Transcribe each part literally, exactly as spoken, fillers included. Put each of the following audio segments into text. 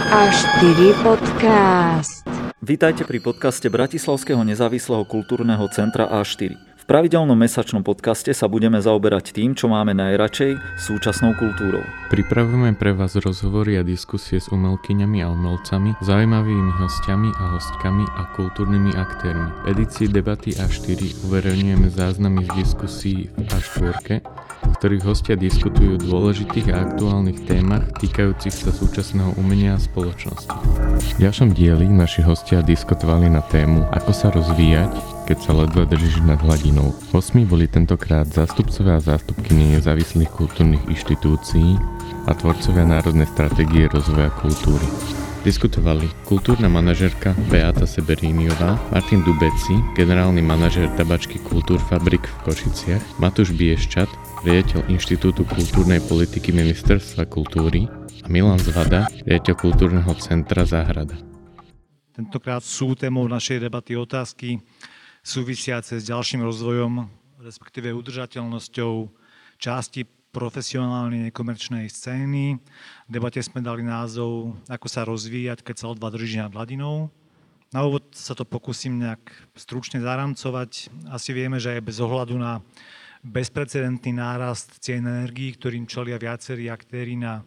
á štyri podcast. Vítajte pri podcaste Bratislavského nezávislého kultúrneho centra á štyri. V pravidelnom mesačnom podcaste sa budeme zaoberať tým, čo máme najradšej, súčasnou kultúrou. Pripravujeme pre vás rozhovory a diskusie s umelkyňami a umelcami, zaujímavými hostiami a hostkami a kultúrnymi aktérmi. V edícii Debaty á štyri uverejňujeme záznamy z diskusí v á štyri, v ktorých hostia diskutujú o dôležitých a aktuálnych témach týkajúcich sa súčasného umenia a spoločnosti. V ďalšom dieli naši hostia diskutovali na tému, ako sa rozvíjať, keď sa ledva držíš nad hladinou. Hostmi boli tentokrát zástupcovia a zástupkyne nezávislých kultúrnych inštitúcií a tvorcovia národnej stratégie rozvoja kultúry. Diskutovali kultúrna manažérka Beata Seberíniová, Martin Dubeci, generálny manažér tabačky Kultúrfabrik v Košiciach, Matúš Bieščat, riaditeľ Inštitútu kultúrnej politiky Ministerstva kultúry a Milan Zvada, riaditeľ Kultúrneho centra Záhrada. Tentokrát sú témou našej debaty otázky súvisiace s ďalším rozvojom, respektíve udržateľnosťou časti profesionálnej nekomerčnej scény. V debate sme dali názov Ako sa rozvíjať, keď sa ledva drží nad hladinou. Na úvod sa to pokúsim nejak stručne zaramcovať. Asi vieme, že aj bez ohľadu na bezprecedentný nárast cien energií, ktorým čelia viacerí aktéri na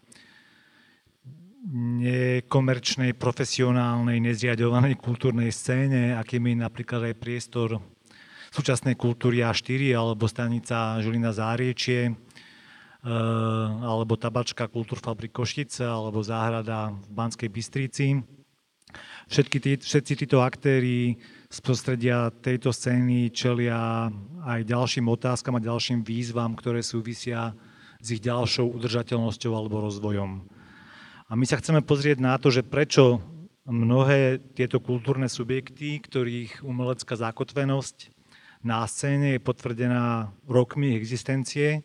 nekomerčnej, profesionálnej, nezriaďovanej kultúrnej scéne, akým je napríklad aj priestor súčasnej kultúry á štyri alebo stanica Žilina Záriečie, alebo tabačka Kultúrfabrik Košice, alebo záhrada v Banskej Bystrici. Všetky tí, všetci títo aktéri z prostredia tejto scény čelia aj ďalším otázkam a ďalším výzvam, ktoré súvisia s ich ďalšou udržateľnosťou alebo rozvojom. A my sa chceme pozrieť na to, že prečo mnohé tieto kultúrne subjekty, ktorých umelecká zakotvenosť na scéne je potvrdená rokmi existencie,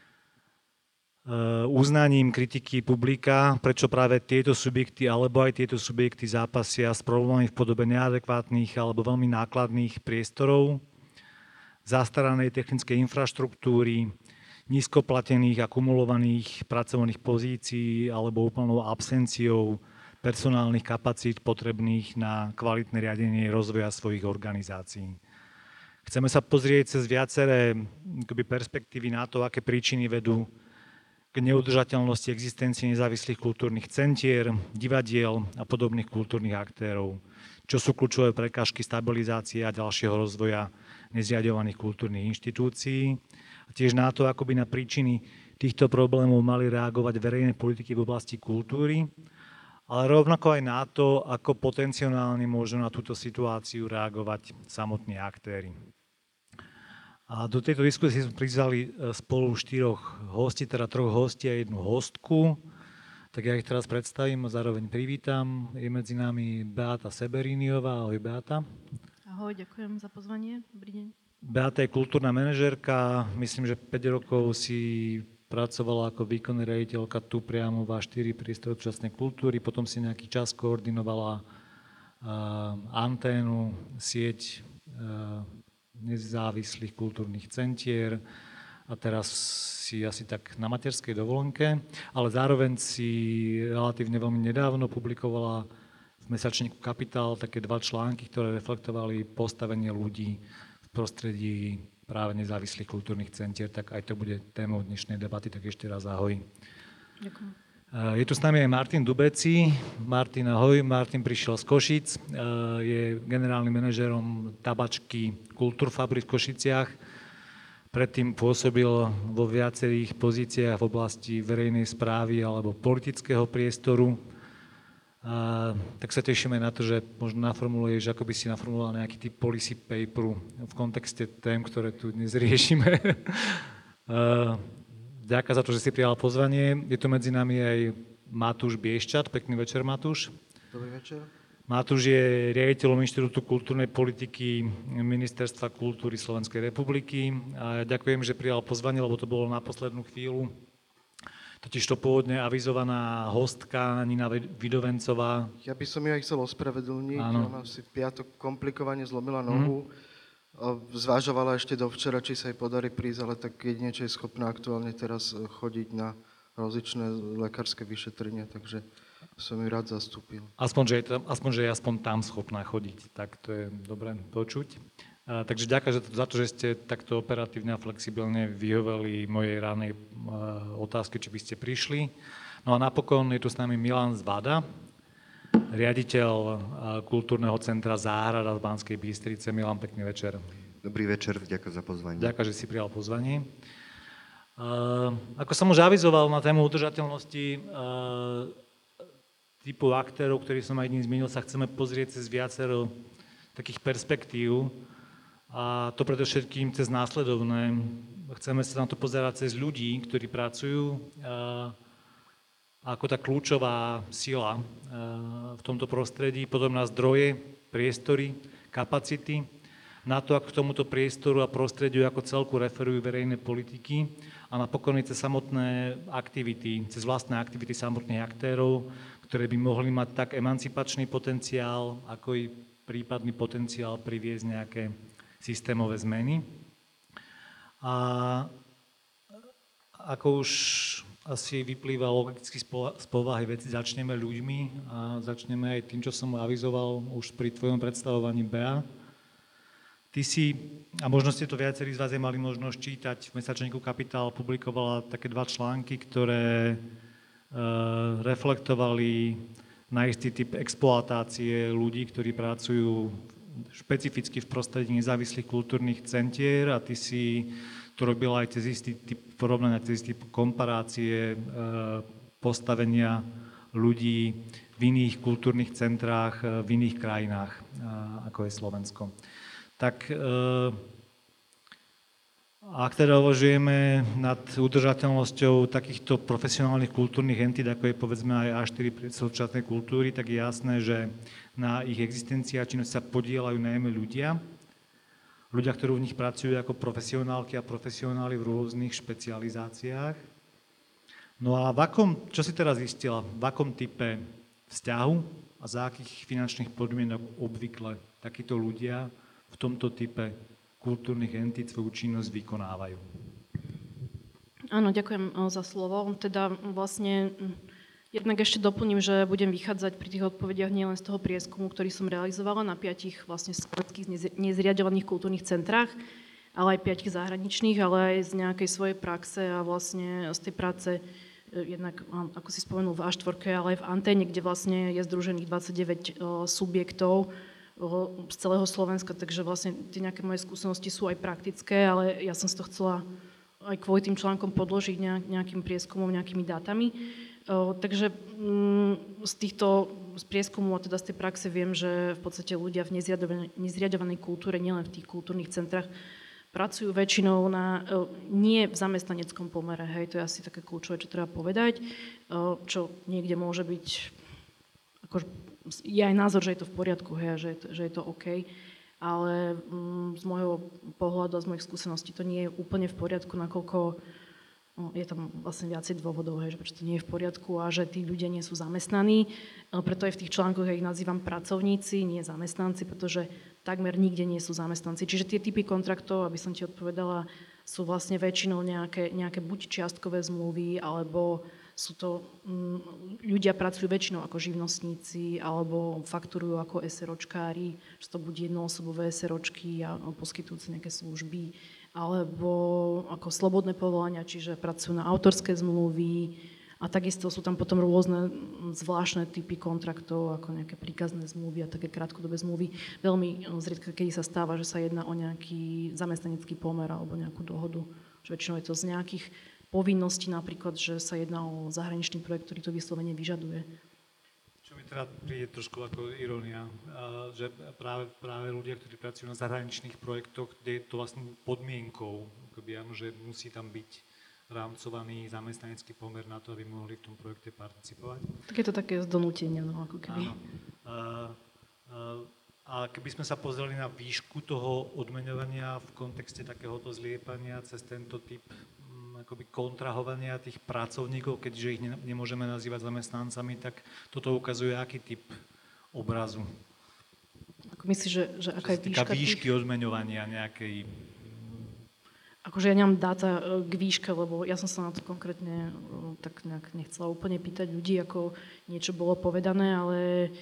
uznaním kritiky publika, prečo práve tieto subjekty alebo aj tieto subjekty zápasia s problémami v podobe neadekvátnych alebo veľmi nákladných priestorov, zastaranej technickej infraštruktúry, nízkoplatených a kumulovaných pracovných pozícií alebo úplnou absenciou personálnych kapacít potrebných na kvalitné riadenie rozvoja svojich organizácií. Chceme sa pozrieť cez viaceré perspektívy na to, aké príčiny vedú k neudržateľnosti existencie nezávislých kultúrnych centier, divadiel a podobných kultúrnych aktérov, čo sú kľúčové prekážky stabilizácie a ďalšieho rozvoja nezriaďovaných kultúrnych inštitúcií. A tiež na to, ako by na príčiny týchto problémov mali reagovať verejné politiky v oblasti kultúry, ale rovnako aj na to, ako potenciálne môžu na túto situáciu reagovať samotní aktéri. A do tejto diskusie sme prizvali spolu štyroch hostí, teda troch hostí a jednu hostku. Tak ja ich teraz predstavím a zároveň privítam. Je medzi nami Beata Seberíniová. Ahoj, Beata. Ahoj, ďakujem za pozvanie. Dobrý deň. Beata je kultúrna manažérka. Myslím, že päť rokov si pracovala ako výkonná riaditeľka tu priamo v á štyri priestore súčasnej kultúry. Potom si nejaký čas koordinovala uh, anténu, sieť uh, nezávislých kultúrnych centier a teraz si asi tak na materskej dovolenke, ale zároveň si relatívne veľmi nedávno publikovala v mesačníku Kapitál také dva články, ktoré reflektovali postavenie ľudí v prostredí práve nezávislých kultúrnych centier, tak aj to bude témou dnešnej debaty, tak ešte raz ahoj. Ďakujem. Je tu s nami aj Martin Dubeci. Martin, ahoj. Martin prišiel z Košíc, je generálnym manažérom tabačky Kultúrfabrik v Košiciach. Predtým pôsobil vo viacerých pozíciách v oblasti verejnej správy alebo politického priestoru. A tak sa tešíme na to, že možno naformuluješ, ako by si naformuloval nejaký typ policy paperu v kontexte tém, ktoré tu dnes riešime. Ďakujem za to, že si prijal pozvanie. Je tu medzi nami aj Matúš Bieščat. Pekný večer, Matúš. Dobrý večer. Matúš je riaditeľom Inštitútu kultúrnej politiky Ministerstva kultúry Slovenskej republiky. A ďakujem, že prijal pozvanie, lebo to bolo na poslednú chvíľu. Totiž to pôvodne avizovaná hostka Nina Vidovencová. Ja by som ju aj chcel ospravedlniť. Ona si v piatok komplikovane zlomila nohu. Mm. Zvážovala ešte do včera, či sa jej podarí prísť, ale tak jedine, čo je schopná aktuálne teraz chodiť na rozličné lekárske vyšetrenia, takže som ju rád zastúpil. Aspoň, že je, tam, aspoň, že je aspoň tam schopná chodiť, tak to je dobre počuť. A, takže ďakujem za to, že ste takto operatívne a flexibilne vyhoveli mojej ránej otázke, či by ste prišli. No a napokon je tu s nami Milan Zvada, riaditeľ Kultúrneho centra Záhrada z Banskej Bystrice. Milan, pekný večer. Dobrý večer, ďakujem za pozvanie. Ďakujem, že si prijal pozvanie. Uh, ako som už avizoval na tému udržateľnosti uh, typu aktérov, ktorý som aj dnes zmenil, sa chceme pozrieť cez viacero takých perspektív. A to predovšetkým cez následovné. Chceme sa na to pozerať cez ľudí, ktorí pracujú uh, ako tá kľúčová sila uh, v tomto prostredí, potom na zdroje, priestory, kapacity, na to, ako k tomuto priestoru a prostrediu ako celku referujú verejné politiky a napokon cez samotné aktivity, cez vlastné aktivity samotných aktérov, ktoré by mohli mať tak emancipačný potenciál, ako i prípadný potenciál priviesť nejaké systémové zmeny. A ako už asi vyplýva logicky z povahy veci, začneme ľuďmi a začneme aj tým, čo som avizoval už pri tvojom predstavovaní, Bea. Ty si, a možno ste to viacerí z vás aj mali možnosť čítať, v mesačníku Kapitál publikovala také dva články, ktoré reflektovali na istý typ exploatácie ľudí, ktorí pracujú špecificky v prostredí nezávislých kultúrnych centier a ty si to robila aj cez istý typ porovnania, cez istý typ komparácie postavenia ľudí v iných kultúrnych centrách, v iných krajinách, ako je Slovensko. Tak ak teda uvažujeme nad udržateľnosťou takýchto profesionálnych kultúrnych entít, ako je povedzme aj á štyri pre súčasnej kultúry, tak je jasné, že na ich existencii a činnosť sa podieľajú najmä ľudia. Ľudia, ktorí v nich pracujú ako profesionálky a profesionáli v rôznych špecializáciách. No a v akom, čo si teraz zistila, v akom type vzťahu a za akých finančných podmienok obvykle takíto ľudia v tomto type kultúrnych entít svoju činnosť vykonávajú? Áno, ďakujem za slovo. Teda vlastne jednak ešte doplním, že budem vychádzať pri tých odpovediach nielen z toho prieskumu, ktorý som realizovala na piatich vlastne slovenských nezriaďovaných kultúrnych centrách, ale aj piatich zahraničných, ale aj z nejakej svojej praxe a vlastne z tej práce jednak, ako si spomenul, v á štyri, ale aj v Anténe, kde vlastne je združených dvadsaťdeväť subjektov z celého Slovenska, takže vlastne tie nejaké moje skúsenosti sú aj praktické, ale ja som si to chcela aj kvôli tým článkom podložiť nejakým prieskumom, nejakými dátami. O, takže mm, z týchto z prieskumu a teda z tej praxe viem, že v podstate ľudia v nezriadovanej, nezriadovanej kultúre, nielen v tých kultúrnych centrách, pracujú väčšinou na, o, nie v zamestnaneckom pomere, hej, to je asi také kľúčové, čo treba povedať, o, čo niekde môže byť akože je aj názor, že je to v poriadku, hej, že, je to, že je to OK, ale mm, z môjho pohľadu a z mojich skúseností to nie je úplne v poriadku, nakoľko no, je tam vlastne viacej dôvodov, hej, že prečo to nie je v poriadku a že tí ľudia nie sú zamestnaní. Preto aj v tých článkoch ja ich nazývam pracovníci, nie zamestnanci, pretože takmer nikde nie sú zamestnanci. Čiže tie typy kontraktov, aby som ti odpovedala, sú vlastne väčšinou nejaké, nejaké buď čiastkové zmluvy, alebo sú to, m, ľudia pracujú väčšinou ako živnostníci alebo fakturujú ako SROčkári, že to buď jednoosobové SROčky a poskytujúce nejaké služby, alebo ako slobodné povolania, čiže pracujú na autorské zmluvy a takisto sú tam potom rôzne zvláštne typy kontraktov, ako nejaké príkazné zmluvy a také krátkodobé zmluvy. Veľmi zriedka, kedy sa stáva, že sa jedná o nejaký zamestnanecký pomer alebo nejakú dohodu, že väčšinou je to z nejakých povinnosti napríklad, že sa jedná o zahraničný projekt, ktorý to vyslovene vyžaduje. Čo mi teda príde trošku ako irónia, že práve, práve ľudia, ktorí pracujú na zahraničných projektoch, kde je to vlastne podmienkou, akoby, áno, že musí tam byť rámcovaný zamestnanecký pomer na to, aby mohli v tom projekte participovať. Tak je to také z donútenia, no ako keby. Áno. A, a, a keby sme sa pozreli na výšku toho odmeňovania v kontexte takéhoto zliepania cez tento typ akoby kontrahovania tých pracovníkov, keďže ich nemôžeme nazývať zamestnancami, tak toto ukazuje aký typ obrazu? Ako myslíš, že, že aká je výška výšky tých... odmeňovania nejakej... A akože ja nemám dáta k výške, lebo ja som sa na to konkrétne tak nejak nechcela úplne pýtať ľudí, ako niečo bolo povedané, ale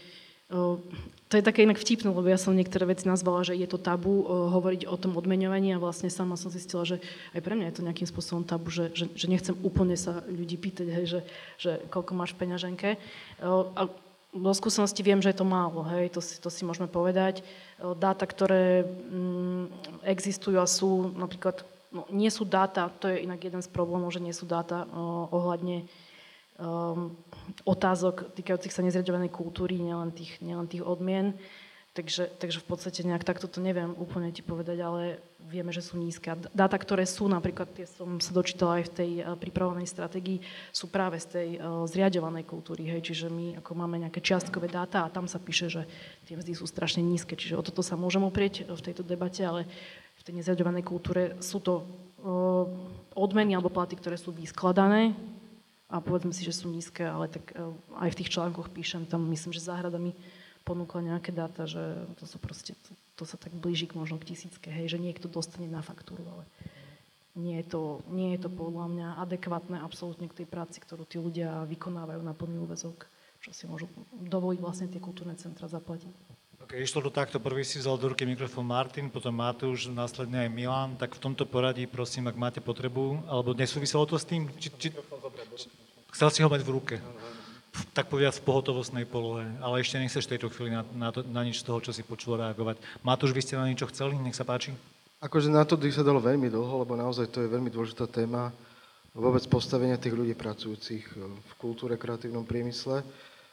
to je také inak vtipné, lebo ja som niektoré veci nazvala, že je to tabu hovoriť o tom odmeňovaní a vlastne sama som zistila, že aj pre mňa je to nejakým spôsobom tabu, že, že, že nechcem úplne sa ľudí pýtať, hej, že, že koľko máš v peňaženke. A do skúsenosti viem, že je to málo, hej, to si, to si môžeme povedať. Dáta, ktoré mm, existujú a sú napríklad, no, nie sú dáta, to je inak jeden z problémov, že nie sú dáta oh, ohľadne Um, otázok týkajúcich sa nezriaďovanej kultúry, nielen tých, nielen tých odmien. Takže, takže v podstate nejak takto to neviem úplne ti povedať, ale vieme, že sú nízke. Dáta, ktoré sú, napríklad tie som sa dočítala aj v tej uh, pripravovanej stratégii, sú práve z tej uh, zriaďovanej kultúry. Hej. Čiže my ako máme nejaké čiastkové dáta a tam sa píše, že tie mzdy sú strašne nízke. Čiže o toto sa môžem oprieť v tejto debate, ale v tej nezriaďovanej kultúre sú to uh, odmeny alebo platy, ktoré sú vyskladané, a povedzme si, že sú nízke, ale tak aj v tých článkoch píšem, tam myslím, že Záhrada mi ponúkla nejaké dáta, že to sú proste, to, to sa tak blíži k možno k tisícke, hej, že niekto dostane na faktúru, ale nie je to, nie je to podľa mňa adekvátne absolútne k tej práci, ktorú tí ľudia vykonávajú na plný úväzok, čo si môžu dovoliť vlastne tie kultúrne centra zaplatiť. Ok, išlo to takto, prvý si vzal do ruky mikrofón Martin, potom Matúš, následne aj Milan, tak v tomto poradí, prosím, ak máte potrebu, alebo nesúviselo to s tým? Či, či, či, chcel si ho mať v ruke, tak povedať v pohotovostnej polohe, ale ešte nechceš v tejto chvíli na, na, to, na nič z toho, čo si počul, reagovať. Matúš, vy ste na niečo chceli? Nech sa páči. Akože na to by sa dalo veľmi dlho, lebo naozaj to je veľmi dôležitá téma vôbec postavenia tých ľudí pracujúcich v kultúre, kreatívnom priemysle.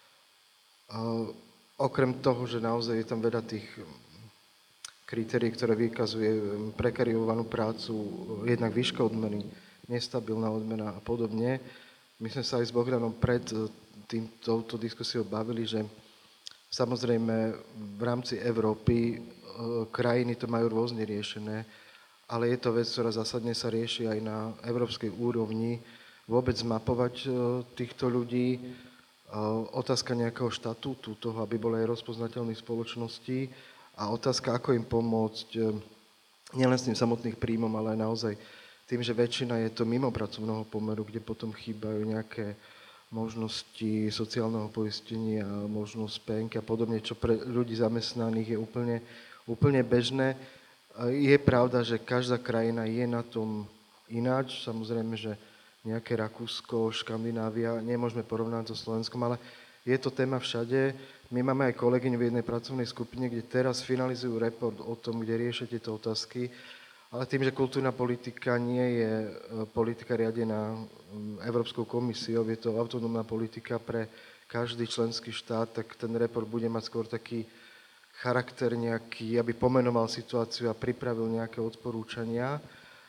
A okrem toho, že naozaj je tam veľa tých kritérií, ktoré vykazuje prekariovanú prácu, jednak výška odmeny, nestabilná odmena a podobne. My sme sa aj s Bohdanom pred tým, touto diskusiou bavili, že samozrejme v rámci Európy krajiny to majú rôzne riešené, ale je to vec, ktorá zásadne sa rieši aj na európskej úrovni, vôbec zmapovať týchto ľudí, otázka nejakého štatútu, toho, aby boli aj rozpoznateľní v spoločnosti a otázka, ako im pomôcť nielen s tým samotných príjmom, ale aj naozaj tým, že väčšina je to mimo pracovného pomeru, kde potom chýbajú nejaké možnosti sociálneho poistenia, možnosť penky a podobne, čo pre ľudí zamestnaných je úplne, úplne bežné. Je pravda, že každá krajina je na tom ináč, samozrejme, že nejaké Rakúsko, Škandinávia, nemôžeme porovnať so Slovenskom, ale je to téma všade. My máme aj kolegyň v jednej pracovnej skupine, kde teraz finalizujú report o tom, kde riešia tieto otázky, ale tým, že kultúrna politika nie je politika riadená Európskou komisiou, je to autonómna politika pre každý členský štát, tak ten report bude mať skôr taký charakter nejaký, aby pomenoval situáciu a pripravil nejaké odporúčania.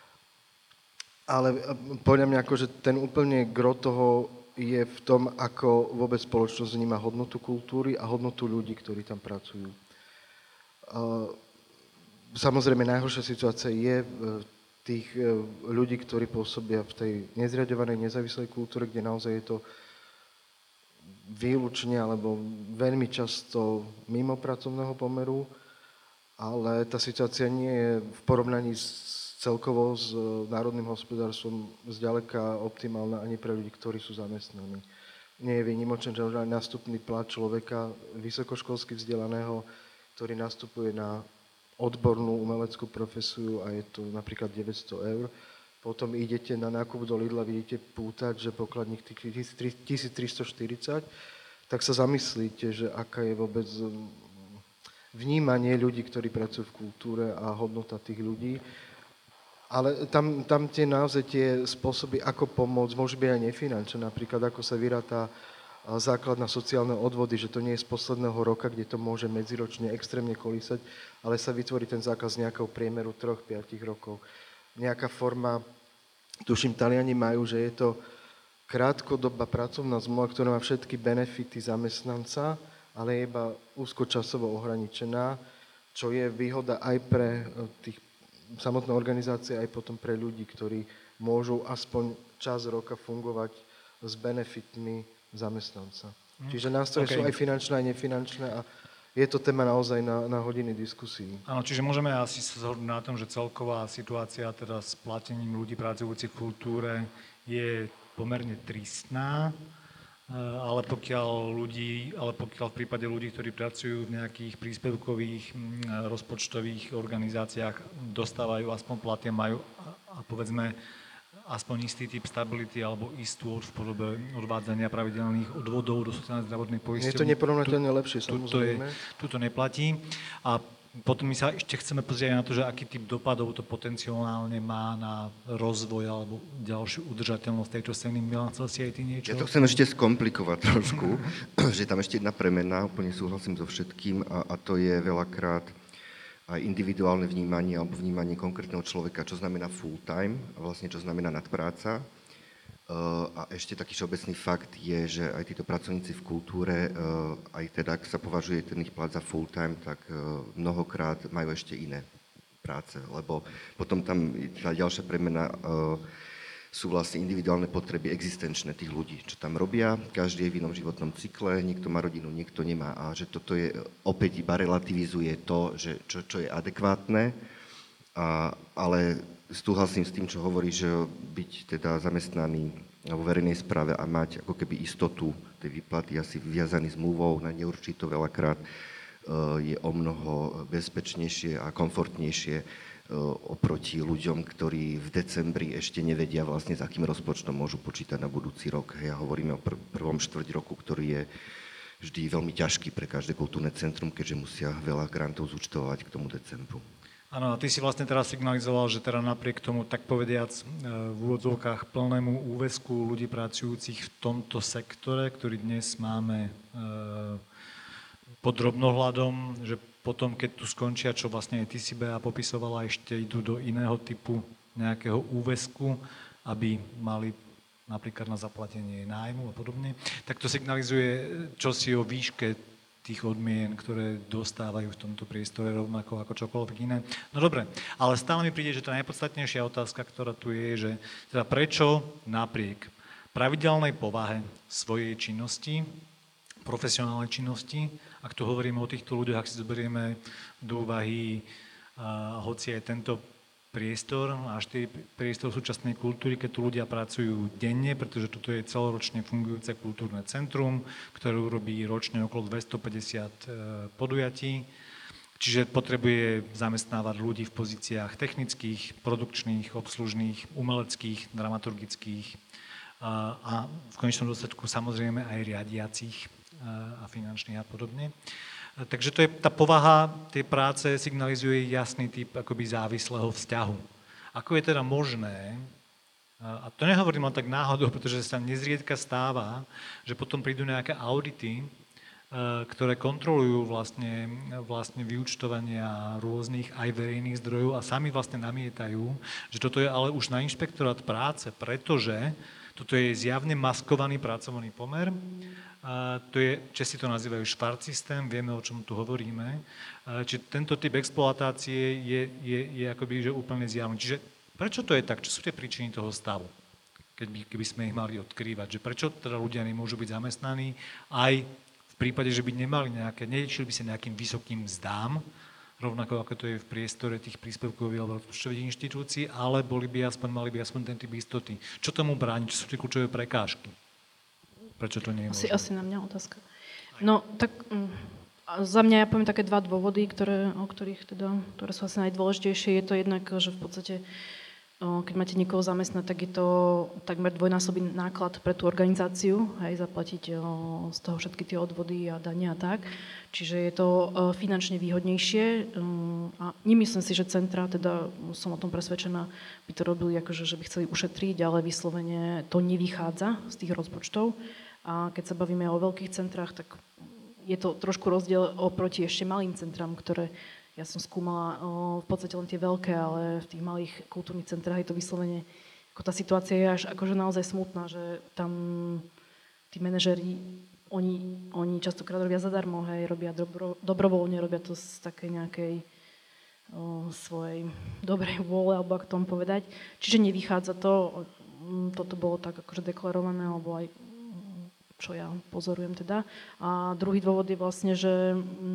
Ale podľa mňa akože ten úplne gro toho je v tom, ako vôbec spoločnosť vníma hodnotu kultúry a hodnotu ľudí, ktorí tam pracujú. Samozrejme, najhoršia situácia je tých ľudí, ktorí pôsobia v tej nezriaďovanej nezávislej kultúre, kde naozaj je to výlučne alebo veľmi často mimo pracovného pomeru, ale tá situácia nie je v porovnaní s, celkovo s národným hospodárstvom zďaleka optimálna ani pre ľudí, ktorí sú zamestnaní. Nie je výnimočné, že aj nástupný plat človeka vysokoškolsky vzdelaného, ktorý nastupuje na odbornú umeleckú profesiu a je to napríklad deväťsto eur. Potom idete na nákup do Lidla, vidíte pútať, že pokladník tisíctristoštyridsať, tak sa zamyslíte, že aká je vôbec vnímanie ľudí, ktorí pracujú v kultúre a hodnota tých ľudí. Ale tam, tam tie naozaj tie spôsoby, ako pomôcť, môžu byť aj nefinančné, napríklad ako sa vyrátá základ na sociálne odvody, že to nie je z posledného roka, kde to môže medziročne extrémne kolísať, ale sa vytvorí ten zákaz z nejakého priemeru tri až päť rokov. Nejaká forma, tuším, Taliani majú, že je to krátkodobá pracovná zmluva, ktorá má všetky benefity zamestnanca, ale je iba úzkočasovo ohraničená, čo je výhoda aj pre tých samotné organizácie, aj potom pre ľudí, ktorí môžu aspoň čas roka fungovať s benefitmi zamestnanca. Čiže nástroje okay. sú aj finančné, aj nefinančné a je to téma naozaj na, na hodiny diskusí. Áno, čiže môžeme asi sa zhodnúť na tom, že celková situácia teda s platením ľudí pracujúcich v kultúre je pomerne tristná, ale pokiaľ ľudí, ale pokiaľ v prípade ľudí, ktorí pracujú v nejakých príspevkových rozpočtových organizáciách, dostávajú aspoň platy, majú a povedzme aspoň istý typ stability alebo istú v podobe odvádzania pravidelných odvodov do sociálnej zdravotnej poisťovne. Je to neporovnateľne lepšie, samozrejme. Tu to neplatí. A potom my sa ešte chceme pozrieť na to, že aký typ dopadov to potenciálne má na rozvoj alebo ďalšiu udržateľnosť tejto scény. Milan, chcel si aj ty niečo? Ja to chcem ešte skomplikovať trošku, že je tam ešte jedna premena, úplne súhlasím so všetkým, a, a to je veľakrát aj individuálne vnímanie alebo vnímanie konkrétneho človeka, čo znamená full time a vlastne čo znamená nadpráca. A ešte taký všeobecný fakt je, že aj títo pracovníci v kultúre, aj teda, ak sa považuje ten ich plat za full time, tak mnohokrát majú ešte iné práce, lebo potom tam tá ďalšia premena sú vlastne individuálne potreby existenčné tých ľudí, čo tam robia. Každý je v inom životnom cykle, niekto má rodinu, niekto nemá. A že toto je opäť iba relativizuje to, že čo, čo je adekvátne, a, ale súhlasím s tým, čo hovorí, že byť teda zamestnaný vo verejnej správe a mať ako keby istotu tej výplaty, asi viazaný zmluvou na neurčito veľakrát, je o mnoho bezpečnejšie a komfortnejšie oproti ľuďom, ktorí v decembri ešte nevedia vlastne, s akým rozpočtom môžu počítať na budúci rok. Ja hovorím o pr- prvom štvrť roku, ktorý je vždy veľmi ťažký pre každé kultúrne centrum, keďže musia veľa grantov zúčtovať k tomu decembru. Áno, a ty si vlastne teraz signalizoval, že teda napriek tomu, tak povediac, v úvodzovkách plnému úväzku ľudí pracujúcich v tomto sektore, ktorý dnes máme pod drobnohľadom, že potom, keď tu skončia, čo vlastne aj ty si, Bea, popisovala, ešte idú do iného typu nejakého úväzku, aby mali napríklad na zaplatenie nájmu a podobne, tak to signalizuje čosi o výške tých odmien, ktoré dostávajú v tomto priestore rovnako ako čokoľvek iné. No dobre, ale stále mi príde, že tá najpodstatnejšia otázka, ktorá tu je, že teda prečo napriek pravidelnej povahe svojej činnosti, profesionálnej činnosti, ak tu hovoríme o týchto ľuďoch, ak si zoberieme do úvahy, uh, hoci aj tento priestor, až tie priestor súčasnej kultúry, keď tu ľudia pracujú denne, pretože toto je celoročne fungujúce kultúrne centrum, ktoré robí ročne okolo dvestopäťdesiat uh, podujatí, čiže potrebuje zamestnávať ľudí v pozíciách technických, produkčných, obslužných, umeleckých, dramaturgických uh, a v konečnom dôsledku samozrejme aj riadiacich a finančných a podobne. Takže to je, tá povaha tej práce signalizuje jasný typ akoby závislého vzťahu. Ako je teda možné, a to nehovorím len tak náhodou, pretože sa nezriedka stáva, že potom prídu nejaké audity, ktoré kontrolujú vlastne, vlastne vyúčtovania rôznych aj verejných zdrojov a sami vlastne namietajú, že toto je ale už na inšpektorát práce, pretože toto je zjavne maskovaný pracovný pomer. A to je, Česi to nazývajú švart systém, vieme, o čom tu hovoríme. Čiže tento typ exploatácie je, je, je akoby že úplne zjavný. Čiže prečo to je tak? Čo sú tie príčiny toho stavu? Keď by, keby sme ich mali odkrývať. Že prečo teda ľudia nemôžu byť zamestnaní aj v prípade, že by nemali nejaké, neličili by sa nejakým vysokým mzdám, rovnako ako to je v priestore tých príspevkových alebo rozpočtových inštitúcií, ale boli by aspoň, mali by aspoň ten typ istoty. Čo tomu bráni? Čo sú tie kľúčové prekážky? Prečo to nie je možné? Asi, asi na mňa otázka. No, tak um, za mňa ja poviem také dva dôvody, ktoré, o ktorých teda, ktoré sú asi najdôležitejšie. Je to jednak, že v podstate, o, keď máte niekoho zamestnať, tak je to takmer dvojnásobný náklad pre tú organizáciu, aj zaplatiť o, z toho všetky tie odvody a dania a tak. Čiže je to o, finančne výhodnejšie um, a nemyslím si, že centra, teda som o tom presvedčená, by to robili akože, že by chceli ušetriť, ale vyslovene to nevychádza z tých rozpočtov. A keď sa bavíme o veľkých centrách, tak je to trošku rozdiel oproti ešte malým centrám, ktoré ja som skúmala o, v podstate len tie veľké, ale v tých malých kultúrnych centrách je to vyslovene, ako tá situácia je až akože naozaj smutná, že tam tí manažéri, oni, oni častokrát robia zadarmo, hej, robia dobro, dobrovoľne, robia to z takej nejakej o, svojej dobrej vôle, alebo ako tomu povedať. Čiže nevychádza to, toto bolo tak akože deklarované, alebo aj čo ja pozorujem teda. A druhý dôvod je vlastne, že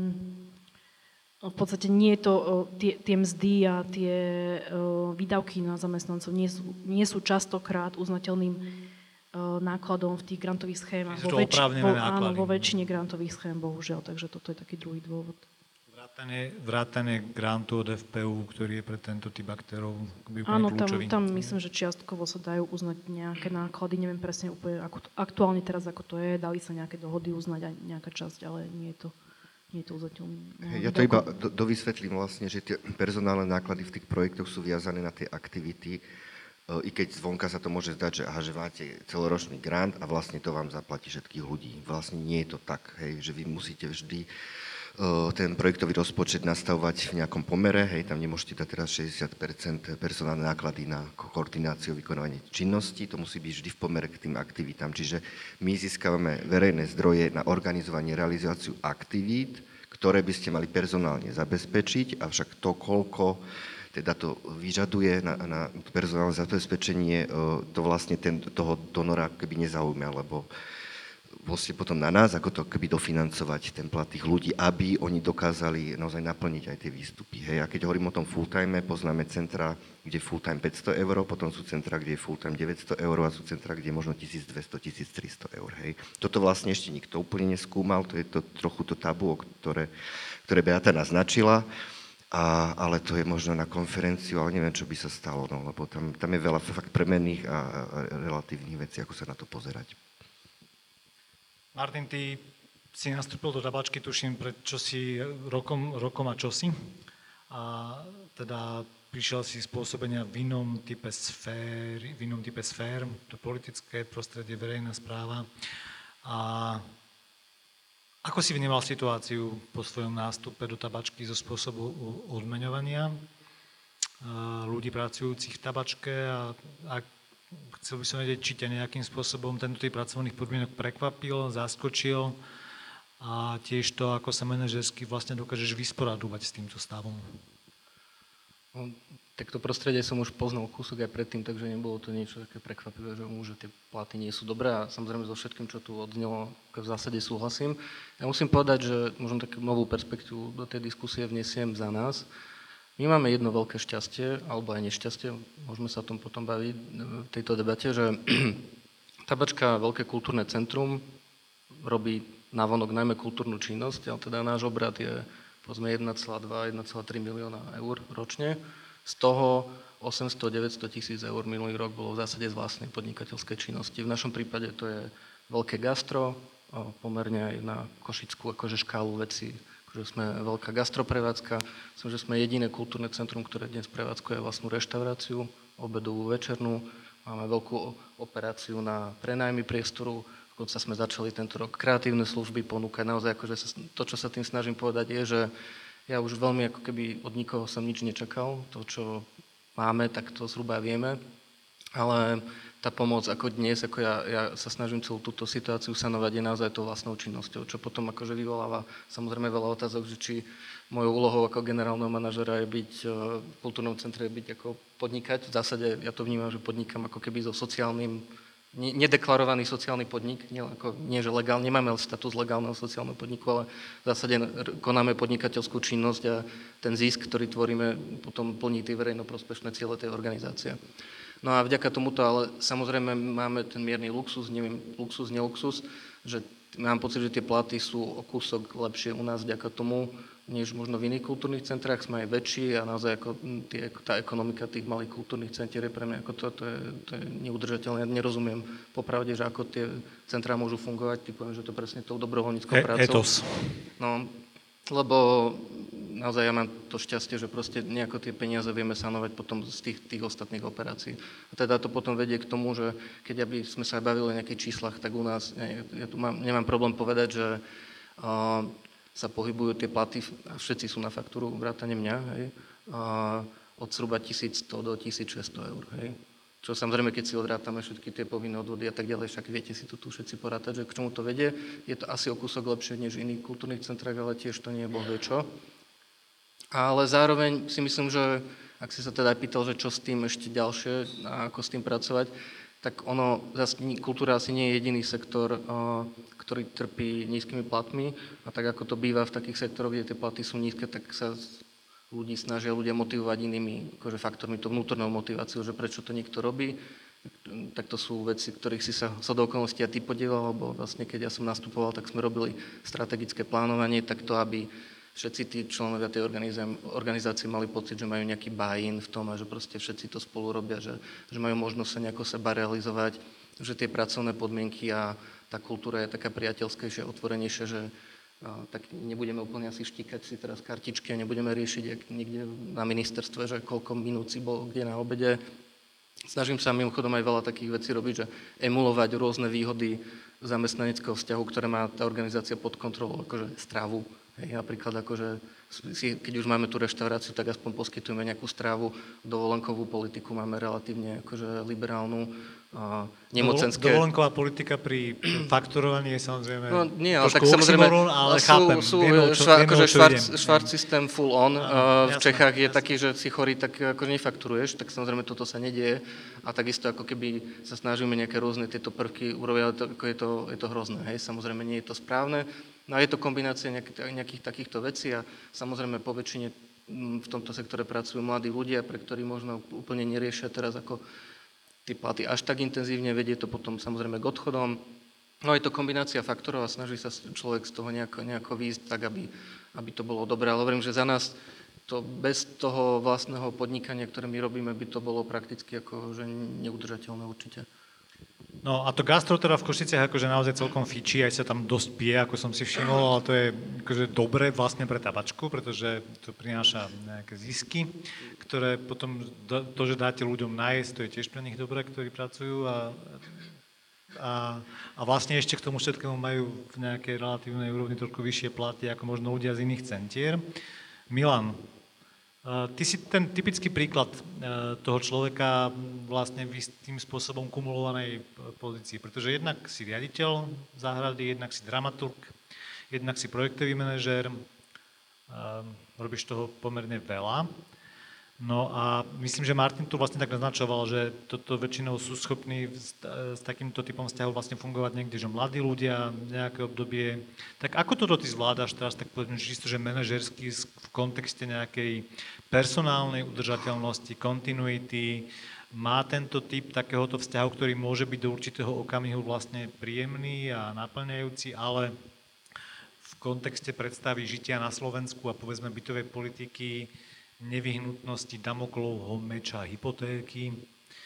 v podstate nie je to, tie, tie mzdy a tie výdavky na zamestnancov nie sú, nie sú častokrát uznateľným nákladom v tých grantových schémach. Vo, väč- vo, áno, vo väčšine grantových schém, bohužiaľ, takže toto je taký druhý dôvod. Vrátane, vrátane grantu od ef pé ú, ktorý je pre tento typ aktérov áno, tam, tam myslím, že čiastkovo sa dajú uznať nejaké náklady, neviem presne úplne ako to, aktuálne teraz, ako to je, dali sa nejaké dohody uznať aj nejaká časť, ale nie je to, nie je to uzateľné. Ja to iba do, dovysvetlím vlastne, že tie personálne náklady v tých projektoch sú viazané na tie aktivity, i keď zvonka sa to môže zdať, že, aha, že máte celoročný grant a vlastne to vám zaplatí všetkých ľudí. Vlastne nie je to tak, hej, že vy musíte vždy ten projektový rozpočet nastavovať v nejakom pomere, hej, tam nemôžete dať teraz šesťdesiat percent personálne náklady na koordináciu, vykonávanie činnosti, to musí byť vždy v pomere k tým aktivitám, čiže my získavame verejné zdroje na organizovanie, realizáciu aktivít, ktoré by ste mali personálne zabezpečiť, avšak to, koľko teda to vyžaduje na, na personálne zabezpečenie, to vlastne ten, toho donora keby nezaujíma, lebo vlastne potom na nás, ako to keby dofinancovať ten plat tých ľudí, aby oni dokázali naozaj naplniť aj tie výstupy. Hej. A keď hovorím o tom full-time, poznáme centra, kde je full-time päťsto eur, potom sú centra, kde je full-time deväťsto eur a sú centra, kde je možno tisícdvesto až tisíctristo eur. Hej. Toto vlastne ešte nikto úplne neskúmal, to je to, trochu to tabu, ktoré, ktoré Beata naznačila, a, ale to je možno na konferenciu, ale neviem, čo by sa stalo, no, lebo tam, tam je veľa fakt premenných a, a relatívnych vecí, ako sa na to pozerať. Martin, ty si nastúpil do tabačky, tuším, pred čosi rokom, rokom a čosi. A teda prišiel si z pôsobenia v inom type sfér, v inom type sfér, to politické prostredie, verejná správa. A ako si vnímal situáciu po svojom nástupe do tabačky zo spôsobu odmeňovania ľudí pracujúcich v tabačke a, a chcel by som vedieť, či ťa nejakým spôsobom tento typ pracovných podmienok prekvapil, zaskočil a tiež to, ako sa manažersky vlastne dokážeš vysporadovať s týmto stavom. No, tak to prostredie som už poznal kúsok aj predtým, takže nebolo to niečo také prekvapivé, že, že tie platy nie sú dobré a samozrejme so všetkým, čo tu odznelo, v zásade súhlasím. Ja musím povedať, že možno takú novú perspektívu do tej diskusie vnesiem za nás. My máme jedno veľké šťastie, alebo aj nešťastie, môžeme sa o tom potom baviť v tejto debate, že tabačka, veľké kultúrne centrum, robí navonok najmä kultúrnu činnosť, ale teda náš obrad je povedzme jeden celá dva až jeden celá tri milióna eur ročne. Z toho osemsto až deväťsto tisíc eur minulý rok bolo v zásade z vlastnej podnikateľskej činnosti. V našom prípade to je veľké gastro, pomerne aj na košickú akože škálu vecí, že sme veľká gastroprevádzka, som, že sme jediné kultúrne centrum, ktoré dnes prevádzkuje vlastnú reštauráciu, obedovú, večernú. Máme veľkú operáciu na prenajmy priestoru, dokonca sme začali tento rok kreatívne služby ponúkať. Naozaj akože sa, to, čo sa tým snažím povedať, je, že ja už veľmi ako keby od nikoho som nič nečakal. To, čo máme, tak to zhruba vieme. Ale tá pomoc ako dnes, ako ja, ja sa snažím celú túto situáciu sanovať, je naozaj to vlastnou činnosťou, čo potom akože vyvoláva samozrejme veľa otázok, že či mojou úlohou ako generálneho manažera je byť v kultúrnom centre, byť ako podnikať. V zásade ja to vnímam, že podnikám ako keby so sociálnym, nedeklarovaný sociálny podnik, nie, ako, nie že legálne, nemáme status legálneho sociálneho podniku, ale v zásade konáme podnikateľskú činnosť a ten zisk, ktorý tvoríme, potom plní tie verejnoprospešné ciele tej organizácie. No a vďaka tomuto, ale samozrejme máme ten mierny luxus, neviem, luxus, neluxus, že mám pocit, že tie platy sú o kúsok lepšie u nás vďaka tomu, než možno v iných kultúrnych centrách, sme aj väčší a naozaj ako tie, tá ekonomika tých malých kultúrnych centier je pre mňa ako to, to, je, to je neudržateľné. Ja nerozumiem popravde, že ako tie centrá môžu fungovať, ty poviem, že to presne tou dobrovoľníckou e- prácou. Etos. No, lebo naozaj ja mám to šťastie, že proste nejako tie peniaze vieme sanovať potom z tých, tých ostatných operácií. A teda to potom vedie k tomu, že keď aby sme sa bavili o nejakých číslach, tak u nás, ja, ja tu mám, nemám problém povedať, že uh, sa pohybujú tie platy, a všetci sú na faktúru, vrátane mňa, hej, uh, od zhruba tisícsto do tisícšesťsto eur, hej. Čo samozrejme, keď si odrátame všetky tie povinné odvody a tak ďalej, však viete si to tu všetci porátať, že k čomu to vedie. Je to asi o kúsok lepšie než v iných kultúrnych centrách, ale tiež to nie je bohvie čo. Ale zároveň si myslím, že ak si sa teda pýtal, že čo s tým ešte ďalšie a ako s tým pracovať, tak ono, zase kultúra asi nie je jediný sektor, ktorý trpí nízkymi platmi a tak ako to býva v takých sektoroch, kde tie platy sú nízke, tak sa ľudí snažia ľudia motivovať inými akože faktormi, to vnútornou motiváciou, že prečo to niekto robí. Tak to sú veci, ktorých si sa sa do okolností a ty podielal, lebo vlastne keď ja som nastupoval, tak sme robili strategické plánovanie, tak to, aby všetci tí členovia tej organizácie mali pocit, že majú nejaký buy-in v tom a že proste všetci to spolu robia, že, že majú možnosť sa nejako seba realizovať, že tie pracovné podmienky a tá kultúra je taká priateľskejšia, otvorenejšia, že a, tak nebudeme úplne asi štíkať si teraz kartičky a nebudeme riešiť, jak niekde na ministerstve, že koľko minút si bol kde na obede. Snažím sa mimochodom aj veľa takých vecí robiť, že emulovať rôzne výhody zamestnaneckého vzťahu, ktoré má tá organizácia pod kontrolou, akože stravu. Hej, napríklad akože, keď už máme tú reštauráciu, tak aspoň poskytujeme nejakú strávu, dovolenkovú politiku máme relatívne akože liberálnu, a nemocenské. Dovolenková politika pri fakturovaní je samozrejme no, nie, ale tak samozrejme, ale sú, chápem. Sú, vieme, čo, šva, vieme, akože švart, idem. švart systém full on. Áno, v jasné, Čechách je jasné. taký, že si chorý, tak akože nefakturuješ, tak samozrejme toto sa nedieje. A takisto ako keby sa snažíme nejaké rôzne tieto prvky urobiť, ale to, ako je, to, je to hrozné. Hej? Samozrejme nie je to správne. No a je to kombinácia nejakých, nejakých takýchto vecí a samozrejme po väčšine v tomto sektore pracujú mladí ľudia, pre ktorí možno úplne neriešia teraz ako tie platy až tak intenzívne, vedie to potom samozrejme k odchodom. No je to kombinácia faktorov a snaží sa človek z toho nejako, nejako výjsť tak, aby, aby to bolo dobré. Ale hovorím, že za nás to bez toho vlastného podnikania, ktoré my robíme, by to bolo prakticky ako, že neudržateľné určite. No a to gastro teda v Košiciach akože naozaj celkom fičí, aj sa tam dosť pije, ako som si všimol, ale to je akože dobré vlastne pre tabačku, pretože to prináša nejaké zisky, ktoré potom to, že dáte ľuďom najesť, to je tiež pre nich dobré, ktorí pracujú a, a, a vlastne ešte k tomu všetkému majú v nejakej relatívnej úrovni trošku vyššie platy ako možno ľudia z iných centier. Milan, ty si ten typický príklad toho človeka vlastne v tým spôsobom kumulovanej pozícii, pretože jednak si riaditeľ záhrady, jednak si dramaturg, jednak si projektový manažér, robíš toho pomerne veľa. No a myslím, že Martin tu vlastne tak naznačoval, že toto väčšinou sú schopní s, s takýmto typom vzťahov vlastne fungovať niekde, že mladí ľudia, nejaké obdobie. Tak ako toto ty zvládaš teraz, tak povedzme, čisto, že manažersky v kontexte nejakej personálnej udržateľnosti, kontinuity, má tento typ takéhoto vzťahu, ktorý môže byť do určitého okamihu vlastne príjemný a naplňajúci, ale v kontexte predstavy žitia na Slovensku a povedzme bytovej politiky, nevyhnutnosti Damoklovho meča hypotéky.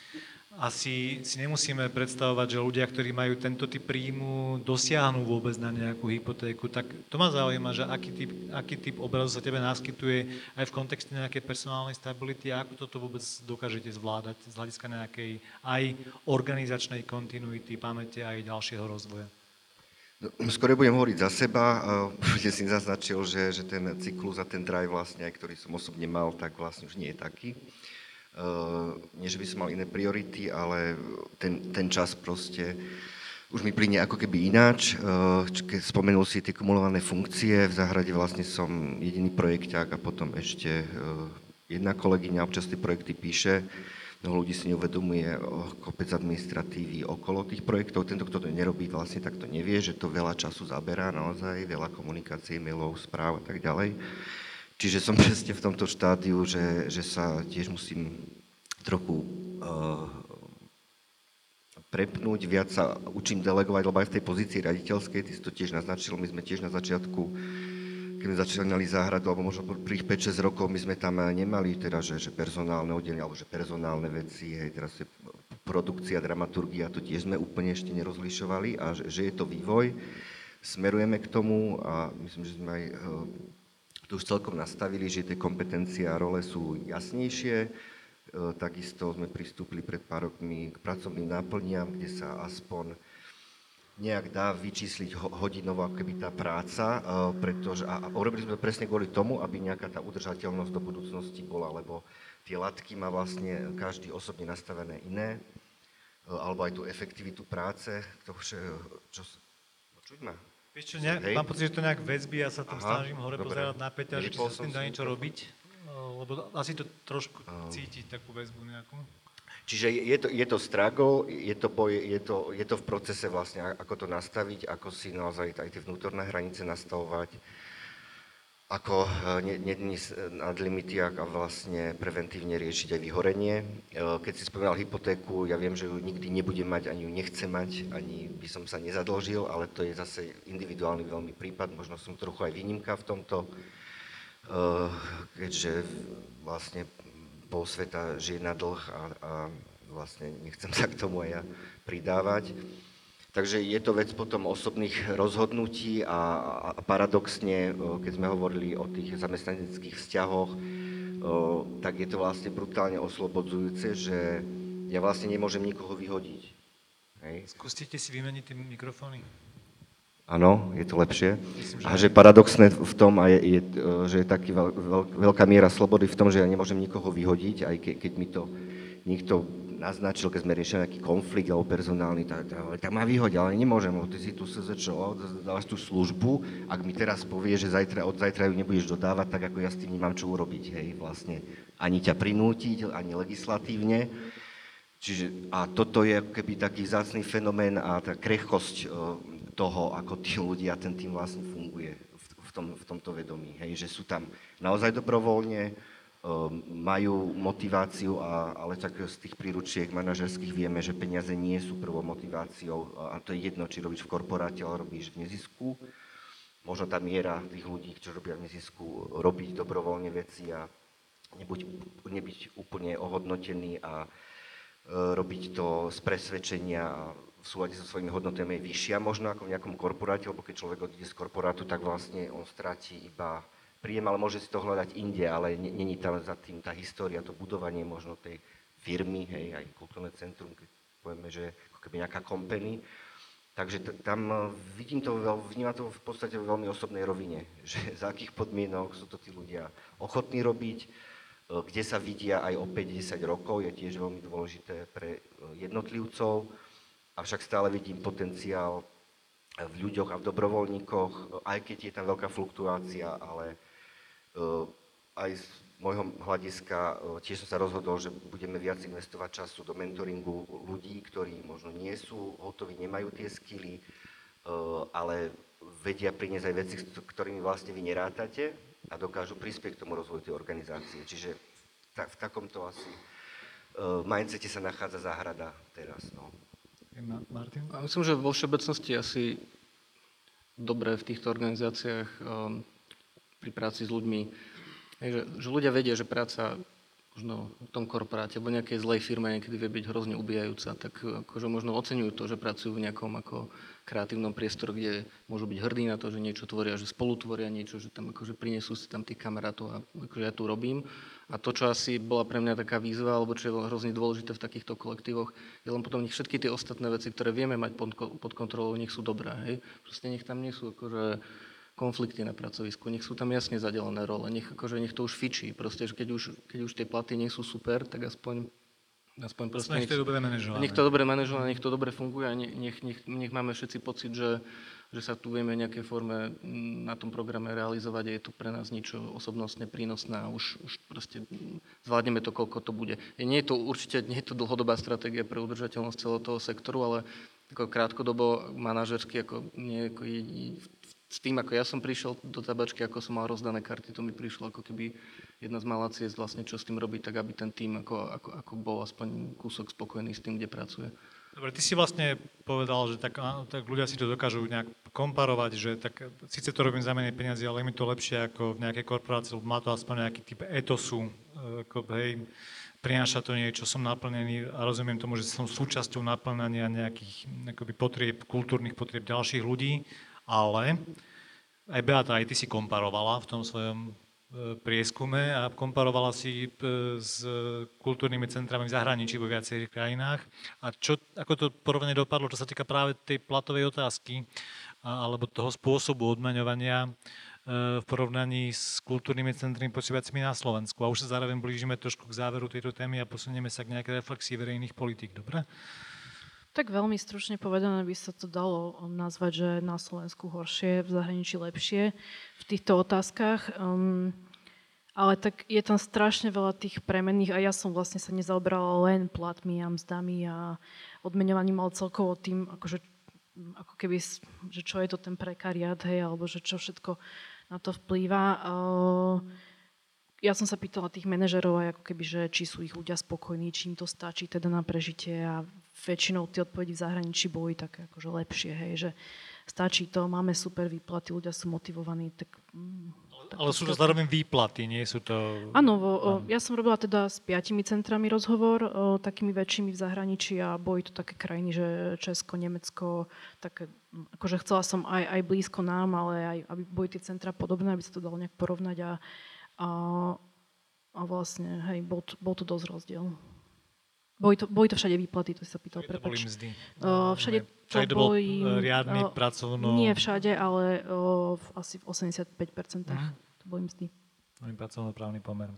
Asi si nemusíme predstavovať, že ľudia, ktorí majú tento typ príjmu, dosiahnu vôbec na nejakú hypotéku. Tak to ma zaujíma, že aký typ, aký typ obrazu sa tebe naskytuje aj v kontexte nejakej personálnej stability a ako toto vôbec dokážete zvládať z hľadiska nejakej aj organizačnej kontinuity, pamäte aj ďalšieho rozvoja. No, skôr budem hovoriť za seba, kde si zaznačil, že, že ten cyklus a ten drive vlastne, aj ktorý som osobne mal, tak vlastne už nie je taký. Uh, nie, že by som mal iné priority, ale ten, ten čas proste už mi plynie ako keby ináč. Uh, keď spomenul si tie kumulované funkcie, v záhrade vlastne som jediný projekťák a potom ešte uh, jedna kolegyňa občas tie projekty píše. Mnoho ľudí si neuvedomuje kopec administratívy okolo tých projektov. Tento, kto to nerobí, vlastne tak to nevie, že to veľa času zaberá naozaj, veľa komunikácií, mailov, správ a tak ďalej. Čiže som presne v tomto štádiu, že, že sa tiež musím trochu uh, prepnúť, viac sa učím delegovať, lebo aj v tej pozícii riaditeľskej, ty si to tiež naznačil, my sme tiež na začiatku, keď sme začínali záhradu, alebo možno pri päť šesť rokov, my sme tam nemali teda, že, že personálne oddelenie, alebo že personálne veci, hej, teraz je produkcia, dramaturgia, to tiež sme úplne ešte nerozlišovali a že, že je to vývoj, smerujeme k tomu a myslím, že sme aj to už celkom nastavili, že tie kompetencie a role sú jasnejšie. Takisto sme pristúpili pred pár rokmi k pracovným náplniam, kde sa aspoň nejak dá vyčísliť hodinovo ako keby tá práca, pretože, a, a urobili sme to presne kvôli tomu, aby nejaká tá udržateľnosť do budúcnosti bola, lebo tie latky má vlastne každý osobne nastavené iné, alebo aj tú efektivitu práce, to, čo, čo počuť ma? Vieš čo, nejak, mám pocit, že to nejak väzby, ja sa tam Aha, snažím hore dobre. Pozerať na Peťa, že či sa s tým dá niečo robiť, lebo asi to trošku uh, cítiť takú väzbu nejakú. Čiže je to, je to struggle, je to, boj, je, to, je to v procese vlastne, ako to nastaviť, ako si naozaj aj tie vnútorné hranice nastavovať, ako nenísť nad limity a vlastne preventívne riešiť aj vyhorenie. Keď si spomínal hypotéku, ja viem, že ju nikdy nebudem mať, ani ju nechcem mať, ani by som sa nezadlžil, ale to je zase individuálny veľmi prípad, možno som trochu aj výnimka v tomto, keďže vlastne pol sveta žije na dlh a, a vlastne nechcem sa k tomu aj ja pridávať. Takže je to vec potom osobných rozhodnutí a, a paradoxne, keď sme hovorili o tých zamestnaneckých vzťahoch, tak je to vlastne brutálne oslobodzujúce, že ja vlastne nemôžem nikoho vyhodiť. Hej. Skúste si vymeniť tie mikrofóny. Áno, je to lepšie. A že paradoxné v tom, a je, je, že je taký veľ, veľ, veľká miera slobody v tom, že ja nemôžem nikoho vyhodiť, aj ke, keď mi to niekto naznačil, keď sme riešili nejaký konflikt alebo personálny, tak, tak, tak ma vyhodiť, ale nemôžem, lebo ty si tu es zet čo, dávaš tú službu, ak mi teraz povie, že zajtra, od zajtra ju nebudeš dodávať, tak ako ja s tým nemám čo urobiť, hej, vlastne ani ťa prinútiť, ani legislatívne. Čiže, a toto je keby taký vzácny fenomén a tá krehkosť toho, ako tí ľudia, ten tým vlastne funguje v, v, tom, v tomto vedomí. Hej, že sú tam naozaj dobrovoľne, majú motiváciu, a, ale tak z tých príručiek manažerských vieme, že peniaze nie sú prvou motiváciou a to je jedno, či robíš v korporáte, ale robíš v nezisku. Možno tá miera tých ľudí, čo robia v nezisku, robiť dobrovoľne veci a nebuď, nebyť úplne ohodnotený a e, robiť to z presvedčenia a v súlade so svojimi hodnotami je vyššia možno ako v nejakom korporáte, lebo keď človek odíde z korporátu, tak vlastne on stratí iba príjem, ale môže si to hľadať inde, ale není tam za tým tá história, to budovanie možno tej firmy, hej, aj kultúrne centrum, keď povieme, že ako keby nejaká company. Takže t- tam vidím to, vnímam to v podstate v veľmi osobnej rovine, že za akých podmienok sú to tí ľudia ochotní robiť, kde sa vidia aj o päť desať rokov, je tiež veľmi dôležité pre jednotlivcov, avšak stále vidím potenciál v ľuďoch a v dobrovoľníkoch, aj keď je tam veľká fluktuácia, ale aj z môjho hľadiska tiež som sa rozhodol, že budeme viac investovať času do mentoringu ľudí, ktorí možno nie sú hotoví, nemajú tie skily, ale vedia priniesť aj veci, s ktorými vlastne vy nerátate a dokážu prispieť k tomu rozvoju tej organizácie. Čiže v takomto asi mindsete sa nachádza záhrada teraz. No. Martin? Myslím, že vo všeobecnosti asi dobré v týchto organizáciách um, pri práci s ľuďmi, že, že ľudia vedia, že práca možno v tom korporáte alebo nejakej zlej firme niekedy vie byť hrozne ubíjajúca, tak akože možno oceňujú to, že pracujú v nejakom ako kreatívnom priestore, kde môžu byť hrdí na to, že niečo tvoria, že spolu tvoria niečo, že tam akože prinesú si tam tých kamarátov a akože ja tu robím. A to, čo asi bola pre mňa taká výzva, alebo čo je hrozne dôležité v takýchto kolektívoch, je len potom nech všetky tie ostatné veci, ktoré vieme mať pod, pod kontrolou, nech sú dobré. Hej? Proste nech tam nie sú akože konflikty na pracovisku, nech sú tam jasne zadelené role, nech, akože, nech to už fičí. Proste, že keď už, keď už tie platy nie sú super, tak aspoň aspoň proste nech to je dobre manažované. Nech to dobre manažované, nech to dobre funguje a nech, nech, nech máme všetci pocit, že, že sa tu vieme v nejakej forme na tom programe realizovať a je to pre nás niečo osobnostne prínosné a už, už proste zvládneme to, koľko to bude. Nie je to určite, nie je to dlhodobá stratégia pre udržateľnosť celého toho sektoru, ale ako krátkodobo manažersky, ako nie ako je, s tým, ako ja som prišiel do tabačky, ako som mal rozdané karty, to mi prišlo ako keby jedna z malá ciest vlastne, čo s tým robiť, tak aby ten tým ako, ako, ako bol aspoň kúsok spokojný s tým, kde pracuje. Dobre, ty si vlastne povedal, že tak, tak ľudia si to dokážu nejak komparovať, že tak síce to robím za menej peniazy, ale je mi to lepšie ako v nejakej korporácii, lebo má to aspoň nejaký typ etosu, ako, hej, prináša to niečo, som naplnený a rozumiem tomu, že som súčasťou naplňania nejakých akoby potrieb, kultúrnych potrieb ďalších ľudí. Ale aj Beata, aj ty si komparovala v tom svojom prieskume a komparovala si s kultúrnymi centrami v zahraničí vo viacerých krajinách. A čo, ako to porovnanie dopadlo, čo sa týka práve tej platovej otázky alebo toho spôsobu odmaňovania v porovnaní s kultúrnymi centrami pôsobiacimi na Slovensku. A už sa zároveň blížime trošku k záveru tejto témy a posunieme sa k nejakej reflexii verejných politík. Dobre? Tak veľmi stručne povedané by sa to dalo nazvať, že na Slovensku horšie, v zahraničí lepšie v týchto otázkach. Um, Ale tak je tam strašne veľa tých premenných a ja som vlastne sa nezaoberala len platmi a mzdami a odmeňovaním, ale celkovo tým, akože, ako keby, že čo je to ten prekariát, hej, alebo že čo všetko na to vplýva. Ja som sa pýtala tých manažerov, ako keby, že či sú ich ľudia spokojní, či im to stačí teda na prežitie a väčšinou tie odpovedi v zahraničí boli také akože lepšie, hej, že stačí to, máme super výplaty, ľudia sú motivovaní, tak... tak Ale sú to zároveň výplaty, nie sú to... Áno, ja som robila teda s piatimi centrami rozhovor, o, takými väčšími v zahraničí a boli to také krajiny, že Česko, Nemecko, také, akože chcela som aj, aj blízko nám, ale aj, aby boli tie centra podobné, aby sa to dalo nejak porovnať a, a, a vlastne, hej, bol to, bol to dosť rozdiel. Boli to, boli to všade výplaty, to si sa pýtal, prepáč. Všade to boli mzdy. Uh, všade všade to to bol boli... riadny uh, pracovno... Nie všade, ale uh, v, asi v osemdesiatpäť percent uh-huh. to boli mzdy. Pracovnoprávny pomer.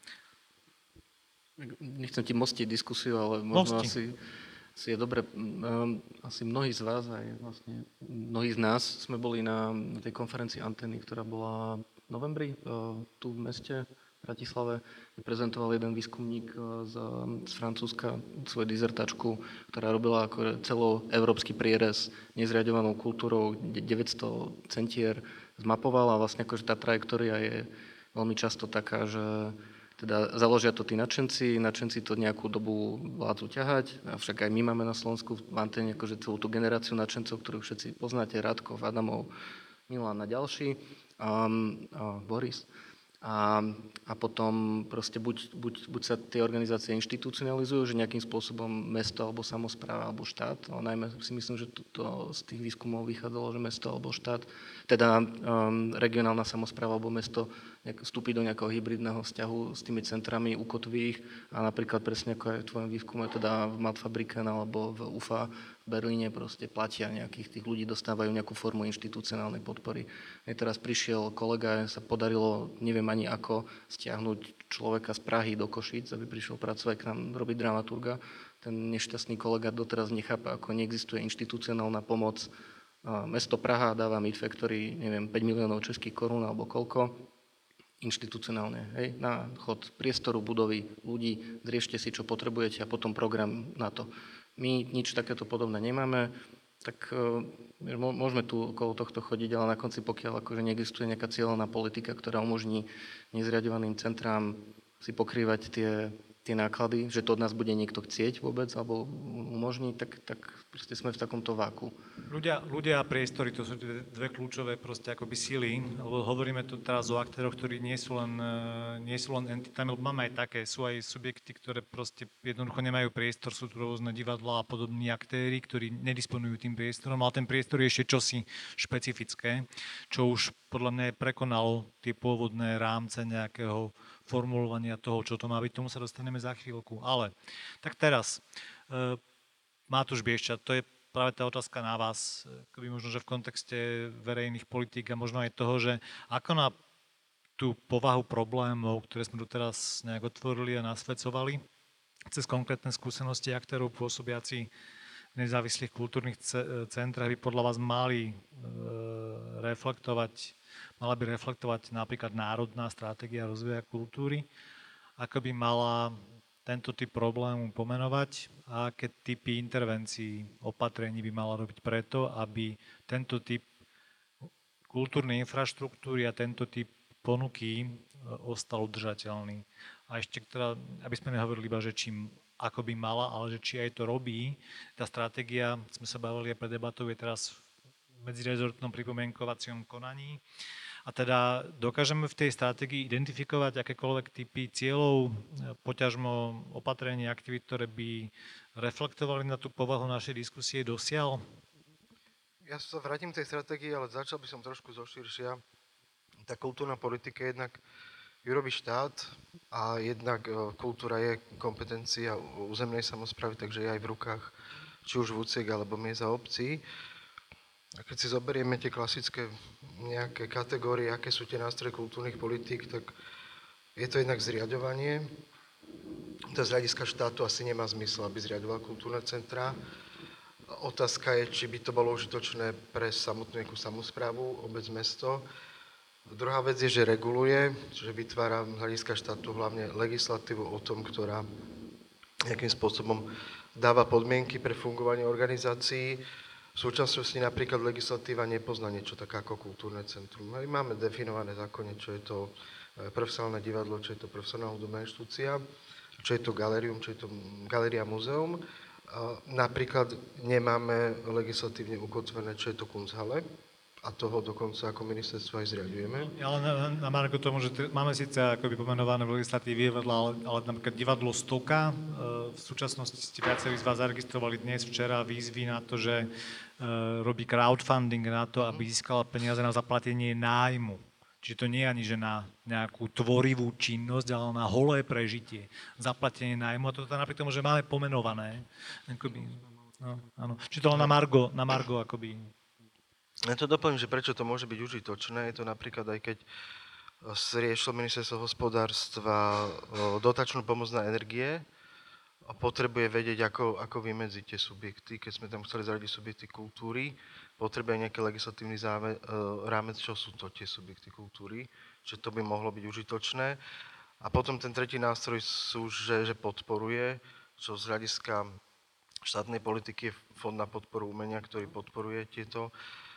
Nechcem ti mostiť diskusiu, ale možno asi, asi je dobre, um, asi mnohí z vás, aj vlastne mnohí z nás sme boli na tej konferencii Antény, ktorá bola v novembri uh, tu v meste Bratislave, prezentoval jeden výskumník z, z Francúzska svoju dizertačku, ktorá robila ako celoeurópsky prierez nezriaďovanou kultúrou, deväťsto centier zmapovala a vlastne akože tá trajektória je veľmi často taká, že teda založia to tí nadšenci, nadšenci to nejakú dobu vládzu ťahať, avšak aj my máme na Slovensku v Anténe akože celú tú generáciu nadšencov, ktorých všetci poznáte, Radkov, Adamov, Milan a ďalší, a, a Boris. A, a potom proste buď, buď, buď sa tie organizácie inštitucionalizujú, že nejakým spôsobom mesto alebo samospráva alebo štát, ale najmä si myslím, že to, to z tých výskumov vychádzalo, že mesto alebo štát, teda um, regionálna samospráva alebo mesto nejak, vstúpi do nejakého hybridného vzťahu s tými centrami, ukotví ich a napríklad presne ako aj v tvojom výskume, teda v Matfabriken alebo v ú ef á v Berlíne proste platia nejakých tých ľudí, dostávajú nejakú formu inštitucionálnej podpory. Aj teraz prišiel kolega, sa podarilo, neviem ani ako, stiahnuť človeka z Prahy do Košíc, aby prišiel pracovať k nám robiť dramaturga. Ten nešťastný kolega doteraz nechápa, ako neexistuje inštitucionálna pomoc. Mesto Praha dáva Midfactory, neviem, päť miliónov českých korún alebo koľko, inštitucionálne, hej, na chod priestoru, budovy, ľudí, zriešte si, čo potrebujete a potom program na to. My nič takéto podobné nemáme, tak uh, môžeme tu okolo tohto chodiť, ale na konci, pokiaľ akože neexistuje nejaká cieľená politika, ktorá umožní nezriaďovaným centrám si pokrývať tie, tie náklady, že to od nás bude niekto chcieť vôbec, alebo umožní, tak, tak proste sme v takomto váku. Ľudia, ľudia a priestory, to sú dve kľúčové proste akoby sily, lebo hovoríme tu teraz o aktéroch, ktorí nie sú len, nie sú len entitami, lebo máme aj také, sú aj subjekty, ktoré proste jednoducho nemajú priestor, sú tu rôzne divadlá a podobní aktéri, ktorí nedisponujú tým priestorom, ale ten priestor je ešte čosi špecifické, čo už podľa mňa problémalo tie pôvodné rámce nejakého formulovania toho, čo to má byť, tomu sa dostaneme za chvíľku. Ale tak teraz, e, Matúš Bieščat, to je práve tá otázka na vás, keby možno, že v kontexte verejných politík a možno aj toho, že ako na tú povahu problémov, ktoré sme doteraz nejak otvorili a nasvedcovali, cez konkrétne skúsenosti aktérov pôsobiaci v nezávislých kultúrnych centrách by podľa vás mali e, reflektovať, mala by reflektovať napríklad národná stratégia rozvoja kultúry, ako by mala tento typ problému pomenovať a aké typy intervencií, opatrení by mala robiť preto, aby tento typ kultúrnej infraštruktúry a tento typ ponuky ostal udržateľný. A ešte teda, aby sme nehovorili iba, že čím ako by mala, ale že či aj to robí. Tá stratégia, sme sa bavili aj pred debatou, je teraz v medzirezortnom pripomienkovacom konaní. A teda dokážeme v tej stratégii identifikovať akékoľvek typy cieľov, poťažmo opatrení, aktivít, ktoré by reflektovali na tú povahu našej diskusie dosiaľ? Ja sa vrátim k tej stratégii, ale začal by som trošku zoširšia. Tá kultúrna politika jednak ju robí štát a jednak kultúra je kompetencia územnej samosprávy, takže je aj v rukách či už vúciek alebo miest a obcí. A keď si zoberieme tie klasické nejaké kategórie, aké sú tie nástroje kultúrnych politík, tak je to jednak zriaďovanie. To z hľadiska štátu asi nemá zmysel, aby zriaďoval kultúrne centrá. Otázka je, či by to bolo užitočné pre samotnú nejakú samosprávu, obec, mesto. Druhá vec je, že reguluje, že vytvára z hľadiska štátu hlavne legislatívu o tom, ktorá nejakým spôsobom dáva podmienky pre fungovanie organizácií. V súčasnosti napríklad legislatíva nepozná niečo také ako kultúrne centrum. My máme definované zákone, čo je to profesionálne divadlo, čo je to profesionálna hudobná inštitúcia, čo je to galérium, čo je to galéria múzeum. Napríklad nemáme legislatívne ukotvené, čo je to Kunsthalle, a toho dokonca ako ministerstvo aj zriadujeme. Ja len na, na Marko tomu, že t- máme síce akoby pomenované v legislatíve divadla, ale, ale napríklad divadlo Stoka, e, v súčasnosti ste viacerí z vás zaregistrovali dnes, včera výzvy na to, že e, robí crowdfunding na to, aby získala peniaze na zaplatenie nájmu. Čiže to nie je ani že na nejakú tvorivú činnosť, ale na holé prežitie. Zaplatenie nájmu. A to je napriek tomu, že máme pomenované. Akoby, no, áno. Čiže to len na Margo, na Margo akoby. Ja to doplním, že prečo to môže byť užitočné. Je to napríklad aj keď riešilo ministerstvo hospodárstva dotačnú pomoc na energie a potrebuje vedieť, ako, ako vymedziť tie subjekty. Keď sme tam chceli zaradiť subjekty kultúry, potrebuje nejaký legislatívny záve, rámec, čo sú to tie subjekty kultúry, že to by mohlo byť užitočné. A potom ten tretí nástroj sú, že, že podporuje, čo z hľadiska štátnej politiky je Fond na podporu umenia, ktorý podporuje tieto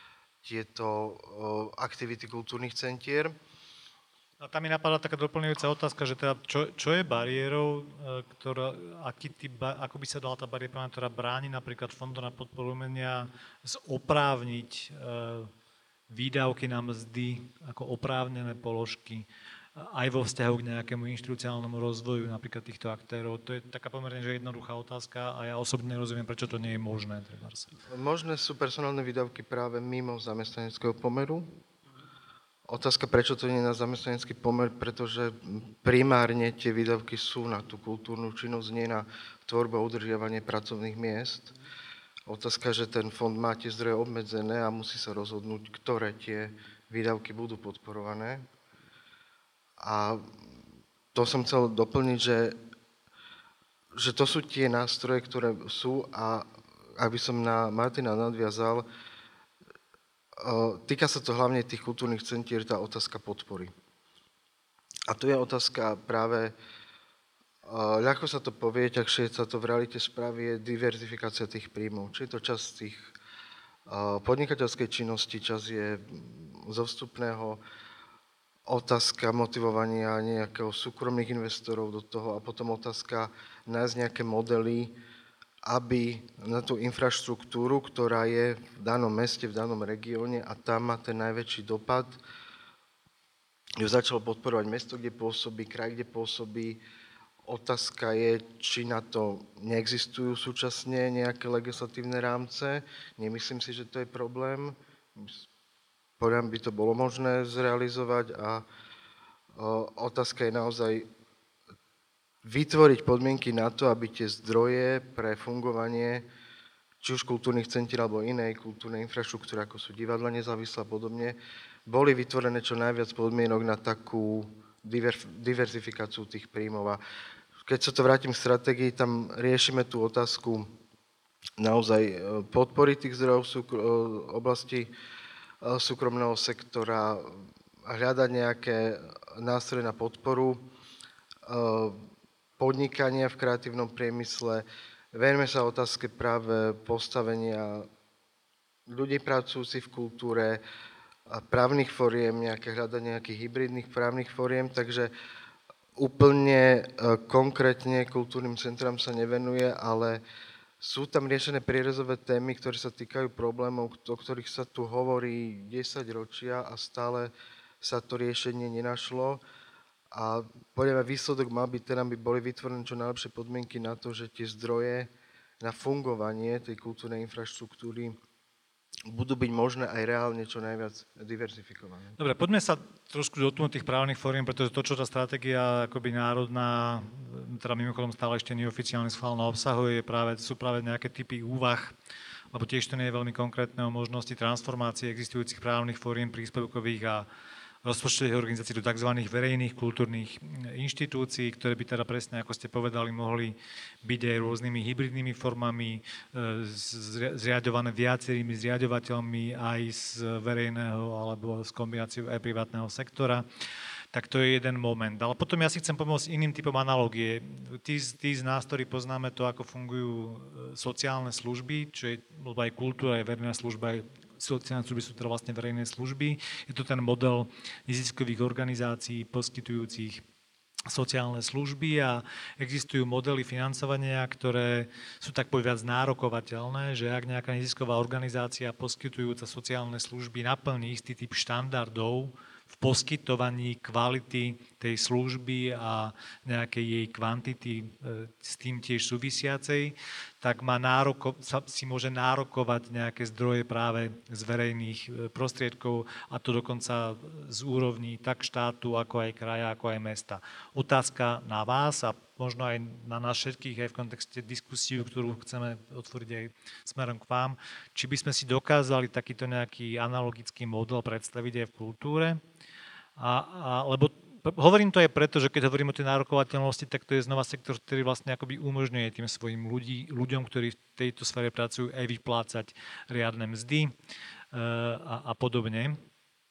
tieto aktivity kultúrnych centier. A tam mi napadla taká doplňujúca otázka, že teda čo, čo je bariérou, ktorá, aký typ, ako by sa dala tá bariéra, ktorá bráni napríklad Fondu na podporu umenia zoprávniť e, výdavky na mzdy ako oprávnené položky aj vo vzťahu k nejakému inštitucionálnemu rozvoju napríklad týchto aktérov. To je taká pomerne že jednoduchá otázka a ja osobne nerozumiem, prečo to nie je možné. Možné sú personálne výdavky práve mimo zamestnaneckého pomeru. Otázka, prečo to nie je na zamestnanecký pomer, pretože primárne tie výdavky sú na tú kultúrnu činnosť, nie na tvorbu a udržiavanie pracovných miest. Otázka, že ten fond má tie zdroje obmedzené a musí sa rozhodnúť, ktoré tie výdavky budú podporované. A to som chcel doplniť, že, že to sú tie nástroje, ktoré sú a aby som na Martina nadviazal, týka sa to hlavne tých kultúrnych centier, tá otázka podpory. A tu je otázka práve, ľahko sa to povie, ťažšie sa to v realite spraví, je diverzifikácia tých príjmov. Či je to časť tých podnikateľskej činnosti, časť je zo vstupného, otázka motivovania nejakého súkromných investorov do toho a potom otázka nájsť nejaké modely, aby na tú infraštruktúru, ktorá je v danom meste, v danom regióne a tam má ten najväčší dopad, ju začalo podporovať mesto, kde pôsobí, kraj, kde pôsobí. Otázka je, či na to neexistujú súčasne nejaké legislatívne rámce. Nemyslím si, že to je problém. Podľa by to bolo možné zrealizovať a o, otázka je naozaj vytvoriť podmienky na to, aby tie zdroje pre fungovanie či už kultúrnych centier alebo inej kultúrnej infraštruktúry, ako sú divadla nezávislé a podobne, boli vytvorené čo najviac podmienok na takú diver, diverzifikáciu tých príjmov. A keď sa to vrátim k stratégii, tam riešime tú otázku naozaj podpory tých zdrojov v oblasti súkromného sektora, hľadať nejaké nástroje na podporu podnikania v kreatívnom priemysle. Venujeme sa otázke práve postavenia ľudí pracujúcich v kultúre, právnych foriem, nejaké hľadanie nejakých hybridných právnych foriem, takže úplne konkrétne kultúrnym centram sa nevenuje, ale sú tam riešené prierezové témy, ktoré sa týkajú problémov, o ktorých sa tu hovorí desaťročia a stále sa to riešenie nenašlo. A podľa mňa výsledok má byť, teda by boli vytvorené čo najlepšie podmienky na to, že tie zdroje na fungovanie tej kultúrnej infraštruktúry budú byť možné aj reálne čo najviac diverzifikované. Dobre, poďme sa trošku dotknúť tých právnych fóriem, pretože to, čo tá stratégia akoby národná, teda mimochodom stále ešte neoficiálne schválená obsahuje, práve, sú práve nejaké typy úvah, lebo tiež to nie je veľmi konkrétne o možnosti transformácie existujúcich právnych fóriem príspevkových a rozpočtových organizácií do tzv. Verejných kultúrnych inštitúcií, ktoré by teda presne, ako ste povedali, mohli byť aj rôznymi hybridnými formami, zriaďované viacerými zriaďovateľmi aj z verejného alebo z kombináciou aj privátneho sektora. Tak to je jeden moment. Ale potom ja si chcem pomôcť iným typom analogie. Tí, tí z nás, ktorí poznáme to, ako fungujú sociálne služby, čo je, lebo aj kultúra, aj verejná služba, aj sociálne služby sú teda vlastne verejné služby. Je to ten model neziskových organizácií poskytujúcich sociálne služby a existujú modely financovania, ktoré sú tak povedať nárokovateľné, že ak nejaká nezisková organizácia poskytujúca sociálne služby naplní istý typ štandardov v poskytovaní kvality tej služby a nejakej jej kvantity s tým tiež súvisiacej, tak má nároko, si môže nárokovať nejaké zdroje práve z verejných prostriedkov a to dokonca z úrovní tak štátu, ako aj kraja, ako aj mesta. Otázka na vás a možno aj na nás všetkých aj v kontexte diskusiu, ktorú chceme otvoriť aj smerom k vám, či by sme si dokázali takýto nejaký analogický model predstaviť aj v kultúre. A, a, lebo hovorím to aj preto, že keď hovorím o tej nárokovateľnosti, tak to je znova sektor, ktorý vlastne akoby umožňuje tým svojim ľudí, ľuďom, ktorí v tejto sfére pracujú, aj vyplácať riadne mzdy a, a podobne.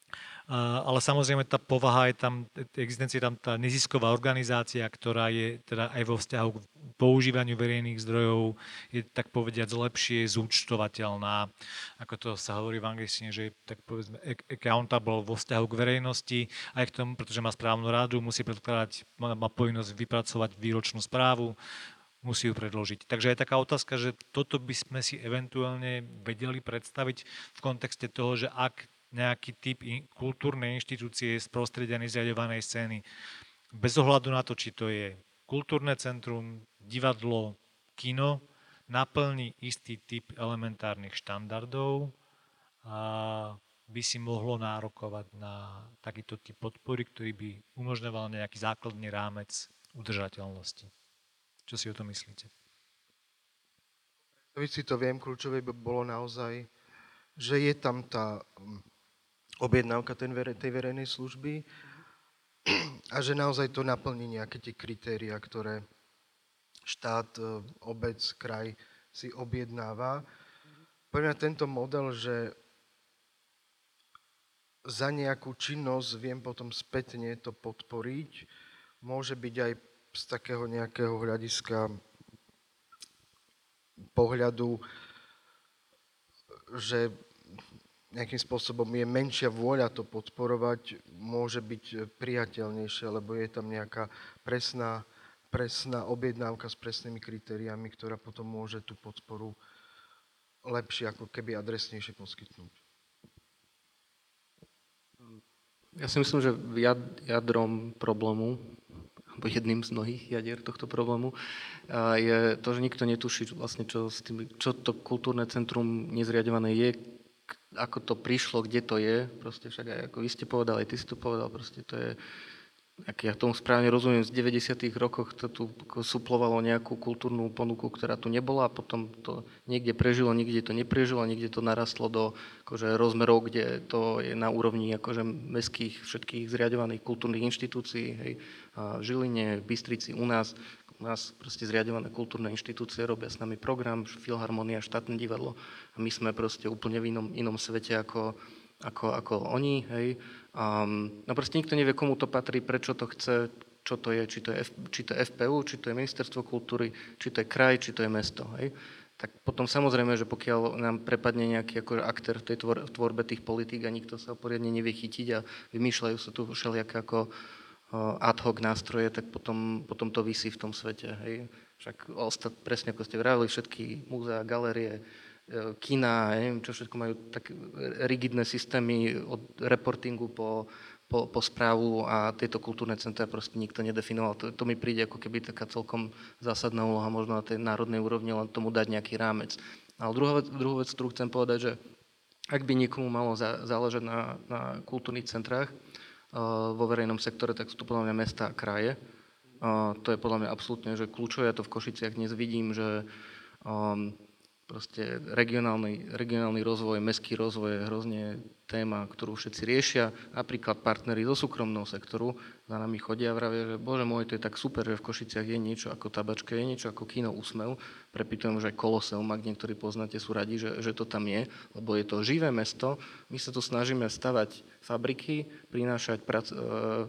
Ale samozrejme tá povaha je tam, existencia je tam tá nezisková organizácia, ktorá je teda aj vo vzťahu k používaniu verejných zdrojov je tak povediať lepšie zúčtovateľná, ako to sa hovorí v angličtine, že je tak povedzme accountable vo vzťahu k verejnosti, aj k tomu, pretože má správnu radu, musí predkladať, má, má povinnosť vypracovať výročnú správu, musí ju predložiť. Takže je taká otázka, že toto by sme si eventuálne vedeli predstaviť v kontexte toho, že ak nejaký typ kultúrnej inštitúcie z prostredia nezriaďovanej scény. Bez ohľadu na to, či to je kultúrne centrum, divadlo, kino, naplní istý typ elementárnych štandardov a by si mohlo nárokovať na takýto typ podpory, ktorý by umožňoval nejaký základný rámec udržateľnosti. Čo si o tom myslíte? Keď si to viem, kľúčové by bolo naozaj, že je tam tá objednávka tej verejnej služby a že naozaj to naplní nejaké tie kritériá, ktoré štát, obec, kraj si objednáva. Pre mňa tento model, že za nejakú činnosť viem potom spätne to podporiť, môže byť aj z takého nejakého hľadiska pohľadu, že nejakým spôsobom je menšia vôľa to podporovať, môže byť priateľnejšie, lebo je tam nejaká presná, presná objednávka s presnými kritériami, ktorá potom môže tú podporu lepšie, ako keby adresnejšie poskytnúť. Ja si myslím, že jadrom problému, alebo jedným z mnohých jadier tohto problému, je to, že nikto netuší, vlastne, čo, s tým, čo to kultúrne centrum nezriaďované je, ako to prišlo, kde to je, proste však aj ako vy ste povedali, aj ty si to povedal, proste to je, ak ja tomu správne rozumiem, v deväťdesiatych rokoch to tu suplovalo nejakú kultúrnu ponuku, ktorá tu nebola a potom to niekde prežilo, niekde to neprežilo, niekde to narastlo do akože, rozmerov, kde to je na úrovni akože, mestských všetkých zriaďovaných kultúrnych inštitúcií, hej, a v Žiline, v Bystrici, u nás, u nás proste zriaďované kultúrne inštitúcie robia s nami program, Filharmonia, štátne divadlo a my sme proste úplne v inom, inom svete ako, ako, ako oni, hej. Um, no proste nikto nevie, komu to patrí, prečo to chce, čo to je, či to je, F, či to je ef pé ú, či to je Ministerstvo kultúry, či to je kraj, či to je mesto, hej. Tak potom samozrejme, že pokiaľ nám prepadne nejaký ako aktér v tej tvor, v tvorbe tých politík a nikto sa poriadne nevie chytiť a vymýšľajú sa tu všelijaké ako ad hoc nástroje, tak potom, potom to visí v tom svete. Hej. Však ostat, presne ako ste vravili, všetky múzea, galérie, kina, neviem, čo všetko majú tak rigidné systémy od reportingu po, po, po správu a tieto kultúrne centra proste nikto nedefinoval. To, to mi príde ako keby taká celkom zásadná úloha možno na tej národnej úrovni, len tomu dať nejaký rámec. Ale druhá vec, druhú vec, ktorú chcem povedať, že ak by niekomu malo za, záležať na, na kultúrnych centrách, vo verejnom sektore, tak sú to podľa mňa mestá a kraje. To je podľa mňa absolútne že kľúčové. Ja to v Košiciach dnes vidím, že um, proste regionálny, regionálny rozvoj, mestský rozvoj je hrozne téma, ktorú všetci riešia. Napríklad partneri zo súkromného sektoru za nami chodia a vravia, že bože môj, to je tak super, že v Košiciach je niečo ako Tabačka, je niečo ako kino Úsmev. Prepýtujem, že aj Koloseum, ak niektorí poznáte, sú radi, že, že to tam je, lebo je to živé mesto. My sa tu snažíme stavať fabriky, prinášať prac, e,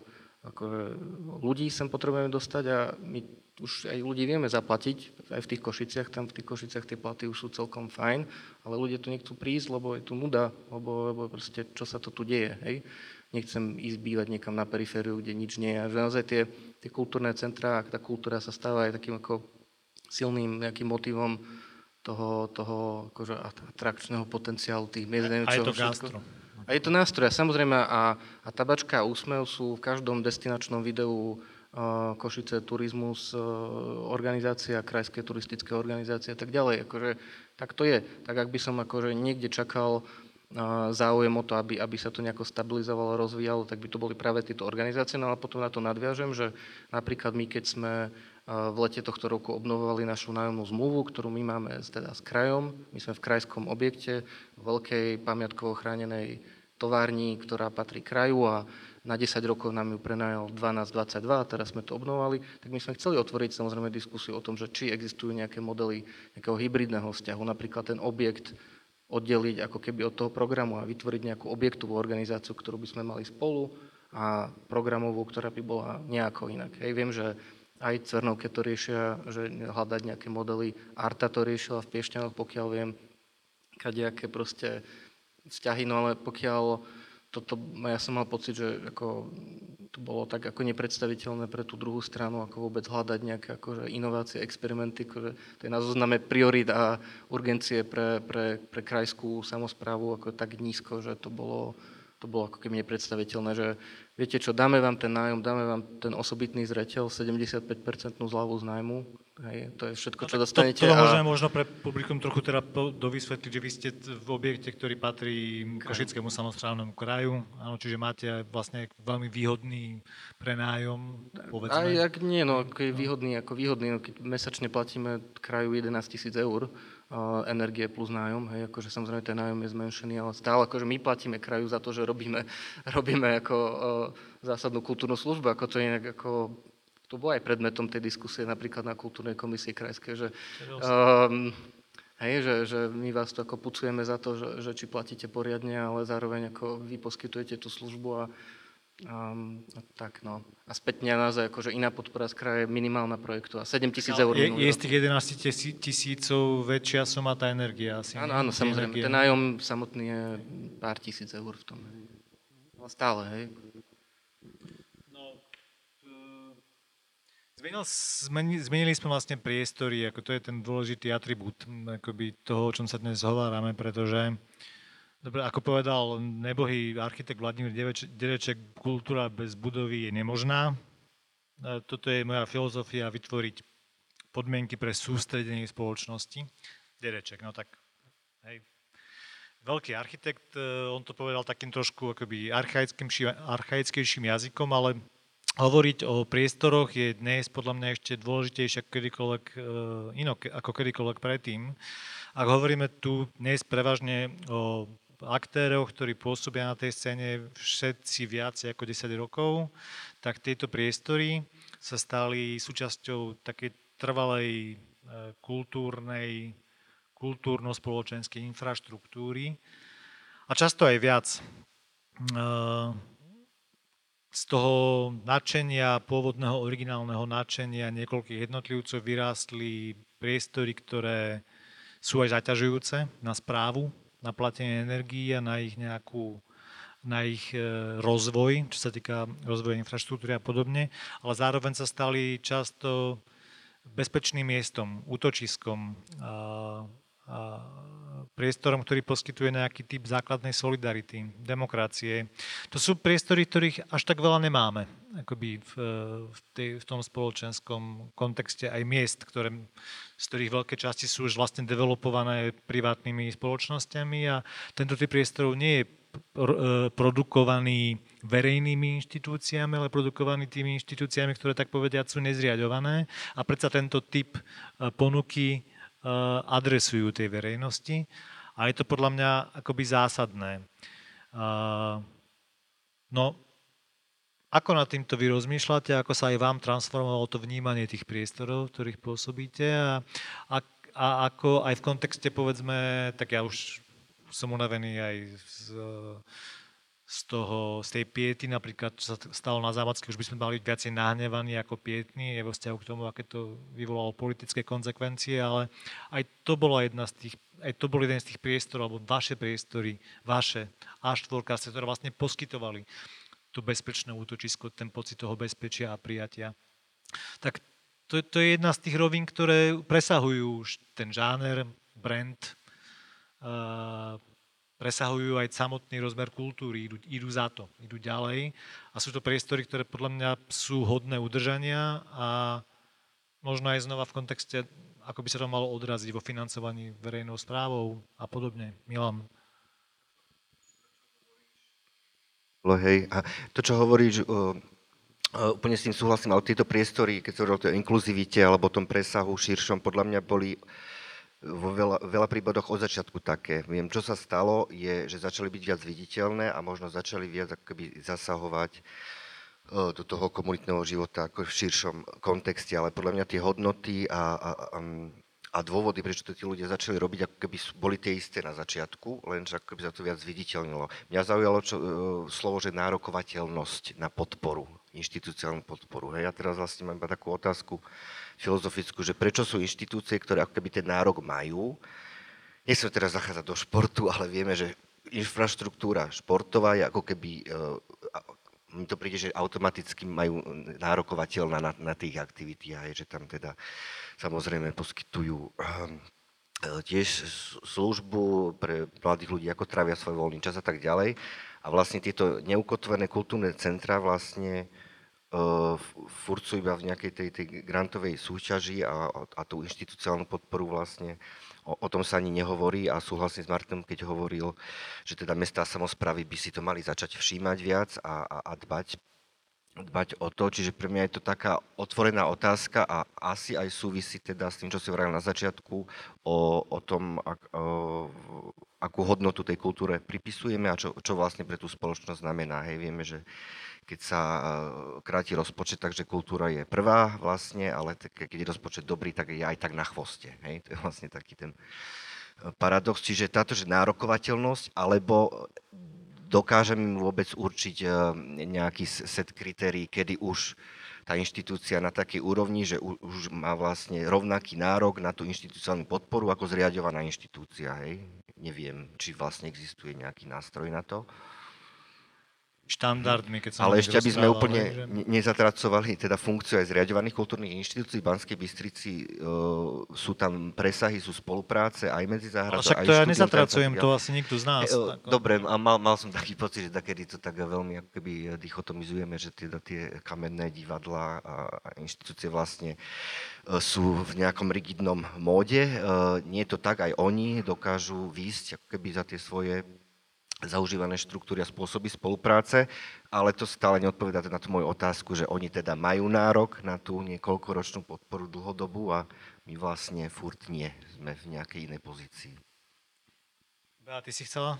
akože ľudí sem potrebujeme dostať a my už aj ľudí vieme zaplatiť, aj v tých Košiciach, tam v tých Košiciach tie platy už sú celkom fajn, ale ľudia tu nechcú prísť, lebo je tu nuda, lebo, lebo proste čo sa to tu deje, hej. Nechcem ísť bývať niekam na perifériu, kde nič nie je. A že naozaj tie, tie kultúrne centrá, tá kultúra sa stáva aj takým ako silným nejakým motivom toho, toho akože atrakčného potenciálu tých miest. A je to gastro. A je to nástroj, samozrejme, a, a Tabačka a Úsmev sú v každom destinačnom videu uh, Košice turizmus, uh, organizácia, krajské turistické organizácie a tak ďalej. Akože, tak to je. Tak ak by som akože niekde čakal uh, záujem o to, aby, aby sa to nejako stabilizovalo, rozvíjalo, tak by to boli práve tieto organizácie. No ale potom na to nadviažem, že napríklad my, keď sme v lete tohto roku obnovovali našu nájomnú zmluvu, ktorú my máme teda s krajom. My sme v krajskom objekte, v veľkej pamiatkovo chránenej továrni, ktorá patrí kraju a na desať rokov nám ju prenajal dvanásť dvadsaťdva a teraz sme to obnovovali. Tak my sme chceli otvoriť samozrejme diskusiu o tom, že či existujú nejaké modely nejakého hybridného vzťahu, napríklad ten objekt oddeliť ako keby od toho programu a vytvoriť nejakú objektovú organizáciu, ktorú by sme mali spolu a programovú, ktorá by bola nejako inak. Hej, viem, že aj Cvernovke to riešia, že hľadať nejaké modely. Arta to riešila v Piešťanoch, pokiaľ viem, kadejaké proste vzťahy, no ale pokiaľ toto, ja som mal pocit, že ako to bolo tak ako nepredstaviteľné pre tú druhú stranu, ako vôbec hľadať nejaké akože inovácie, experimenty, akože to je na zozname priorít a urgencie pre, pre, pre krajskú samosprávu ako tak nízko, že to bolo To bolo ako keby nepredstaviteľné, že viete čo, dáme vám ten nájom, dáme vám ten osobitný zreteľ, sedemdesiatpäť percent zľavu z nájmu, hej, to je všetko, čo dostanete. To, to, to môžeme možno pre publikum trochu teda dovysvetliť, že vy ste v objekte, ktorý patrí Košickému samosprávnemu kraju, áno, čiže máte vlastne veľmi výhodný prenájom, povedzme. Aj ak nie, no ako je výhodný, ako výhodný, no, keď mesačne platíme kraju jedenásť tisíc eur, energie plus nájom, hej, akože samozrejme ten nájom je zmenšený, ale stále akože my platíme kraju za to, že robíme, robíme ako uh, zásadnú kultúrnu službu, ako to je inak, ako to bolo aj predmetom tej diskusie napríklad na kultúrnej komisii krajskej, že, um, hej, že, že my vás to ako pucujeme za to, že, že či platíte poriadne, ale zároveň ako vy poskytujete tú službu a Um, tak no. A spätne naozaj akože iná podpora z kraja je minimálna projektu a sedem tisíc eur. Je, je z tých jedenásť tisícov väčšia suma tá energia asi? Áno, áno, samozrejme. Energie. Ten nájom samotný je pár tisíc eur v tom. Ale stále, hej. No, zmenil, zmeni, zmenili sme vlastne priestory, ako to je ten dôležitý atribút akoby toho, o čom sa dnes hovárame, pretože dobre, ako povedal nebohý architekt Vladimír Dereček, kultúra bez budovy je nemožná. Toto je moja filozofia, vytvoriť podmienky pre sústredenie spoločnosti. Dereček, no tak, hej. Veľký architekt, on to povedal takým trošku akoby archaickejším jazykom, ale hovoriť o priestoroch je dnes podľa mňa ešte dôležitejšie ako kedykoľvek, inok, ako kedykoľvek predtým. Ak hovoríme tu dnes prevažne o aktéroch, ktorí pôsobia na tej scéne všetci viac ako desať rokov, tak tieto priestory sa stali súčasťou takej trvalej kultúrnej, kultúrno-spoločenskej infraštruktúry a často aj viac. Z toho nadšenia, pôvodného originálneho nadšenia niekoľkých jednotlivcov vyrástli priestory, ktoré sú aj zaťažujúce na správu, na platenie energií a na ich nejakú, na ich rozvoj, čo sa týka rozvoja infraštruktúry a podobne, ale zároveň sa stali často bezpečným miestom, útočiskom, a, a priestorom, ktorý poskytuje nejaký typ základnej solidarity, demokracie. To sú priestory, ktorých až tak veľa nemáme, akoby v, v, tej, v tom spoločenskom kontexte aj miest, ktoré, z ktorých veľké časti sú už vlastne developované privátnymi spoločnosťami a tento typ priestorov nie je produkovaný verejnými inštitúciami, ale produkovaný tými inštitúciami, ktoré tak povediať sú nezriaďované a predsa tento typ ponuky adresujú tej verejnosti. A je to podľa mňa akoby zásadné. No, ako nad týmto vy rozmýšľate, ako sa aj vám transformovalo to vnímanie tých priestorov, v ktorých pôsobíte a, a, a ako aj v kontexte, povedzme, tak ja už som unavený aj z, z toho, z tej piety, napríklad, čo sa stalo na Zámodskej, už by sme mali byť viacej nahnevaní ako pietní, je vo vzťahu k tomu, aké to vyvolalo politické konzekvencie, ale aj to bola jedna z tých, aj to bol jeden z tých priestorov, alebo vaše priestory, vaše á štyri, ktoré vlastne poskytovali to bezpečné útočisko, ten pocit toho bezpečia a prijatia. Tak to, to je jedna z tých rovín, ktoré presahujú už ten žáner, brand, uh, presahujú aj samotný rozmer kultúry, idú, idú za to, idú ďalej. A sú to priestory, ktoré podľa mňa sú hodné udržania a možno aj znova v kontexte, ako by sa to malo odraziť vo financovaní verejnou správou a podobne. Milan. Hej. A to, čo hovoríš, uh, uh, úplne s tým súhlasím, ale tieto priestory, keď sa hovorilo o tej inkluzivite alebo o tom presahu širšom, podľa mňa boli vo veľa, veľa prípadoch od začiatku také. Viem, čo sa stalo, je, že začali byť viac viditeľné a možno začali viac akoby zasahovať uh, do toho komunitného života ako v širšom kontexte, ale podľa mňa tie hodnoty a, a, a A dôvody, prečo to tí ľudia začali robiť, ako keby boli tie isté na začiatku, lenže ako keby sa to viac viditeľnilo. Mňa zaujalo čo, e, slovo, že nárokovateľnosť na podporu, inštitúciálnu podporu. Hej. Ja teraz vlastne mám iba takú otázku filozofickú, že prečo sú inštitúcie, ktoré ako keby ten nárok majú. Nechcem teraz zachádzať do športu, ale vieme, že infraštruktúra športová je ako keby... E, mi to príde, že automaticky majú nárokovateľná na, na tých aktivitách, že tam teda samozrejme poskytujú um, tiež službu pre mladých ľudí, ako trávia svoj voľný čas a tak ďalej. A vlastne tieto neukotvené kultúrne centra vlastne uh, furt sú iba v nejakej tej, tej grantovej súťaži a, a tú inštitúciálnu podporu vlastne O, o tom sa ani nehovorí a súhlasím s Martinom, keď hovoril, že teda mestá a samosprávy by si to mali začať všímať viac a, a, a dbať, dbať o to. Čiže pre mňa je to taká otvorená otázka a asi aj súvisí teda s tým, čo si hovoril na začiatku, o, o tom, ak, o, akú hodnotu tej kultúre pripisujeme a čo, čo vlastne pre tú spoločnosť znamená. Hej, vieme, že keď sa kráti rozpočet, takže kultúra je prvá vlastne, ale keď je rozpočet dobrý, tak je aj tak na chvoste. Hej? To je vlastne taký ten paradox. Čiže táto že nárokovateľnosť, alebo dokážeme vôbec určiť nejaký set kritérií, kedy už tá inštitúcia na takej úrovni, že už má vlastne rovnaký nárok na tú inštitúciálnu podporu ako zriaďovaná inštitúcia. Hej? Neviem, či vlastne existuje nejaký nástroj na to. Štandardmi, keď som ale ešte, aby sme úplne že... nezatracovali teda funkciu aj zriaďovaných kultúrnych inštitúcií. V Banskej Bystrici uh, sú tam presahy, sú spolupráce aj medzi záhradou. Ale však to ja nezatracujem, to asi nikto z nás. E, dobre, a mal, mal som taký pocit, že takedy to tak veľmi ako keby dichotomizujeme, že teda tie kamenné divadlá a, a inštitúcie vlastne uh, sú v nejakom rigidnom móde. Uh, nie je to tak, aj oni dokážu výjsť ako keby za tie svoje zaužívané štruktúry a spôsoby spolupráce, ale to stále neodpovedá na tú moju otázku, že oni teda majú nárok na tú niekoľkoročnú podporu dlhodobú a my vlastne furt nie, sme v nejakej inej pozícii. Bea, ty si chcela?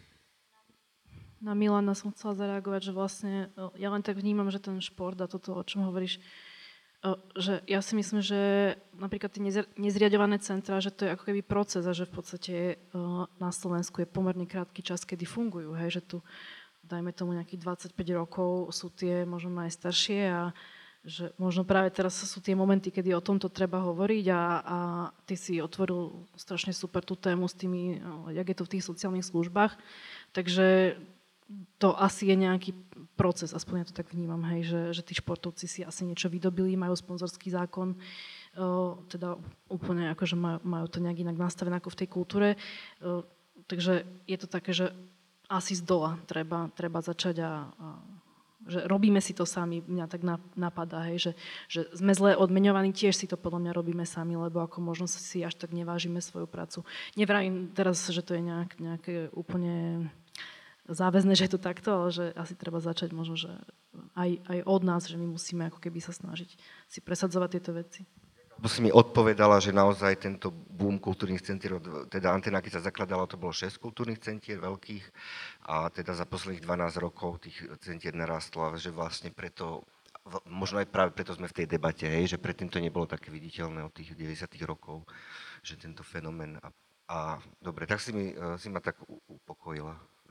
Na Milana som chcela zareagovať, že vlastne ja len tak vnímam, že ten šport a toto, o čom hovoríš, že ja si myslím, že napríklad tie nezriaďované centra, že to je ako keby proces a že v podstate na Slovensku je pomerne krátky čas, kedy fungujú. Hej, že tu, dajme tomu nejakých dvadsaťpäť rokov, sú tie možno najstaršie a že možno práve teraz sú tie momenty, kedy o tomto treba hovoriť a, a ty si otvoril strašne super tú tému s tými, jak je to v tých sociálnych službách. Takže to asi je nejaký proces, aspoň ja to tak vnímam, hej, že, že tí športovci si asi niečo vydobili, majú sponzorský zákon, uh, teda úplne akože majú, majú to nejak inak nastavené ako v tej kultúre. Uh, takže je to také, že asi z dola treba, treba začať a, a že robíme si to sami, mňa tak napadá, hej, že, že sme zle odmeňovaní, tiež si to podľa mňa robíme sami, lebo ako možno si až tak nevážime svoju prácu. Nevrajím teraz, že to je nejak, nejaké úplne záväzné, že je to takto, ale že asi treba začať možno, že aj, aj od nás, že my musíme ako keby sa snažiť si presadzovať tieto veci. Bo si mi odpovedala, že naozaj tento boom kultúrnych centier, teda Antena, keď sa zakladala, to bolo šesť kultúrnych centier veľkých a teda za posledných dvanásť rokov tých centier narastlo a že vlastne preto, možno aj práve preto sme v tej debate, hej, že predtým to nebolo také viditeľné od tých deväťdesiatych rokov, že tento fenomén. A, a dobre, tak si, mi, si ma tak upokojila.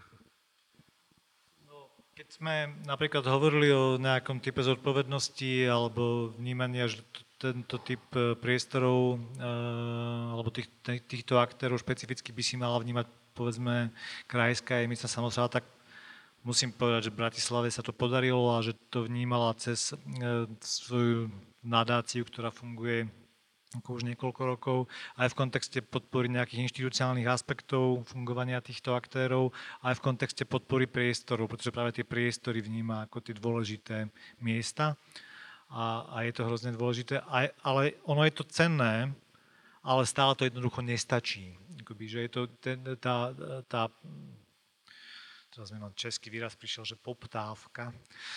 Keď sme napríklad hovorili o nejakom type zodpovednosti alebo vnímania, že tento typ priestorov alebo tých, týchto aktérov špecificky by si mala vnímať, povedzme, krajská jemnica samospráva, tak musím povedať, že v Bratislave sa to podarilo a že to vnímala cez svoju nadáciu, ktorá funguje ako už niekoľko rokov, aj v kontexte podpory nejakých inštitucionálnych aspektov fungovania týchto aktérov, aj v kontexte podpory priestorov, pretože práve tie priestory vníma ako tie dôležité miesta a, a je to hrozne dôležité. Aj, ale ono je to cenné, ale stále to jednoducho nestačí. Akoby, že je to ten, tá, tá teraz mi len český výraz prišiel, že poptávka.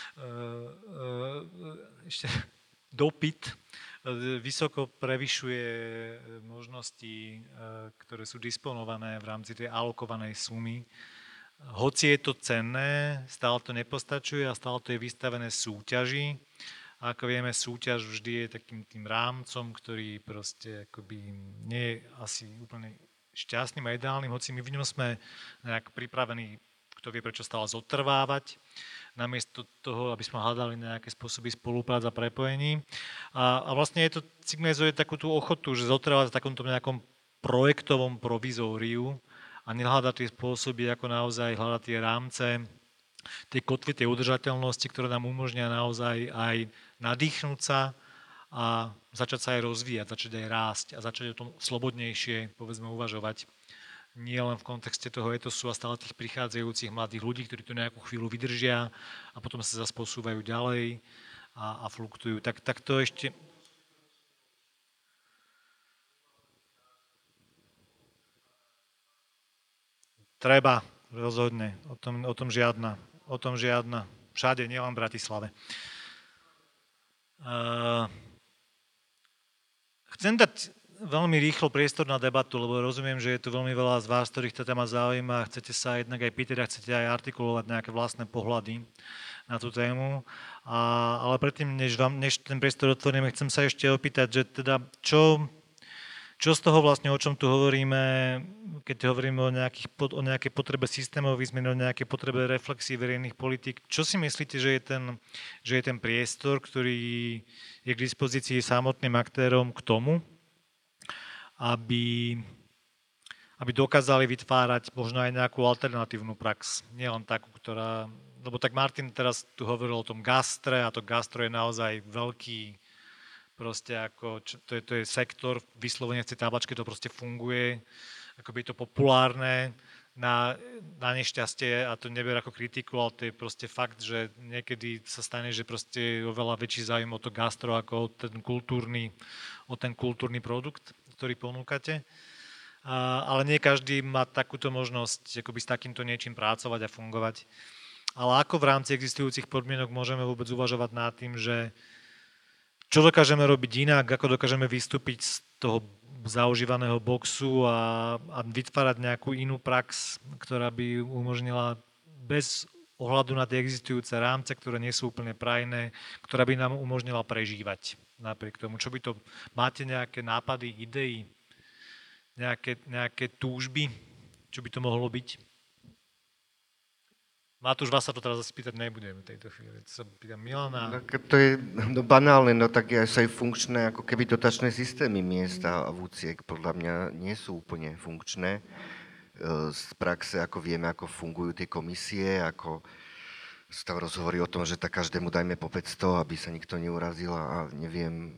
Ešte dopyt vysoko prevyšuje možnosti, ktoré sú disponované v rámci tej alokovanej sumy. Hoci je to cenné, stále to nepostačuje a stále to je vystavené súťaži. A ako vieme, súťaž vždy je takým tým rámcom, ktorý proste akoby nie je asi úplne šťastným a ideálnym, hoci my v ňom sme nejak pripravení, kto vie prečo stále zotrvávať, namiesto toho, aby sme hľadali nejaké spôsoby spolupráce a prepojení. A, a vlastne je to, signalizuje takú tú ochotu, že zotrvávať v takomto nejakom projektovom provizóriu a nehľadať tie spôsoby, ako naozaj hľadať tie rámce, tej kotvy, tej udržateľnosti, ktoré nám umožnia naozaj aj nadýchnúť sa a začať sa aj rozvíjať, začať aj rásť a začať o tom slobodnejšie, povedzme, uvažovať. Nie len v kontexte toho etosu a stále tých prichádzajúcich mladých ľudí, ktorí to nejakú chvíľu vydržia a potom sa zase posúvajú ďalej a, a fluktujú. Tak, tak to ešte... Treba, rozhodne. O tom, o tom žiadna. O tom žiadna. Všade, nielen v Bratislave. Uh, chcem dať veľmi rýchlo priestor na debatu, lebo rozumiem, že je tu veľmi veľa z vás, ktorých tá téma zaujíma a chcete sa jednak aj pýtať a chcete aj artikulovať nejaké vlastné pohľady na tú tému. A, ale predtým, než, vám, než ten priestor otvoríme, chcem sa ešte opýtať, že teda čo, čo z toho vlastne, o čom tu hovoríme, keď hovoríme o, nejakých, o nejakej potrebe systémových zmien, o nejakej potrebe reflexí verejných politík, čo si myslíte, že je ten, že je ten priestor, ktorý je k dispozícii samotným aktérom k tomu, aby, aby dokázali vytvárať možno aj nejakú alternatívnu prax. Nie len takú, ktorá... Lebo tak Martin teraz tu hovoril o tom gastre a to gastro je naozaj veľký, proste ako, to je, to je sektor, vyslovene v tej tablačke to proste funguje, akoby je to populárne na, na nešťastie a to neber ako kritiku, ale to je proste fakt, že niekedy sa stane, že proste je oveľa väčší záujem o to gastro ako o ten kultúrny, o ten kultúrny produkt, ktorý ponúkate. A, ale nie každý má takúto možnosť akoby s takýmto niečím pracovať a fungovať. Ale ako v rámci existujúcich podmienok môžeme vôbec uvažovať nad tým, že čo dokážeme robiť inak, ako dokážeme vystúpiť z toho zaužívaného boxu a, a vytvárať nejakú inú prax, ktorá by umožnila bez ohľadu na tie existujúce rámce, ktoré nie sú úplne prajné, ktorá by nám umožnila prežívať. Napriek tomu, čo by to, máte nejaké nápady, idei, nejaké, nejaké túžby, čo by to mohlo byť? Matúš, vás sa to teraz spýtať nebudem v tejto chvíli. To sa pýtam Milana. Tak to je no, banálne, no tak aj sa aj funkčné, ako keby dotačné systémy miesta a vúciek podľa mňa nie sú úplne funkčné. Z praxe, ako vieme, ako fungujú tie komisie, ako stav rozhovorí o tom, že tak každému dajme po päťsto, aby sa nikto neurazil a neviem.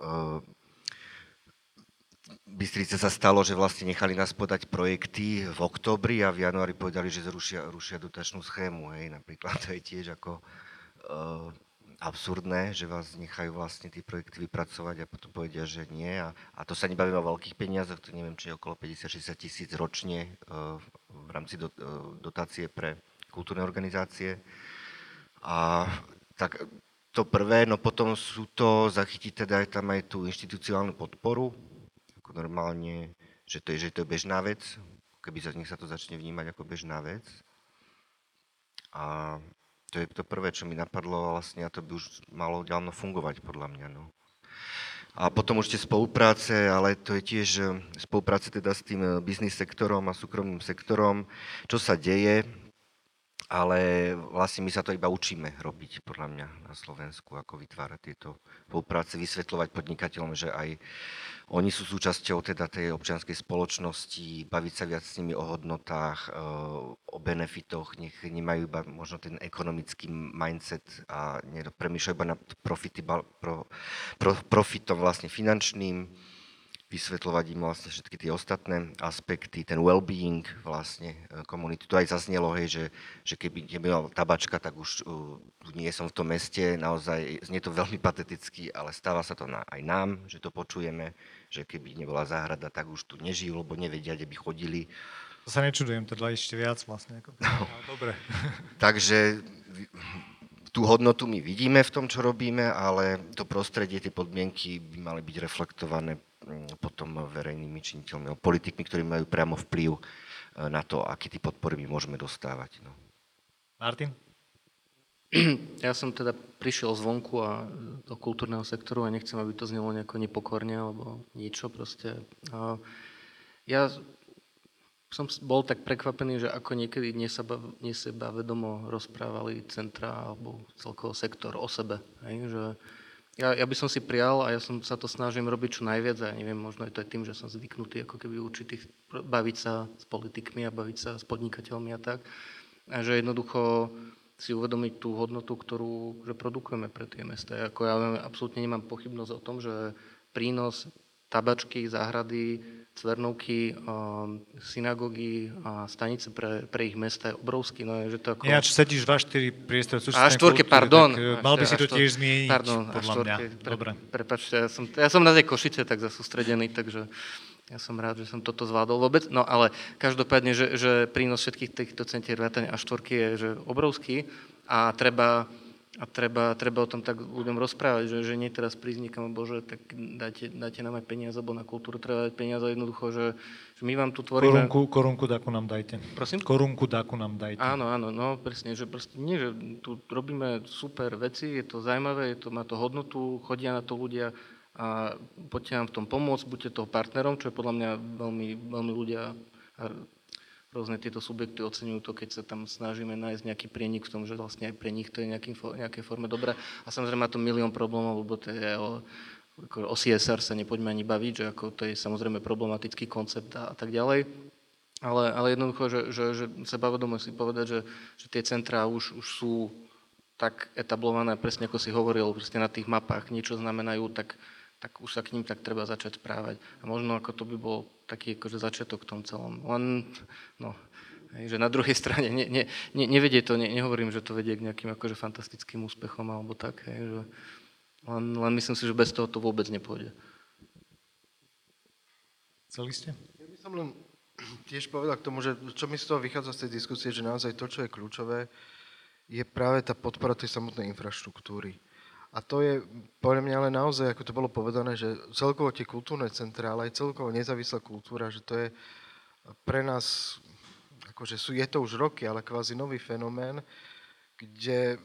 Bystrice sa stalo, že vlastne nechali nás podať projekty v októbri a v januári povedali, že zrušia, rušia dotačnú schému. Hej, napríklad to je tiež ako uh, absurdné, že vás nechajú vlastne tie projekty vypracovať a potom povedia, že nie. A, a to sa nebavíme o veľkých peniazoch, to neviem, či je okolo päťdesiat až šesťdesiat tisíc ročne uh, v rámci do, uh, dotácie pre kultúrne organizácie. A tak to prvé, no potom sú to, zachytiť teda aj tam aj tú inštitucionálnu podporu, ako normálne, že to je, že to je bežná vec, keby sa, nech sa to začne vnímať ako bežná vec. A to je to prvé, čo mi napadlo vlastne, a to by už malo dávno fungovať podľa mňa, no. A potom určite spolupráce, ale to je tiež spolupráce teda s tým biznis sektorom a súkromným sektorom, čo sa deje, ale vlastne my sa to iba učíme robiť, podľa mňa, na Slovensku, ako vytvárať tieto spolupráce, vysvetľovať podnikateľom, že aj oni sú súčasťou teda tej občianskej spoločnosti, baviť sa viac s nimi o hodnotách, o benefitoch, nech nemajú iba možno ten ekonomický mindset a premýšľajú iba nad profity, pro, pro, profitom vlastne finančným, vysvetľovať im vlastne všetky tie ostatné aspekty, ten well-being vlastne komunity. To aj zaznelo, hej, že, že keby nebola tabačka, tak už uh, nie som v tom meste, naozaj znie to veľmi pateticky, ale stáva sa to na, aj nám, že to počujeme, že keby nebola záhrada, tak už tu nežijú, lebo nevedia, kde by chodili. To sa nečudujem, teda ešte viac vlastne. Ako... No. Dobre. Takže tú hodnotu my vidíme v tom, čo robíme, ale to prostredie, tie podmienky by mali byť reflektované potom verejnými činiteľmi, politikmi, ktorí majú priamo vplyv na to, aký tí podpory my môžeme dostávať. No. Martin? Ja som teda prišiel zvonku a do kultúrneho sektoru a nechcem, aby to znelo nejako nepokorne alebo niečo proste. A ja som bol tak prekvapený, že ako niekedy neseba, neseba vedomo rozprávali centra alebo celkovo sektor o sebe. Hej, že Ja, ja by som si prial a ja som sa to snažím robiť čo najviac a ja neviem, možno je to aj tým, že som zvyknutý ako keby určitých baviť sa s politikmi a baviť sa s podnikateľmi a tak. A že jednoducho si uvedomiť tú hodnotu, ktorú že produkujeme pre tie mesta. Ako ja absolútne nemám pochybnosť o tom, že prínos tabačky, záhrady, cvernovky, synagógy a stanice pre, pre ich mesta je obrovský. No, že to ako... Ináč sedíš v á štyri priestore á štvorke, pardon. Tak mal by si to tiež zmieniť, pardon, podľa mňa. Pre, Dobre. Prepačte, ja som, ja som na tej Košice tak zasústredený, takže ja som rád, že som toto zvládol vôbec. No ale každopádne, že, že prínos všetkých týchto centier vrátane á štvorky je že obrovský a treba... A treba, treba o tom tak ľuďom rozprávať, že, že nie teraz prísť niekam, bože, tak dajte, dajte nám aj peniaze, alebo na kultúru treba dať peniaze jednoducho, že, že my vám tu tvoríme... Korunku, korunku daku nám dajte. Prosím? Korunku daku nám dajte. Áno, áno, no presne, že proste nie, že tu robíme super veci, je to zaujímavé, je to, má to hodnotu, chodia na to ľudia a poďte nám v tom pomôcť, buďte toho partnerom, čo je podľa mňa veľmi, veľmi ľudia... Rôzne tieto subjekty oceňujú to, keď sa tam snažíme nájsť nejaký prienik v tom, že vlastne aj pre nich to je nejaký, nejakej forme dobré. A samozrejme má to milión problémov, lebo to je o, o C S R sa nepoďme ani baviť, že ako to je samozrejme problematický koncept a, a tak ďalej. Ale, ale jednoducho, že, že, že sebavedomo si povedať, že, že tie centrá už, už sú tak etablované, presne ako si hovoril, proste na tých mapách niečo znamenajú, tak tak už sa k ním tak treba začať správať. A možno ako to by bol taký akože začiatok v tom celom. Len, no, že na druhej strane ne, ne, ne, nevedie to, ne, nehovorím, že to vedie k nejakým akože fantastickým úspechom alebo tak, hej, že len, len myslím si, že bez toho to vôbec nepôjde. Chceli ste? Ja by som len tiež povedal k tomu, že čo mi z toho vychádza z tej diskusie, že naozaj to, čo je kľúčové, je práve tá podpora tej samotnej infraštruktúry. A to je, podľa mňa, ale naozaj, ako to bolo povedané, že celkovo tie kultúrne centrá, ale aj celkovo nezávislá kultúra, že to je pre nás, akože sú, je to už roky, ale kvázi nový fenomén, kde,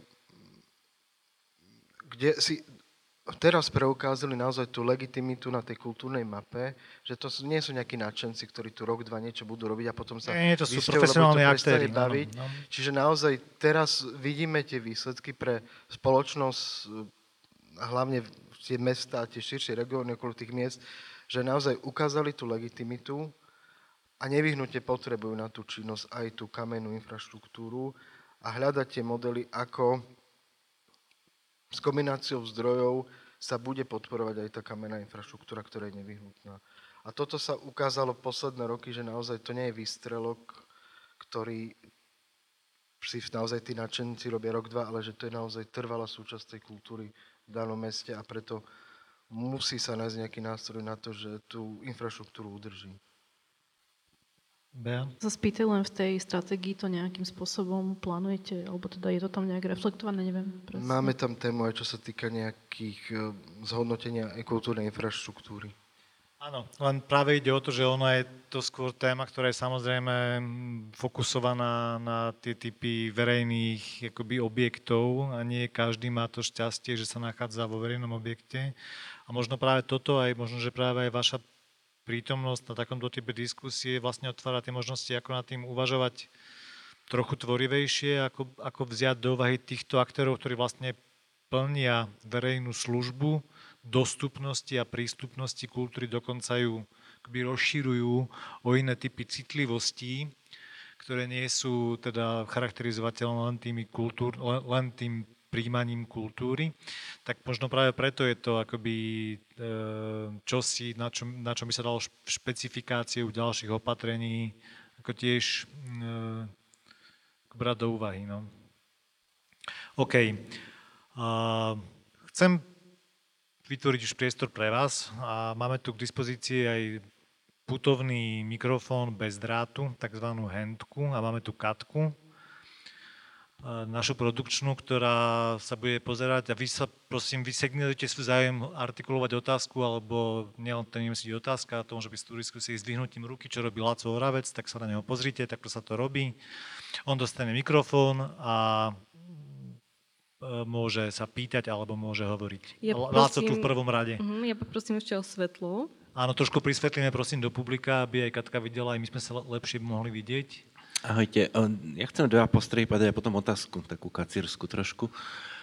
kde si teraz preukázali naozaj tú legitimitu na tej kultúrnej mape, že to sú, nie sú nejakí nadšenci, ktorí tu rok, dva niečo budú robiť a potom sa nie, to sú profesionálni aktéri. Baviť. No, no. Čiže naozaj teraz vidíme tie výsledky pre spoločnosť, hlavne tie mestá, tie širšie regióny okolo tých miest, že naozaj ukázali tú legitimitu a nevyhnutne potrebujú na tú činnosť aj tú kamennú infraštruktúru a hľadať tie modely, ako s kombináciou zdrojov sa bude podporovať aj tá kamenná infraštruktúra, ktorá je nevyhnutná. A toto sa ukázalo posledné roky, že naozaj to nie je výstrelok, ktorý si naozaj tí nadšenci robia rok, dva, ale že to je naozaj trvalá súčasť tej kultúry v danom meste a preto musí sa nájsť nejaký nástroj na to, že tú infraštruktúru udrží. Bea? Sa spýtaj, len v tej stratégii to nejakým spôsobom plánujete, alebo teda je to tam nejak reflektované, neviem. Presne. Máme tam tému aj čo sa týka nejakých e, zhodnotenia aj kultúrnej infraštruktúry. Áno, len práve ide o to, že ono je to skôr téma, ktorá je samozrejme fokusovaná na tie typy verejných akoby, objektov a nie každý má to šťastie, že sa nachádza vo verejnom objekte. A možno práve toto, aj možno, že práve aj vaša prítomnosť na takomto type diskusie vlastne otvára tie možnosti, ako nad tým uvažovať trochu tvorivejšie, ako, ako vziať do úvahy týchto aktérov, ktorí vlastne plnia verejnú službu, dostupnosti a prístupnosti kultúry, dokonca ju akoby rozširujú o iné typy citlivostí, ktoré nie sú teda charakterizovateľné len, tými kultúr, len, len tým príjmaním kultúry. Tak možno práve preto je to akoby e, čosi, na čom, na čom by sa dalo špecifikáciu ďalších opatrení ako tiež e, brať do úvahy. No. OK. A chcem vytvoriť už priestor pre vás a máme tu k dispozícii aj putovný mikrofón bez drátu, takzvanú handku a máme tu Katku, našu produkčnú, ktorá sa bude pozerať a vy sa prosím vysignalizujte svoj záujem artikulovať otázku alebo nielen to nemusí byť otázka, to môže byť z diskusie s dvihnutím ruky, čo robí Laco Oravec, tak sa na neho pozrite, takto sa to robí. On dostane mikrofón a môže sa pýtať alebo môže hovoriť. Ja Láco tu v prvom rade. Uh, ja poprosím ešte o svetlo. Áno, trošku prisvetlíme prosím do publika, aby aj Katka videla, aj my sme sa lepšie mohli vidieť. Ahojte, ja chcem dva postrehy padať a potom otázku, takú kacírsku trošku.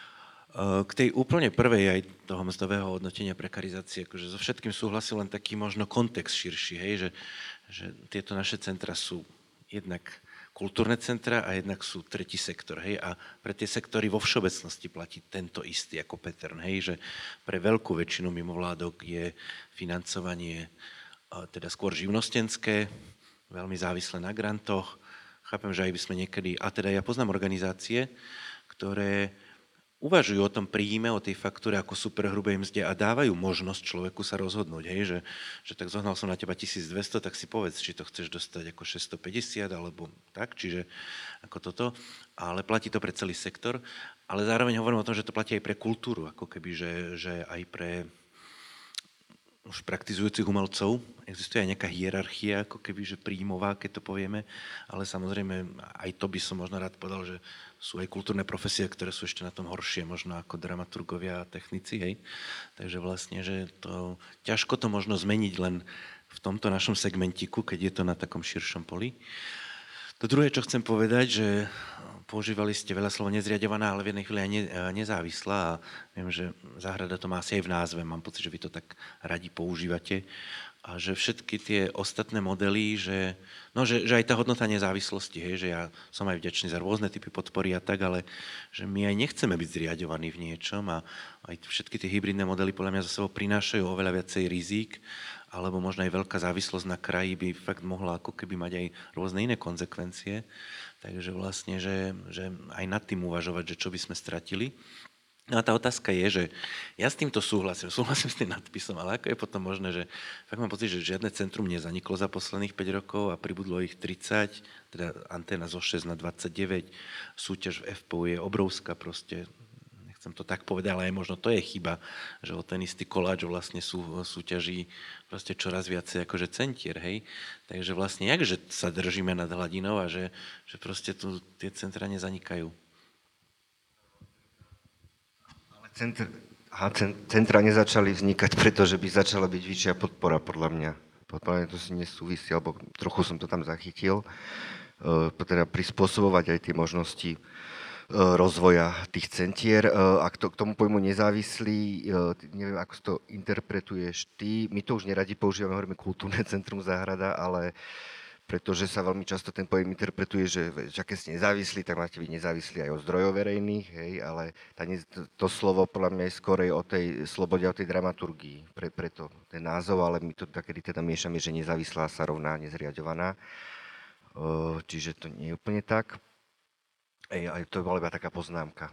K tej úplne prvej aj toho mzdového hodnotenia prekarizácie, akože so všetkým súhlasil len taký možno kontext širší, hej, že, že tieto naše centra sú jednak kultúrne centra a jednak sú tretí sektor, hej, a pre tie sektory vo všeobecnosti platí tento istý ako pattern, hej, že pre veľkú väčšinu mimovládok je financovanie teda skôr živnostenské, veľmi závislé na grantoch. Chápem, že aj by sme niekedy, a teda ja poznám organizácie, ktoré uvažujú o tom príjme, o tej faktúre ako superhrubej mzde a dávajú možnosť človeku sa rozhodnúť, hej, že, že tak zohnal som na teba tisícdvesto, tak si povedz, či to chceš dostať ako šesťstopäťdesiat alebo tak, čiže ako toto, ale platí to pre celý sektor, ale zároveň hovorím o tom, že to platí aj pre kultúru, ako keby, že, že aj pre už praktizujúcich umelcov. Existuje aj nejaká hierarchia, ako keby, že príjmová, keď to povieme, ale samozrejme aj to by som možno rád povedal, že sú aj kultúrne profesie, ktoré sú ešte na tom horšie, možno ako dramaturgovia a technici, hej. Takže vlastne, že to ťažko to možno zmeniť len v tomto našom segmentiku, keď je to na takom širšom poli. To druhé, čo chcem povedať, že používali ste veľa slovo nezriaďovaná, ale v jednej chvíli aj ne, nezávislá a viem, že záhrada to má asi aj v názve, mám pocit, že vy to tak radi používate a že všetky tie ostatné modely, že, no, že, že aj tá hodnota nezávislosti, hej, že ja som aj vďačný za rôzne typy podpory a tak, ale že my aj nechceme byť zriaďovaní v niečom a aj všetky tie hybridné modely podľa mňa za sebou prinášajú oveľa viacej rizík, alebo možno aj veľká závislosť na kraji by fakt mohla ako keby mať aj rôzne iné konzekvencie. Takže vlastne, že, že aj nad tým uvažovať, že čo by sme stratili. No a tá otázka je, že ja s týmto súhlasím, súhlasím s tým nadpisom, ale ako je potom možné, že fakt mám pocit, že žiadne centrum nezaniklo za posledných päť rokov a pribudlo ich tridsať, teda anténa zo šesť na dvadsaťdeväť, súťaž v ef pé ú je obrovská proste, nechcem to tak povedať, ale aj možno to je chyba, že o ten istý koláč vlastne sú, súťaží proste čoraz viacej akože centier, hej. Takže vlastne jakže sa držíme nad hladinou a že, že proste tu tie centra nezanikajú. Ale centr, aha, centra nezačali vznikať, pretože by začala byť vyššia podpora, podľa mňa. Podľa mňa to si nesúvisí, alebo trochu som to tam zachytil. E, teda prispôsobovať aj tie možnosti rozvoja tých centier. A k tomu pojmu nezávislý, neviem, ako to interpretuješ ty, my to už neradi používame, hovoríme kultúrne centrum záhrada, ale pretože sa veľmi často ten pojem interpretuje, že, že keď ste nezávislí, tak máte byť nezávislí aj od zdrojov verejných, hej, ale tá, to slovo podľa mňa je skorej o tej slobode, o tej dramaturgii, pre, preto ten názov, ale my to takedy teda miešame, že nezávislá sa rovná nezriaďovaná, čiže to nie je úplne tak. Ej, aj to bola iba taká poznámka.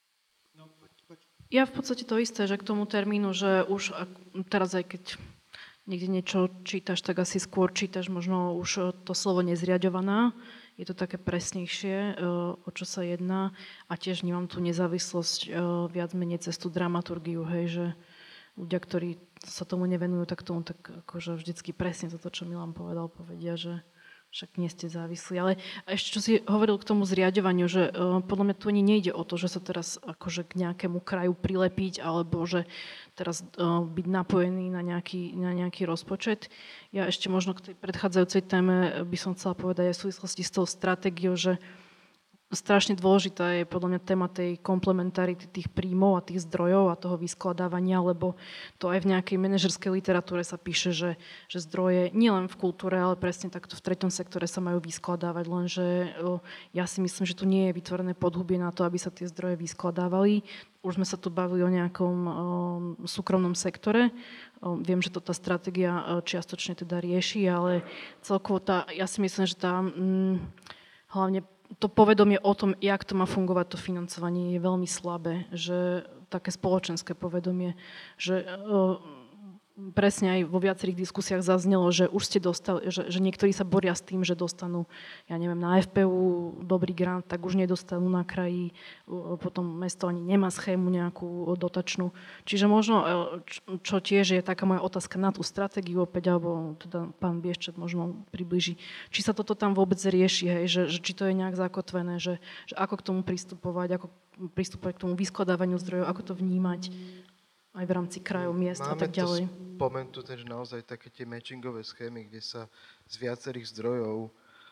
Ja v podstate to isté, že k tomu termínu, že už teraz aj keď niekde niečo čítaš, tak asi skôr čítaš možno už to slovo nezriaďovaná. Je to také presnejšie, o čo sa jedná. A tiež vnímam tú nezávislosť viac menej cez tú dramaturgiu, hej, že ľudia, ktorí sa tomu nevenujú, tak tomu tak akože vždycky presne toto, čo Milan povedal, povedia, že však nie ste závislí. Ale ešte, čo si hovoril k tomu zriaďovaniu, že uh, podľa mňa tu ani nejde o to, že sa teraz akože k nejakému kraju prilepiť, alebo že teraz uh, byť napojený na nejaký, na nejaký rozpočet. Ja ešte možno k tej predchádzajúcej téme by som chcela povedať aj v súvislosti s tou stratégiou, že strašne dôležitá je podľa mňa téma tej komplementarity tých príjmov a tých zdrojov a toho vyskladávania, lebo to aj v nejakej manažerskej literatúre sa píše, že, že zdroje nielen v kultúre, ale presne takto v treťom sektore sa majú vyskladávať, lenže ja si myslím, že tu nie je vytvorené podhubie na to, aby sa tie zdroje vyskladávali. Už sme sa tu bavili o nejakom um, súkromnom sektore. Um, viem, že to tá stratégia uh, čiastočne teda rieši, ale celkovo tá, ja si myslím, že tá um, hlavne to povedomie o tom, jak to má fungovať, to financovanie je veľmi slabé, že také spoločenské povedomie, že uh, presne aj vo viacerých diskusiách zaznelo, že už ste dostali, že, že niektorí sa boria s tým, že dostanú, ja neviem, na ef pé ú dobrý grant, tak už nedostanú na kraji, potom mesto ani nemá schému nejakú dotačnú. Čiže možno, čo tiež je taká moja otázka na tú stratégiu opäť, alebo teda pán Bieščat možno približí, či sa toto tam vôbec rieši, hej, že, že či to je nejak zakotvené, že, že ako k tomu pristupovať, ako pristupovať k tomu vyskladávaniu zdrojov, ako to vnímať aj v rámci krajov, miest a tak ďalej. Máme to spomenúť, že naozaj také tie matchingové schémy, kde sa z viacerých zdrojov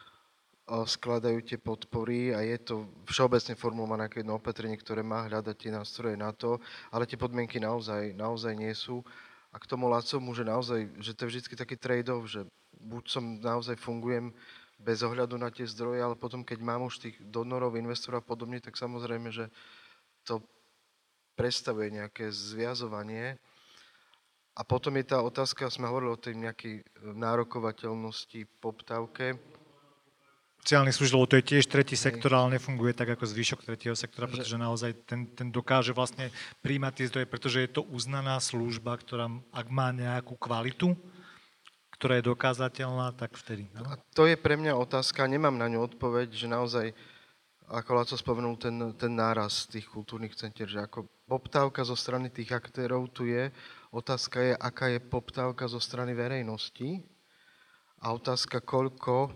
skladajú tie podpory a je to všeobecne formulované ako jedno opatrenie, ktoré má hľadať tie nástroje na to, ale tie podmienky naozaj, naozaj nie sú. A k tomu Lacomu, že naozaj, že to je vždy taký trade-off, že buď som naozaj fungujem bez ohľadu na tie zdroje, ale potom, keď mám už tých donorov, investorov a podobne, tak samozrejme, že to predstavuje nejaké zviazovanie. A potom je tá otázka, sme hovorili o tej nejakej nárokovateľnosti, poptávke. Sociálnych služieb, lebo to je tiež tretí sektor, ale nefunguje tak ako zvyšok tretieho sektora, pretože naozaj ten, ten dokáže vlastne príjmať tie zdroje, pretože je to uznaná služba, ktorá, ak má nejakú kvalitu, ktorá je dokázateľná, tak vtedy. No? A to je pre mňa otázka, nemám na ňu odpoveď, že naozaj, ako Laco spomenul, ten, ten náraz tých kultúrnych centier, že ako poptávka zo strany tých aktérov tu je, otázka je, aká je poptávka zo strany verejnosti a otázka, koľko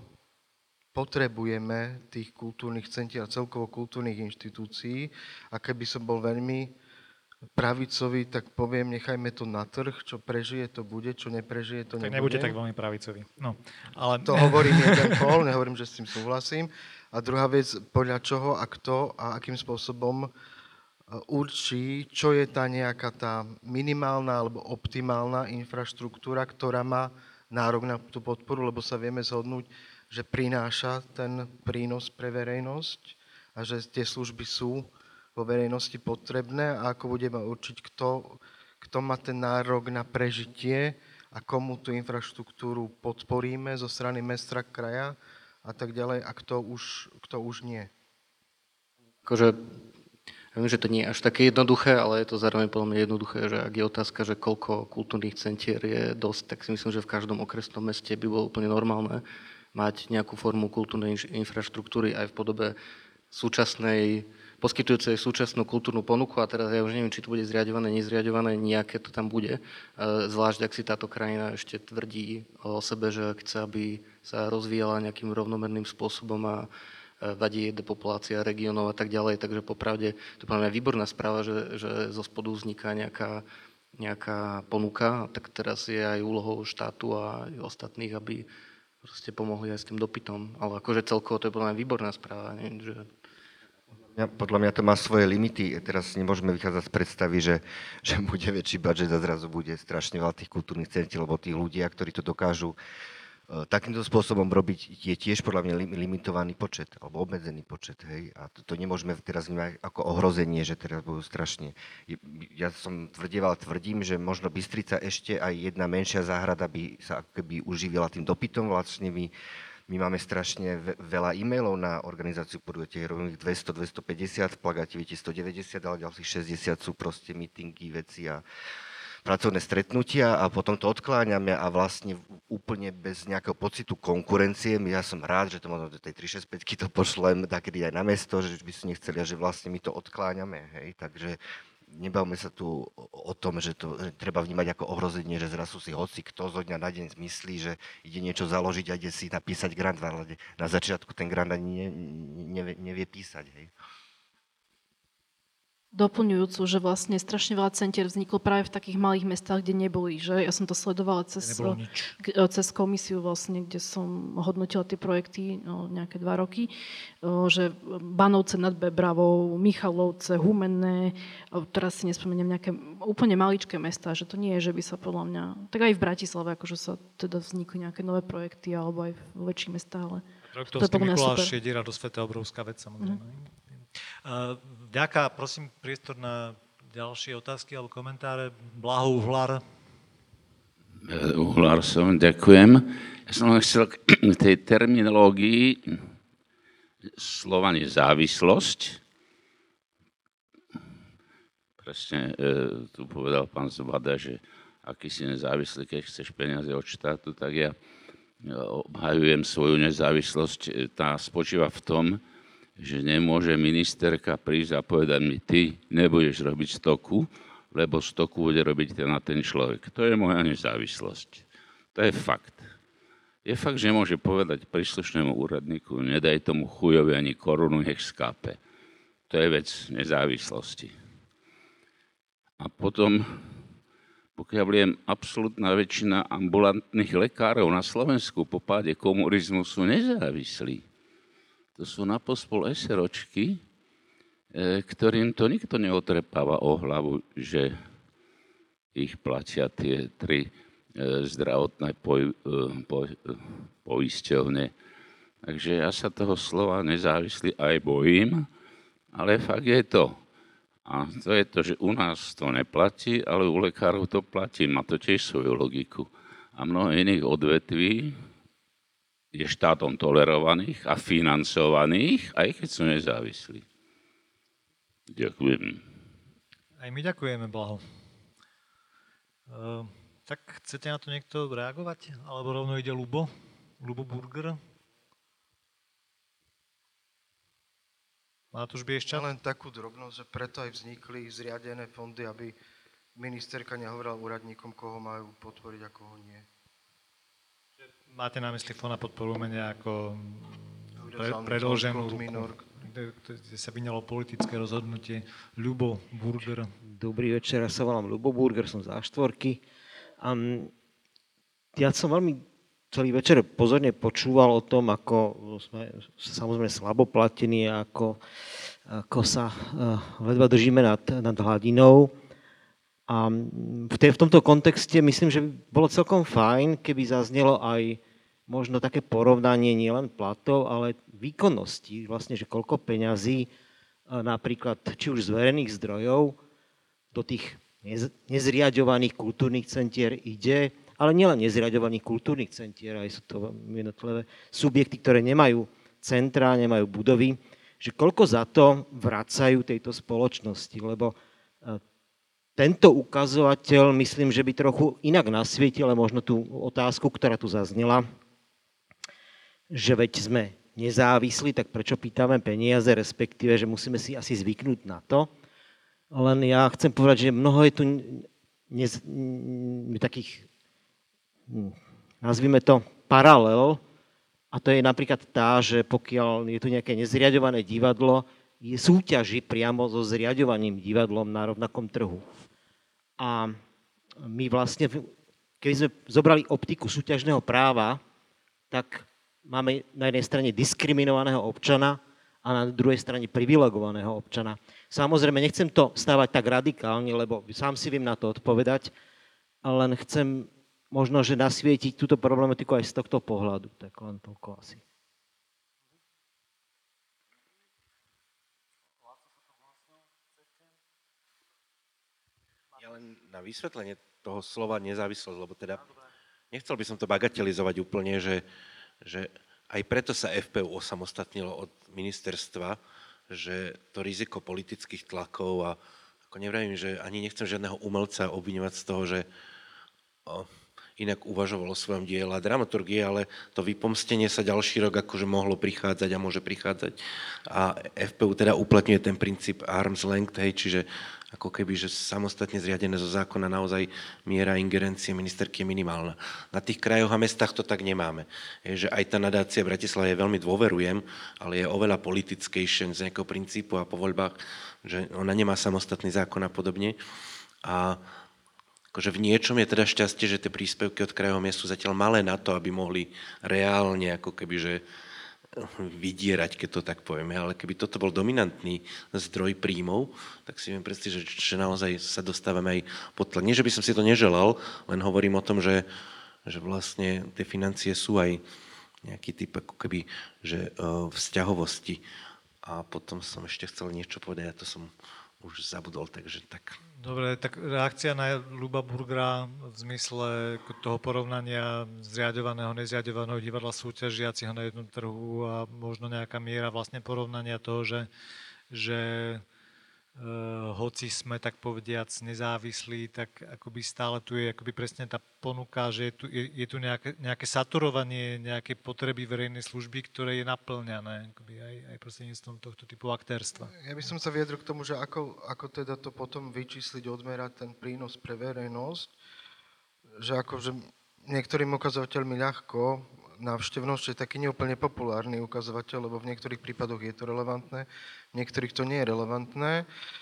potrebujeme tých kultúrnych centier a celkovo kultúrnych inštitúcií. A keby som bol veľmi pravicový, tak poviem, nechajme to na trh, čo prežije, to bude, čo neprežije, to tak nebude. Tak nebude tak veľmi pravicový. No, ale... To hovorím jeden pol, nehovorím, že s tým súhlasím. A druhá vec, podľa čoho a kto a akým spôsobom určí, čo je tá nejaká tá minimálna alebo optimálna infraštruktúra, ktorá má nárok na tú podporu, lebo sa vieme zhodnúť, že prináša ten prínos pre verejnosť a že tie služby sú vo verejnosti potrebné a ako budeme určiť, kto, kto má ten nárok na prežitie a komu tú infraštruktúru podporíme zo strany mesta, kraja a tak ďalej a kto už, kto už nie. Akože, ja viem, že to nie je až také jednoduché, ale je to zároveň podľa mňa jednoduché, že ak je otázka, že koľko kultúrnych centier je dosť, tak si myslím, že v každom okresnom meste by bolo úplne normálne mať nejakú formu kultúrnej infraštruktúry aj v podobe súčasnej, poskytujúcej súčasnú kultúrnu ponuku a teraz ja už neviem, či to bude zriaďované, nezriaďované, nejaké to tam bude. Zvlášť, ak si táto krajina ešte tvrdí o sebe, že chce, aby sa rozvíjala nejakým rovnomerným spôsobom a vadí jej depopulácia regiónov a tak ďalej. Takže popravde, to je pre mňa výborná správa, že, že zo spodu vzniká nejaká, nejaká ponuka, tak teraz je aj úlohou štátu a ostatných, aby proste pomohli aj s tým dopytom. Ale akože celkovo to je podľa mňa výborná správa. Neviem, že... Ja, podľa mňa to má svoje limity. Teraz nemôžeme vychádzať z predstavy, že, že bude väčší budžet a zrazu bude strašne veľa tých kultúrnych centier, lebo tí ľudia, ktorí to dokážu uh, takýmto spôsobom robiť, je tiež podľa mňa limitovaný počet, alebo obmedzený počet. Hej? A to, to nemôžeme teraz vnímať ako ohrozenie, že teraz budú strašne. Ja som tvrdieval, tvrdím, že možno Bystrica ešte aj jedna menšia záhrada by sa ako keby uživila tým dopytom. Vlastne my My máme strašne veľa e-mailov na organizáciu podujatí, robíme ich dvesto dvestopäťdesiat, v plagáte vidíte stodeväťdesiat, ale ďalších šesťdesiat sú proste meetingy, veci a pracovné stretnutia a potom to odkláňame a vlastne úplne bez nejakého pocitu konkurencie. Ja som rád, že to možno do tej tri šesť päť to pošlem takedy aj na mesto, že by si nechceli a že vlastne my to odkláňame. Hej. Takže nebavme sa tu o tom, že to že treba vnímať ako ohrozenie, že zrazu si hoci kto zo dňa na deň zmyslí, že ide niečo založiť a ide si napísať grant, ale na začiatku ten grant ani ne, nevie, nevie písať. Hej. Doplňujúcu, že vlastne strašne veľa centier vzniklo práve v takých malých mestách, kde neboli. Že? Ja som to sledovala cez, cez komisiu, vlastne, kde som hodnotila tie projekty no, nejaké dva roky, že Banovce nad Bebravou, Michalovce, Humenné, teraz si nespomeniem nejaké úplne maličké mestá, že to nie je, že by sa podľa mňa, tak aj v Bratislave, akože sa teda vznikli nejaké nové projekty, alebo aj v väčších mestách, ale to je podľa mňa super. Mikuláš Šiediera do sveta obrovská vec, samozrejme. Mm-hmm. Ďaká, prosím, priestor na ďalšie otázky alebo komentáre. Blaho Uhlar. Uhlar som, ďakujem. Ja som len chcel k tej terminológii slova nezávislosť. Presne tu povedal pán Zvada, že aký si nezávislý, keď chceš peniaze od štátu, tak ja obhajujem svoju nezávislosť. Tá spočíva v tom, že nemôže ministerka prísť a povedať mi, ty nebudeš robiť stoku, lebo stoku bude robiť ten a ten človek. To je moja nezávislosť. To je fakt. Je fakt, že môže povedať príslušnému úradníku, nedaj tomu chujovi ani korunu, nech skápe. To je vec nezávislosti. A potom, pokiaľ viem, absolútna väčšina ambulantných lekárov na Slovensku po páde komunizmu sú nezávislí. To sú napospol eseročky, ktorým to nikto neotrepáva o hlavu, že ich platia tie tri zdravotné poj, po, poisťovne. Takže ja sa toho slova nezávislý aj bojím, ale fakt je to. A to je to, že u nás to neplatí, ale u lekárov to platí. Má to tiež svoju logiku. A mnoho iných odvetví je štátom tolerovaných a financovaných, aj keď sú nezávislí. Ďakujem. Aj my ďakujeme, Blaho. Uh, tak chcete na to niekto reagovať? Alebo rovno ide Ľubo? Ľubo Burger? Matúš Bieščan? Len takú drobnosť, že preto aj vznikli zriadené fondy, aby ministerka nehovorila úradníkom, koho majú podporiť a koho nie. Máte na mysli fond na podporu umenia ako pre, predĺženú ruku, kde sa vyňalo politické rozhodnutie. Ľubo Burger. Dobrý večer, ja sa volám Ľubo Burger, som za štvorky. Um, ja som veľmi celý večer pozorne počúval o tom, ako sme samozrejme slabo platení a ako, ako sa uh, ledva držíme nad, nad hladinou. A v, tej, v tomto kontexte myslím, že by bolo celkom fajn, keby zaznelo aj možno také porovnanie nielen platov, ale výkonnosti, vlastne, že koľko peňazí napríklad či už z verejných zdrojov do tých nezriaďovaných kultúrnych centier ide, ale nielen nezriaďovaných kultúrnych centier, aj sú to jednotlivé subjekty, ktoré nemajú centrá, nemajú budovy, že koľko za to vracajú tejto spoločnosti, lebo tento ukazovateľ, myslím, že by trochu inak nasvietil, ale možno tú otázku, ktorá tu zaznela, že veď sme nezávislí, tak prečo pýtame peniaze, respektíve, že musíme si asi zvyknúť na to. Len ja chcem povedať, že mnoho je tu nez, takých, nazvime to, paralel, a to je napríklad tá, že pokiaľ je tu nejaké nezriaďované divadlo, je súťaži priamo so zriaďovaným divadlom na rovnakom trhu. A my vlastne, keby sme zobrali optiku súťažného práva, tak máme na jednej strane diskriminovaného občana a na druhej strane privilegovaného občana. Samozrejme, nechcem to stávať tak radikálne, lebo sám si viem na to odpovedať, ale len chcem možno, že nasvietiť túto problematiku aj z tohto pohľadu. Tak len toľko asi. Len na vysvetlenie toho slova nezávislosť, lebo teda nechcel by som to bagatelizovať úplne, že, že aj preto sa ef pé ú osamostatnilo od ministerstva, že to riziko politických tlakov a ako nevravím, že ani nechcem žiadneho umelca obviňovať z toho, že o, inak uvažoval o svojom diele a dramaturgie, ale to vypomstenie sa ďalší rok akože mohlo prichádzať a môže prichádzať. A ef pé ú teda uplatňuje ten princíp arm's length, hej, čiže ako keby, že samostatne zriadené zo zákona naozaj miera ingerencie ministerky je minimálna. Na tých krajoch a mestách to tak nemáme. Je, že aj tá nadácia Bratislava je veľmi dôverujem, ale je oveľa politickejšia z nejakého princípu a po voľbách, že ona nemá samostatný zákon a podobne. A akože v niečom je teda šťastie, že tie príspevky od krajov miest sú zatiaľ malé na to, aby mohli reálne ako keby, že vydierať, keď to tak povieme, ale keby toto bol dominantný zdroj príjmov, tak si viem predstaviť, že, že naozaj sa dostávame aj pod tlak. Nie, že by som si to neželal, len hovorím o tom, že, že vlastne tie financie sú aj nejaký typ ako keby, že uh, vzťahovosti. A potom som ešte chcel niečo povedať, a to som už zabudol, takže tak. Dobre, tak reakcia na Ľuba Burgera v zmysle toho porovnania zriaďovaného, nezriaďovaného divadla súťažiaciho na jednom trhu a možno nejaká miera vlastne porovnania toho, že, že e, hoci sme tak povediac nezávislí, tak akoby stále tu je akoby presne tá ponuka, že je tu, je, je tu nejaké, nejaké saturovanie nejaké potreby verejnej služby, ktoré je naplňané akoby aj, aj prostredníctvom tohto typu aktérstva. Ja by som sa vyjadril k tomu, že ako, ako teda to potom vyčísliť, odmerať ten prínos pre verejnosť, že akože niektorým ukazovateľmi ľahko, návštevnosť je taký neúplne populárny ukazovateľ, lebo v niektorých prípadoch je to relevantné, v niektorých to nie je relevantné.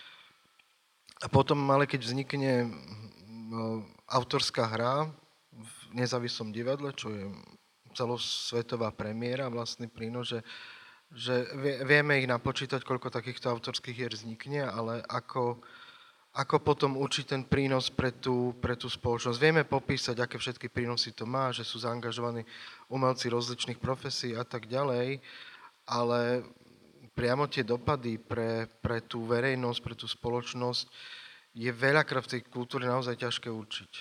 A potom, ale keď vznikne autorská hra v nezávislom divadle, čo je celosvetová premiéra, vlastný prínos, že, že vieme ich napočítať, koľko takýchto autorských hier vznikne, ale ako, ako potom určiť ten prínos pre tú, pre tú spoločnosť. Vieme popísať, aké všetky prínosy to má, že sú zaangažovaní umelci rozličných profesí a tak ďalej, ale priamo tie dopady pre, pre tú verejnosť, pre tú spoločnosť je veľakrát v tej kultúre naozaj ťažké určiť.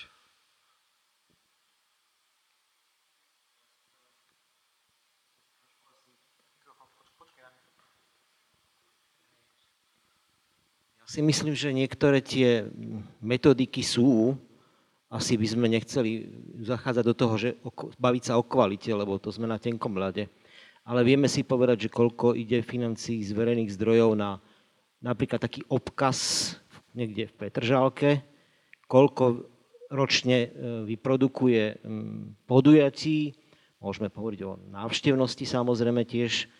Ja si myslím, že niektoré tie metodiky sú, asi by sme nechceli zachádzať do toho, že baviť sa o kvalite, lebo to sme na tenkom ľade. Ale vieme si povedať, že koľko ide financií z verejných zdrojov na napríklad taký obkaz niekde v Petržalke, koľko ročne vyprodukuje podujatí, môžeme hovoriť o návštevnosti samozrejme tiež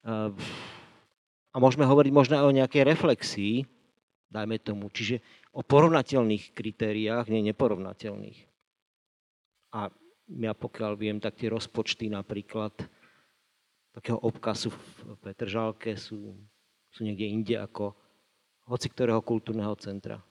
a môžeme hovoriť možno aj o nejakej reflexii, dajme tomu, čiže o porovnateľných kritériách, nie neporovnateľných. A ja pokiaľ viem, tak tie rozpočty napríklad takého obkazu v Petržalke sú, sú niekde inde ako hoci ktorého kultúrneho centra.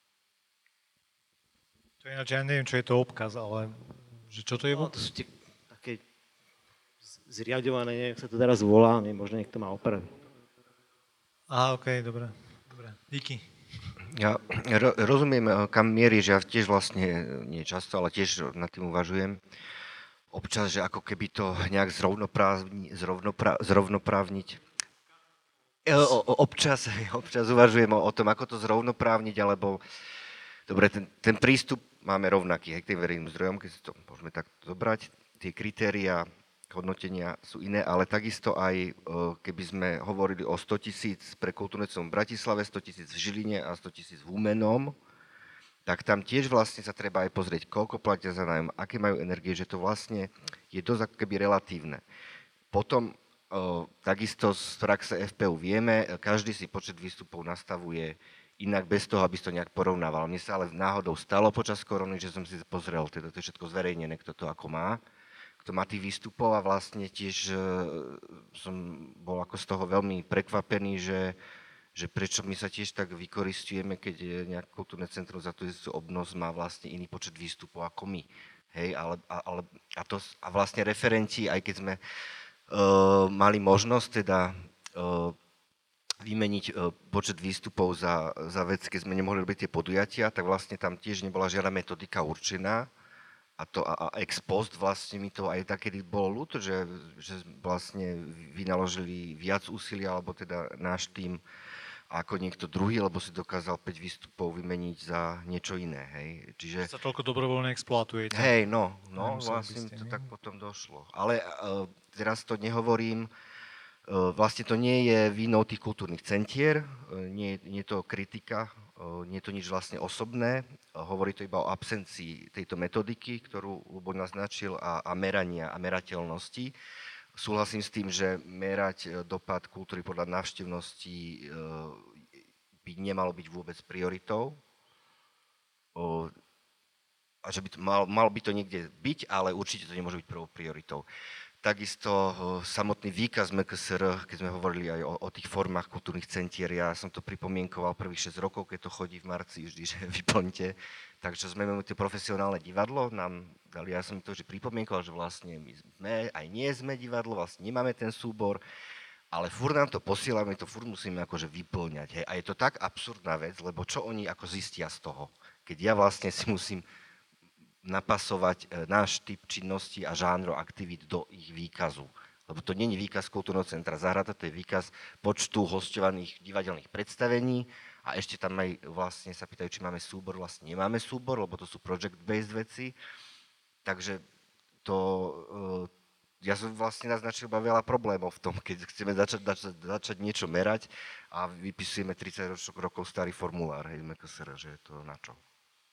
To je ináč, ja neviem, čo je to obkaz, ale že čo to je? No, to sú tie také zriaďované, neviem, sa to teraz volá, neviem, možno niekto má opraviť. Aha, okej, okay, dobre. Dobre, díky. Ja ro- rozumiem, kam mierí, že ja tiež vlastne, nie často, ale tiež nad tým uvažujem. Občas, že ako keby to nejak zrovnoprávni, zrovnopra- zrovnoprávniť. Občas, občas uvažujem o, o tom, ako to zrovnoprávniť, alebo dobre, ten, ten prístup máme rovnaký, hej, k tým verejným zdrojom, keď si to môžeme tak zobrať. Tie kritériá hodnotenia sú iné, ale takisto aj, keby sme hovorili o sto tisíc pre kultúrne centrum v Bratislave, sto tisíc v Žiline a sto tisíc v Humennom, tak tam tiež vlastne sa treba aj pozrieť, koľko platia za nájom, aké majú energie, že to vlastne je dosť ako keby relatívne. Potom O, takisto z praxe ef pé ú vieme, každý si počet výstupov nastavuje inak bez toho, aby si to nejak porovnával. Mne sa ale náhodou stalo počas korony, že som si pozrel, teda to je všetko zverejnené, kto to ako má, kto má tých výstupov a vlastne tiež e, som bol ako z toho veľmi prekvapený, že, že prečo my sa tiež tak vykoristujeme, keď nejaké kultúrne centrum za tú obnosť má vlastne iný počet výstupov ako my. Hej, ale, ale, a, to, a vlastne referenti, aj keď sme Uh, mali možnosť teda uh, vymeniť uh, počet výstupov za, za vec, keď sme nemohli robiť tie podujatia, tak vlastne tam tiež nebola žiadna metodika určená a to a, a ex post vlastne mi to aj takedy bolo ľúto, že, že vlastne vynaložili viac úsilia, alebo teda náš tým ako niekto druhý, lebo si dokázal päť výstupov vymeniť za niečo iné, hej. Čiže... Sa toľko dobrovoľne exploatujete. Hej, no, no, vlastne to tak potom došlo. Ale uh, teraz to nehovorím, uh, vlastne to nie je vinou tých kultúrnych centier, uh, nie, nie je to kritika, uh, nie je to nič vlastne osobné, uh, hovorí to iba o absencii tejto metodiky, ktorú Ľubo naznačil, a, a merania a merateľnosti. Súhlasím s tým, že merať dopad kultúry podľa návštevnosti by nemalo byť vôbec prioritou. A že by to, mal, mal by to niekde byť, ale určite to nemôže byť prvou prioritou. Takisto samotný výkaz em ká es er, keď sme hovorili aj o, o tých formách kultúrnych centier, ja som to pripomienkoval prvých šesť rokov, keď to chodí v marci vždy, že vyplňte. Takže sme mali to profesionálne divadlo, nám dali, ja som to že pripomienkoval, že vlastne my sme, aj nie sme divadlo, vlastne nemáme ten súbor, ale furt nám to posielame, to furt musíme akože vyplňať. Hej. A je to tak absurdná vec, lebo čo oni ako zistia z toho, keď ja vlastne si musím napasovať náš typ činnosti a žánro aktivít do ich výkazu. Lebo to nie je výkaz kultúrneho centra Záhrada, to je výkaz počtu hosťovaných divadelných predstavení a ešte tam aj vlastne sa pýtajú, či máme súbor. Vlastne nemáme súbor, lebo to sú project-based veci. Takže to, ja som vlastne naznačil iba veľa problémov v tom, keď chceme začať, začať, začať niečo merať a vypisujeme tridsať rokov starý formulár, hej, em ká es er, že je to na čo.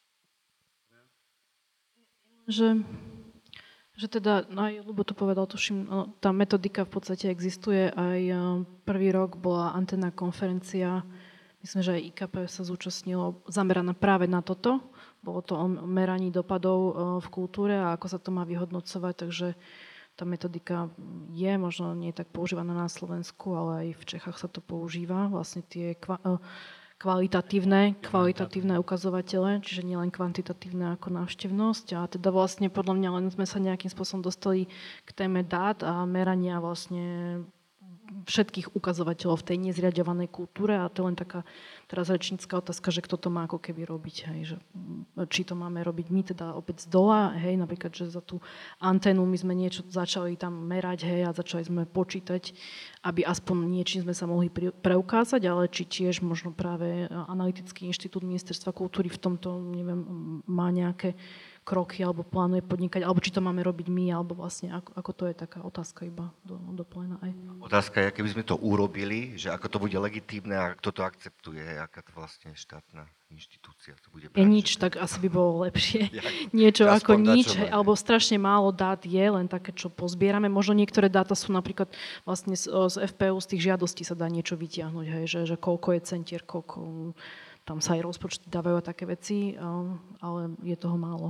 Že, že teda, no aj Ľubo to povedal, tuším, no, tá metodika v podstate existuje, aj prvý rok bola antenná konferencia, myslím, že aj í ká pé sa zúčastnilo, zameraná práve na toto, bolo to o meraní dopadov v kultúre a ako sa to má vyhodnocovať, takže tá metodika je možno nie tak používaná na Slovensku, ale aj v Čechách sa to používa, vlastne tie kva- kvalitatívne, kvalitatívne ukazovatele, čiže nielen kvantitatívne ako návštevnosť. A teda vlastne podľa mňa len sme sa nejakým spôsobom dostali k téme dát a merania vlastne všetkých ukazovateľov v tej nezriaďovanej kultúre a to je len taká teraz rečnícka otázka, že kto to má ako keby robiť, hej, že či to máme robiť my teda opäť z dola, hej, napríklad, že za tú anténu my sme niečo začali tam merať, hej, a začali sme počítať, aby aspoň niečím sme sa mohli preukázať, ale či tiež možno práve Analytický inštitút Ministerstva kultúry v tomto, neviem, má nejaké kroky alebo plánuje podnikať, alebo či to máme robiť my, alebo vlastne ako, ako to je taká otázka iba do, do pléna aj. Otázka je, keby sme to urobili, že ako to bude legitímne a kto to akceptuje, aká to vlastne štátna inštitúcia to bude brať. Je nič, tak asi by bolo lepšie. Ja, niečo ako nič, hej, alebo strašne málo dát je, len také, čo pozbierame. Možno niektoré dáta sú napríklad vlastne z, z ef pé ú, z tých žiadostí sa dá niečo vytiahnuť, hej, že, že koľko je centier, koľko, tam sa aj rozpočty dávajú a také veci, ale je toho málo.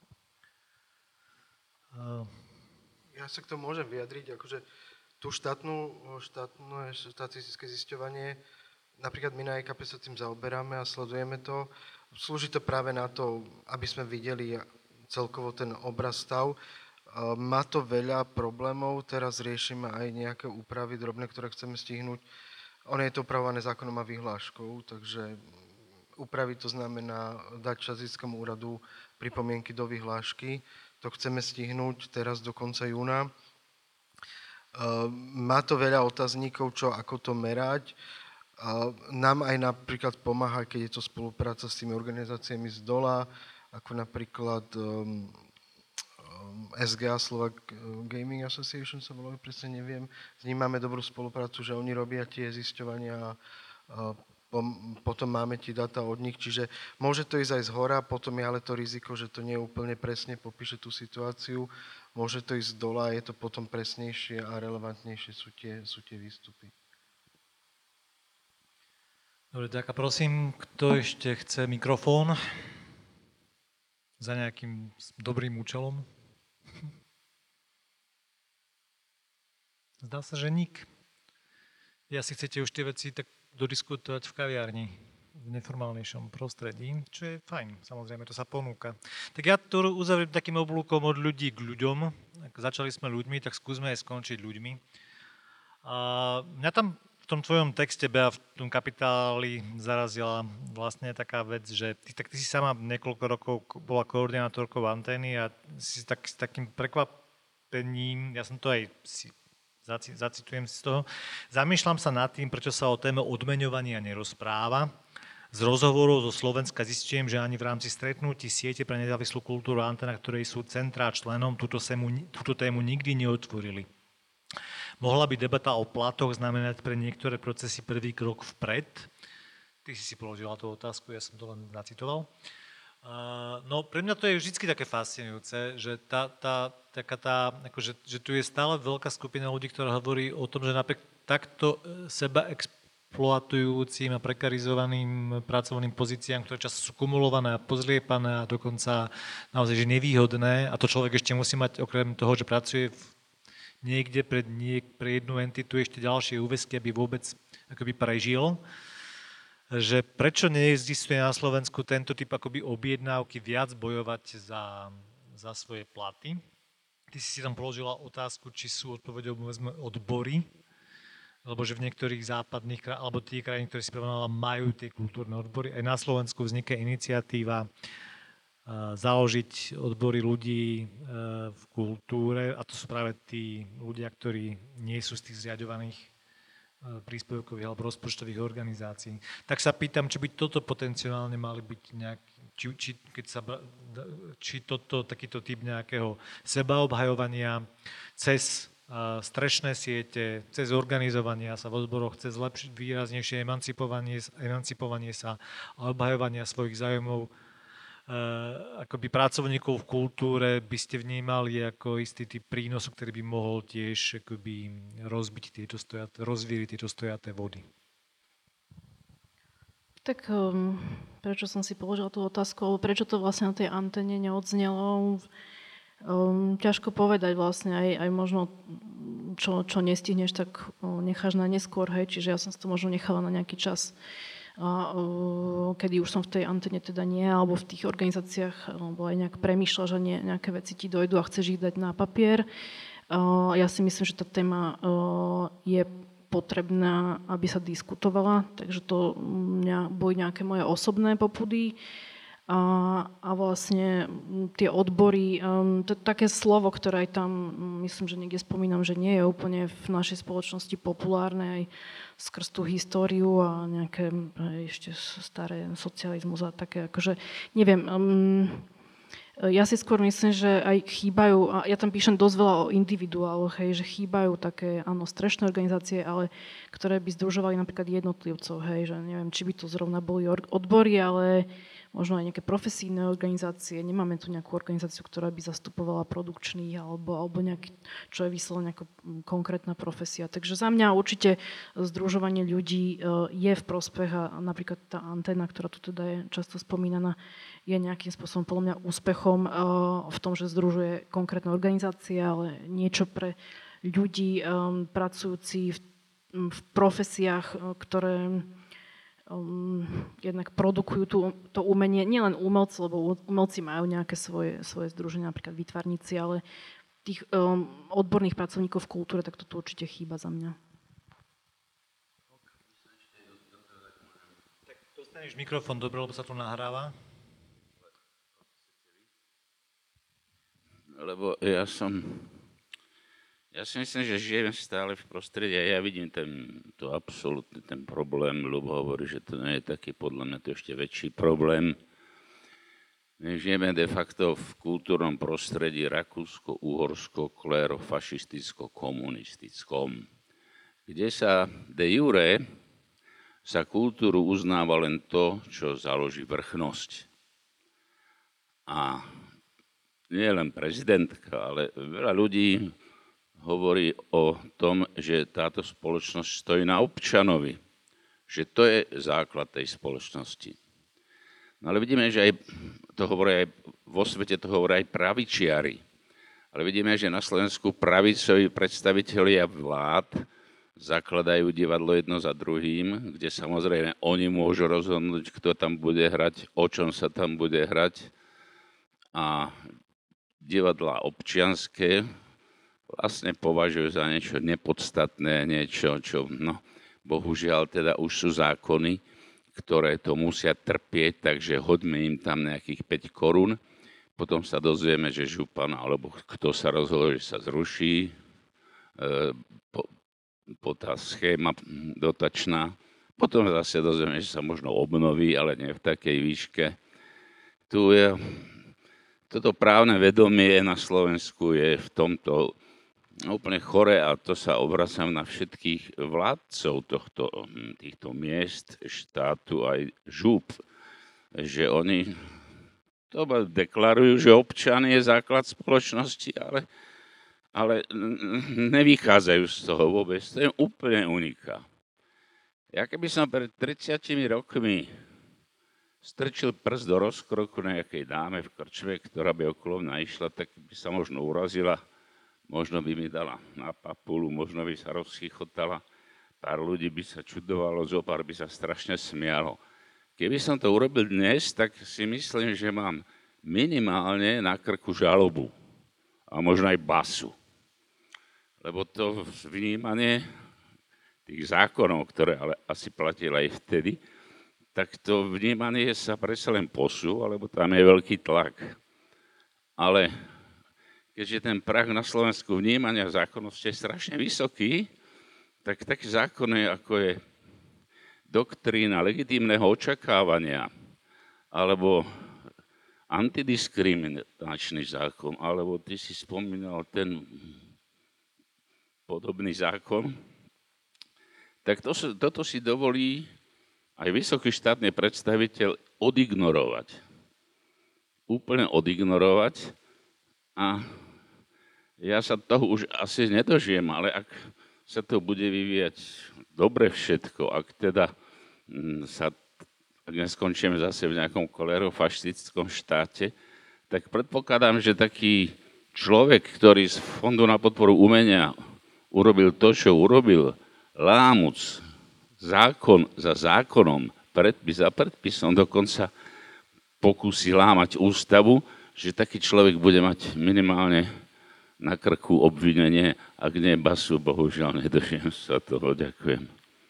Ja sa k tomu môžem vyjadriť, akože tú štátnu, štátne štatistické zisťovanie, napríklad my na í ká pé sa tým zaoberáme a sledujeme to. Slúži to práve na to, aby sme videli celkovo ten obraz stav. Má to veľa problémov, teraz riešime aj nejaké úpravy drobné, ktoré chceme stihnúť. Ono je to upravované zákonom a vyhláškou, takže upraviť to znamená dať štatistickému úradu pripomienky do vyhlášky. To chceme stihnúť teraz do konca júna. Má to veľa otáznikov, čo ako to merať. Nám aj napríklad pomáha, keď je to spolupráca s tými organizáciami z dola, ako napríklad es gé á, Slovak Gaming Association sa volá, presne neviem. S ním máme dobrú spoluprácu, že oni robia tie zisťovania a potom máme tie dáta od nich, čiže môže to ísť aj z hora, potom je ale to riziko, že to nie úplne presne popíše tú situáciu, môže to ísť z dola, je to potom presnejšie a relevantnejšie sú tie, sú tie výstupy. Dobre, tak a prosím, kto ešte chce mikrofón za nejakým dobrým účelom? Zdá sa, že nik. Ja si chcete už tie veci tak dodiskutovať v kaviarni, v neformálnejšom prostredí, čo je fajn, samozrejme, to sa ponúka. Tak ja to uzavriem takým oblúkom od ľudí k ľuďom. Ak začali sme ľuďmi, tak skúsme aj skončiť ľuďmi. A mňa tam v tom tvojom texte, Bea, v tom Kapitáli zarazila vlastne taká vec, že ty, tak ty si sama niekoľko rokov bola koordinátorkou antény a si tak, s takým prekvapením, ja som to aj si zaci- zacitujem si z toho. Zamýšľam sa nad tým, prečo sa o téme odmeňovania nerozpráva. Z rozhovorov zo Slovenska zistujem, že ani v rámci stretnutí siete pre nezávislú kultúru Antena, ktorej sú centrá členom, túto, semu, túto tému nikdy neotvorili. Mohla by debata o platoch znamenať pre niektoré procesy prvý krok vpred? Ty si si položila tú otázku, ja som to len zacitoval. Uh, no pre mňa to je vždy také fascinujúce, že, tá, tá, taká tá, akože, že tu je stále veľká skupina ľudí, ktorá hovorí o tom, že napriek takto seba exploatujúcim a prekarizovaným pracovným pozíciám, ktoré často sú kumulované a pozliepané a dokonca naozaj že nevýhodné, a to človek ešte musí mať okrem toho, že pracuje v, niekde pre, niek, pre jednu entitu ešte ďalšie úväzky, aby vôbec akoby prežil, že prečo neexistuje na Slovensku tento typ akoby objednávky viac bojovať za, za svoje platy. Ty si si tam položila otázku, či sú odpoveďou odbory, lebo že v niektorých západných, alebo tie krajiny, ktoré si prevonala, majú tie kultúrne odbory. Aj na Slovensku vzniká iniciatíva založiť odbory ľudí v kultúre, a to sú práve tí ľudia, ktorí nie sú z tých zriaďovaných príspevkových alebo rozpočtových organizácií. Tak sa pýtam, či by toto potenciálne mali byť nejaký, či, či, keď sa, či toto, takýto typ nejakého sebaobhajovania cez uh, strešné siete, cez organizovania sa v odboroch, cez lepšie, výraznejšie emancipovanie, emancipovanie sa a obhajovania svojich zájmov Uh, akoby pracovníkov v kultúre by ste vnímali ako istý typ prínosu, ktorý by mohol tiež akoby rozbiť tieto stojaté, rozvíriť tieto stojaté vody? Tak um, prečo som si položila tú otázku, alebo prečo to vlastne na tej antene neodznelo? Um, ťažko povedať vlastne, aj, aj možno čo, čo nestihneš, tak um, necháš na neskôr, hej, čiže ja som si to možno nechala na nejaký čas. A, uh, kedy už som v tej antene teda nie, alebo v tých organizáciách, alebo aj nejak premýšľa, že nie, nejaké veci ti dojdu a chceš ich dať na papier. Uh, ja si myslím, že tá téma uh, je potrebná, aby sa diskutovala, takže to mňa boli nejaké moje osobné popudy. A, a vlastne tie odbory, um, to je také slovo, ktoré aj tam, myslím, že niekde spomínam, že nie je úplne v našej spoločnosti populárne, aj skrz tú históriu a nejaké ešte staré socializmus a také, akože, neviem, um, ja si skôr myslím, že aj chýbajú, a ja tam píšem dosť veľa o individuáloch, hej, že chýbajú také, áno, strešné organizácie, ale ktoré by združovali napríklad jednotlivcov, hej, že neviem, či by to zrovna boli odbory, ale možno aj nejaké profesijné organizácie. Nemáme tu nejakú organizáciu, ktorá by zastupovala produkčných alebo, alebo nejaký, čo je vyslovene ako konkrétna profesia. Takže za mňa určite združovanie ľudí je v prospech a napríklad tá anténa, ktorá tu teda je často spomínaná, je nejakým spôsobom podľa mňa úspechom v tom, že združuje konkrétne organizácie, ale niečo pre ľudí pracujúci v, v profesiách, ktoré Um, jednak produkujú tú, to umenie, nielen umelci, lebo umelci majú nejaké svoje, svoje združenia, napríklad výtvarníci, ale tých um, odborných pracovníkov v kultúre, tak toto určite chýba za mňa. Tak dostaneš mikrofón, dobre, lebo sa tu nahráva. Lebo ja som... Ja si myslím, že žijem stále v prostredí a ja vidím ten, to absolútne ten problém. Ľubo hovorí, že to nie je taký, podľa mňa to ešte väčší problém. My žijeme de facto v kultúrnom prostredí rakúsko-uhorsko-klero-fašisticko-komunistickom, kde sa de jure za kultúru uznáva len to, čo založí vrchnosť. A nie len prezidentka, ale veľa ľudí hovorí o tom, že táto spoločnosť stojí na občanovi, že to je základ tej spoločnosti. No ale vidíme, že aj to hovorí aj vo svete, to hovorí aj pravičiari. Ale vidíme, že na Slovensku pravicoví predstavitelia vlád zakladajú divadlo jedno za druhým, kde samozrejme oni môžu rozhodnúť, kto tam bude hrať, o čom sa tam bude hrať. A divadlá občianske vlastne považujú za niečo nepodstatné, niečo, čo, no, bohužiaľ teda už sú zákony, ktoré to musia trpieť, takže hoďme im tam nejakých päť korún. Potom sa dozvieme, že župan, alebo kto sa rozhodol, že sa zruší po, po tá schéma dotačná. Potom zase dozvieme, že sa možno obnoví, ale nie v takej výške. Tu je, toto právne vedomie na Slovensku je v tomto úplne chore a to sa obracam na všetkých vládcov tohto, týchto miest, štátu aj žúb, že oni to deklarujú, že občan je základ spoločnosti, ale, ale nevychádzajú z toho vôbec. To je úplne uniká. Ja keby som pred tridsiatimi rokmi strčil prst do rozkroku nejakej dáme v krčme, ktorá by okolo mňa išla, tak by sa možno urazila. Možno by mi dala na papulu, možno by sa rozchichotala, pár ľudí by sa čudovalo, zopár by sa strašne smialo. Keby som to urobil dnes, tak si myslím, že mám minimálne na krku žalobu a možno aj basu. Lebo to vnímanie tých zákonov, ktoré ale asi platili aj vtedy, tak to vnímanie sa predsa len posúva, lebo tam je veľký tlak. Ale keďže ten prah na Slovensku vnímania zákonnosti je strašne vysoký, tak také zákony, ako je doktrína legitímneho očakávania, alebo antidiskriminačný zákon, alebo ty si spomínal ten podobný zákon, tak to, toto si dovolí aj vysoký štátny predstaviteľ odignorovať. Úplne odignorovať. A ja sa toho už asi nedožijem, ale ak sa to bude vyvíjať dobre všetko, ak teda sa, ak neskončíme zase v nejakom kolerofašistickom štáte, tak predpokladám, že taký človek, ktorý z Fondu na podporu umenia urobil to, čo urobil, lámuc zákon za zákonom, predpis za predpisom, dokonca pokusí lámať ústavu, že taký človek bude mať minimálne na krku obvinenie, ak nie basu, bohužiaľ nedožijem sa toho. Ďakujem.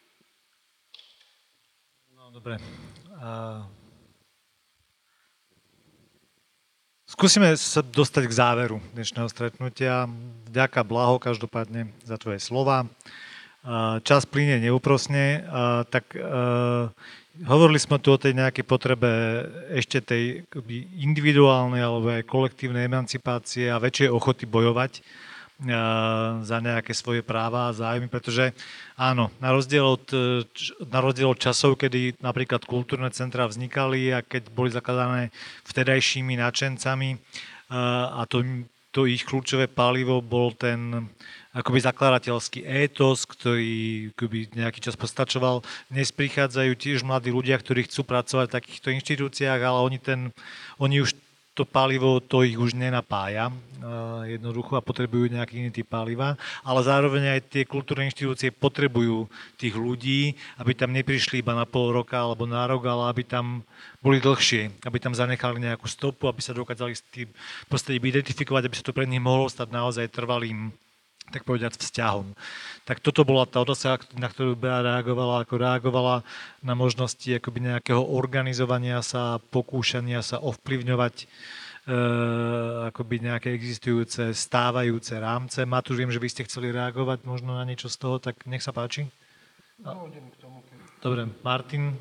No dobre. A... Skúsime sa dostať k záveru dnešného stretnutia. Vďaka, Blaho, každopádne za tvoje slova. Čas plynie neúprosne, tak hovorili sme tu o tej nejakej potrebe ešte tej individuálnej alebo aj kolektívnej emancipácie a väčšej ochoty bojovať za nejaké svoje práva a záujmy, pretože áno, na rozdiel od, na rozdiel od časov, kedy napríklad kultúrne centrá vznikali a keď boli zakladané vtedajšími nadšencami a to, to ich kľúčové palivo bol ten akoby zakladateľský étos, ktorý akoby nejaký čas postačoval. Dnes prichádzajú tiež mladí ľudia, ktorí chcú pracovať v takýchto inštitúciách, ale oni, ten, oni už to palivo, to ich už nenapája jednoducho a potrebujú nejaký iný typ paliva, ale zároveň aj tie kultúrne inštitúcie potrebujú tých ľudí, aby tam neprišli iba na pol roka alebo na rok, ale aby tam boli dlhšie, aby tam zanechali nejakú stopu, aby sa dokázali s tým proste identifikovať, aby sa to pre nich mohlo stať naozaj trvalým, tak povedať, vzťahom. Tak toto bola tá otázka, na ktorú Bea reagovala, ako reagovala na možnosti akoby nejakého organizovania sa, pokúšania sa ovplyvňovať e, akoby nejaké existujúce, stávajúce rámce. Matúš, viem, že vy ste chceli reagovať možno na niečo z toho, tak nech sa páči. No, idem k tomu. Dobre, Martin.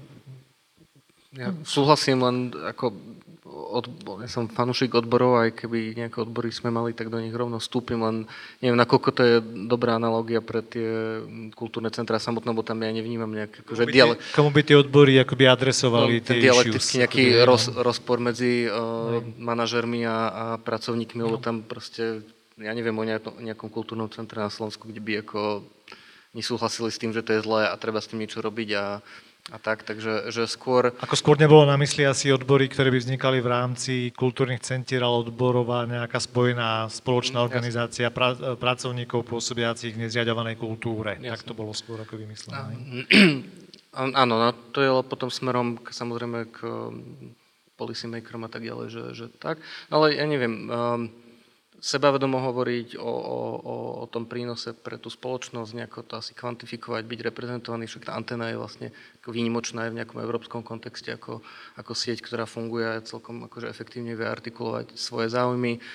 Ja súhlasím, len ako od, ja som fanúšik odborov, aj keby nejaké odbory sme mali, tak do nich rovno vstúpim, len neviem, nakoľko to je dobrá analogia pre tie kultúrne centrá samotné, bo tam ja nevnímam nejak... Akože komu, by diale... tie, komu by tie odbory akoby adresovali no, tie dialektický nejaký akoby, roz, rozpor medzi uh, manažermi a, a pracovníkmi, lebo tam proste, ja neviem o nejakom, nejakom kultúrnom centre na Slovensku, kde by ako nesúhlasili s tým, že to je zlé a treba s tým niečo robiť a A tak, takže že skôr... Ako skôr nebolo na mysli asi odbory, ktoré by vznikali v rámci kultúrnych centier, ale odborová nejaká spojená spoločná organizácia pra, pracovníkov pôsobiacich v nezriaďovanej kultúre. Jasne. Tak to bolo skôr ako vymyslené. Áno, no, to je potom smerom k, samozrejme k policy makerom a tak ďalej, že, že tak. Ale ja neviem... Um, sebavedomo hovoriť o, o, o tom prínose pre tú spoločnosť, nejako to asi kvantifikovať, byť reprezentovaný, však tá antena je vlastne výnimočná aj v nejakom európskom kontexte ako, ako sieť, ktorá funguje a celkom akože efektívne vie artikulovať svoje záujmy.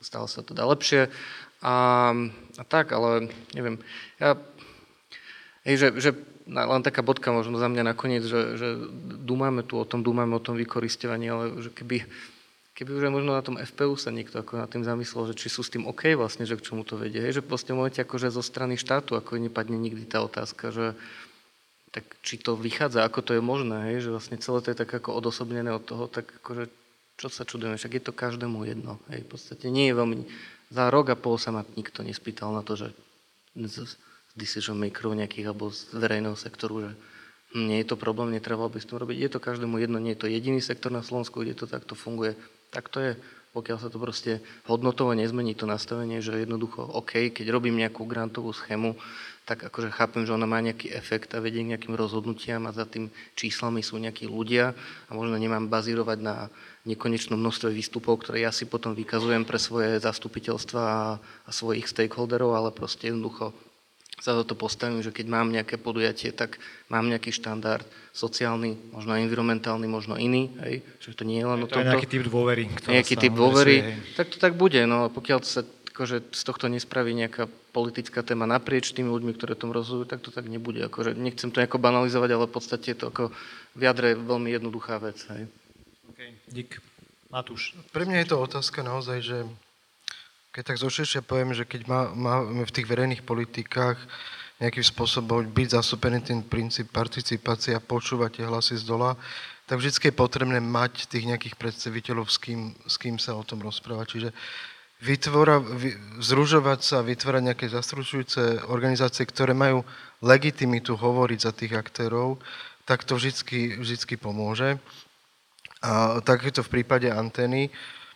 stále sa to dá lepšie a, a tak, ale neviem, ja, hej, že, že len taká bodka možno za mňa nakoniec, že, že dúmame tu o tom, dúmame o tom vykoristovaní, ale že keby, keby už aj možno na tom ef pé ú sa niekto ako nad tým zamyslel, že či sú s tým OK vlastne, že k čomu to vedie, hej, že proste v momente akože zo strany štátu, ako nepadne nikdy tá otázka, že tak či to vychádza, ako to je možné, hej, že vlastne celé to je tak ako odosobnené od toho, tak akože čo sa čudujeme, však je to každému jedno. Hej, v podstate nie je veľmi... Za rok a pol sa ma nikto nespýtal na to, že z decision makerov nejakých alebo z verejného sektoru, že nie je to problém, netreba by s tým robiť. Je to každému jedno, nie je to jediný sektor na Slovensku, kde to takto funguje. Tak to je, pokiaľ sa to proste hodnotovo nezmení to nastavenie, že jednoducho OK, keď robím nejakú grantovú schému, tak akože chápem, že ona má nejaký efekt a vedie k nejakým rozhodnutiam a za tým číslami sú nejakí ľudia a možno nemám bazírovať na nekonečnom množstve výstupov, ktoré ja si potom vykazujem pre svoje zastupiteľstva a, a svojich stakeholderov, ale proste jednoducho sa za to postavím, že keď mám nejaké podujatie, tak mám nejaký štandard sociálny, možno environmentálny, možno iný, hej, že to nie je len o tomto. To je nejaký typ dôvery. Nejaký typ dôvery, tak to tak bude, no pokiaľ sa akože z tohto nespraví nejaká politická téma naprieč tými ľuďmi, ktoré tom rozhodujú, tak to tak nebude. Akože nechcem to nejako banalizovať, ale v podstate je to ako v jadre veľmi jednoduchá vec. Hej. Okay. Dík. Matúš. Pre mňa je to otázka naozaj, že keď tak zoširšia poviem, že keď má, máme v tých verejných politikách nejakým spôsobom byť zastúpený ten princíp participácie a počúvať tie hlasy z dola, tak vždy je potrebné mať tých nejakých predstaviteľov, s kým, s kým sa o tom rozprávať. Čiže vytvora, vy, zružovať sa, vytvárať nejaké zastrešujúce organizácie, ktoré majú legitimitu hovoriť za tých aktérov, tak to vždy, vždy pomôže. A tak je to v prípade Antény.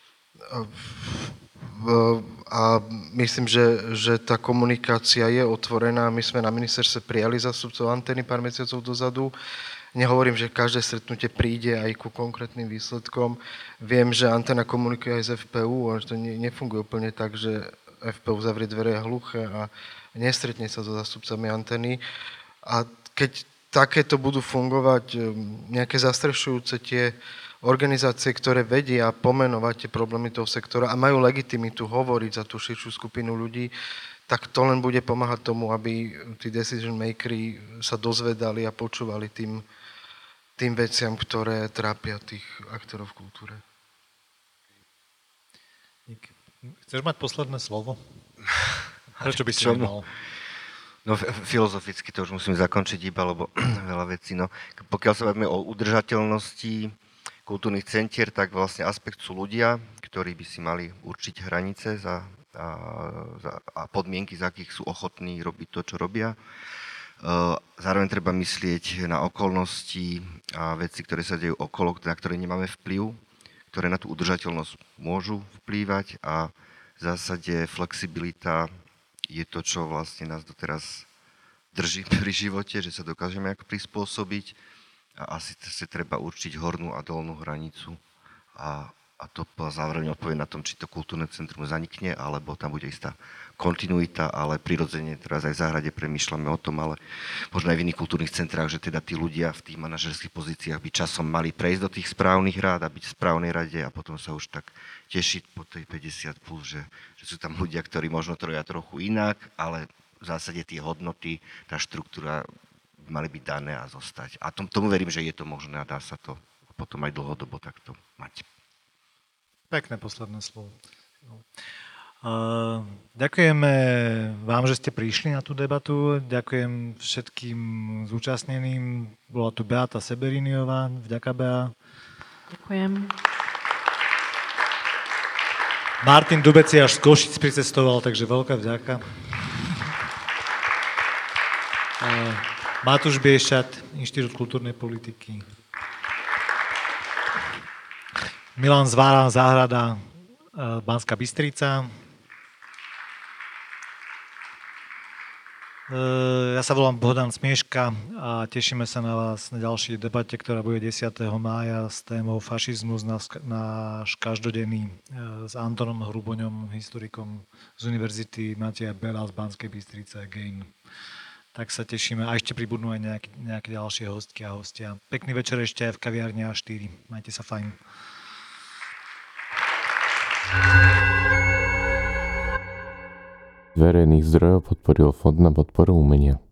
A myslím, že, že tá komunikácia je otvorená. My sme na ministerstve prijali zástupcov Antény pár mesiacov dozadu. Nehovorím, že každé stretnutie príde aj ku konkrétnym výsledkom. Viem, že Anténa komunikuje aj z ef pé ú, a že to nefunguje úplne tak, že ef pé ú zavrie dvere a hluché a nestretne sa so zástupcami Antény. A keď takéto budú fungovať nejaké zastrešujúce tie organizácie, ktoré vedia pomenovať tie problémy toho sektora a majú legitimitu hovoriť za tú širšiu skupinu ľudí, tak to len bude pomáhať tomu, aby tí decision makeri sa dozvedali a počúvali tým, tým veciam, ktoré trápia tých aktérov v kultúre. Chceš mať posledné slovo? Prečo by si nemal? No filozoficky to už musím zakončiť iba, lebo veľa vecí. No, pokiaľ sa bavíme o udržateľnosti kultúrnych centier, tak vlastne aspekt sú ľudia, ktorí by si mali určiť hranice za, a, za, a podmienky, za akých sú ochotní robiť to, čo robia. Zároveň treba myslieť na okolnosti a veci, ktoré sa dejú okolo, na ktoré nemáme vplyv, ktoré na tú udržateľnosť môžu vplývať a v zásade flexibilita je to, čo vlastne nás doteraz drží pri živote, že sa dokážeme ako prispôsobiť a asi sa treba určiť hornú a dolnú hranicu a, a to zároveň odpovie na tom, či to kultúrne centrum zanikne, alebo tam bude istá kontinuita, ale prirodzene teraz aj v záhrade premýšľame o tom, ale možno aj v iných kultúrnych centrách, že teda tí ľudia v tých manažerských pozíciách by časom mali prejsť do tých správnych rád a byť v správnej rade a potom sa už tak tešiť po tej päťdesiat plus, že, že sú tam ľudia, ktorí možno troja trochu inak, ale v zásade tie hodnoty, tá štruktúra mali byť dané a zostať. A tom, tomu verím, že je to možné a dá sa to potom aj dlhodobo takto mať. Pekné posledné slovo. Uh, ďakujeme vám, že ste prišli na tú debatu. Ďakujem všetkým zúčastneným. Bola tu Beata Seberiniová. Vďaka, Bea. Ďakujem. Martin Dubec je až z Košic pricestoval, takže veľká vďaka. Uh, Matúš Biešat, Inštitút kultúrnej politiky. Milan Zvára, Záhrada, Banská Bystrica. Ja sa volám Bohdan Smieška a tešíme sa na vás na ďalšej debate, ktorá bude desiateho mája s témou fašizmus, náš každodenný, s Antonom Hruboňom, historikom z Univerzity Mateja Bela z Banskej Bystrice Gain. Tak sa tešíme. A ešte pribudnú aj nejaké, nejaké ďalšie hostky a hostia. Pekný večer ešte aj v kaviárni á štyri. Majte sa fajn. verejných zdrojov podporil Fond na podporu umenia.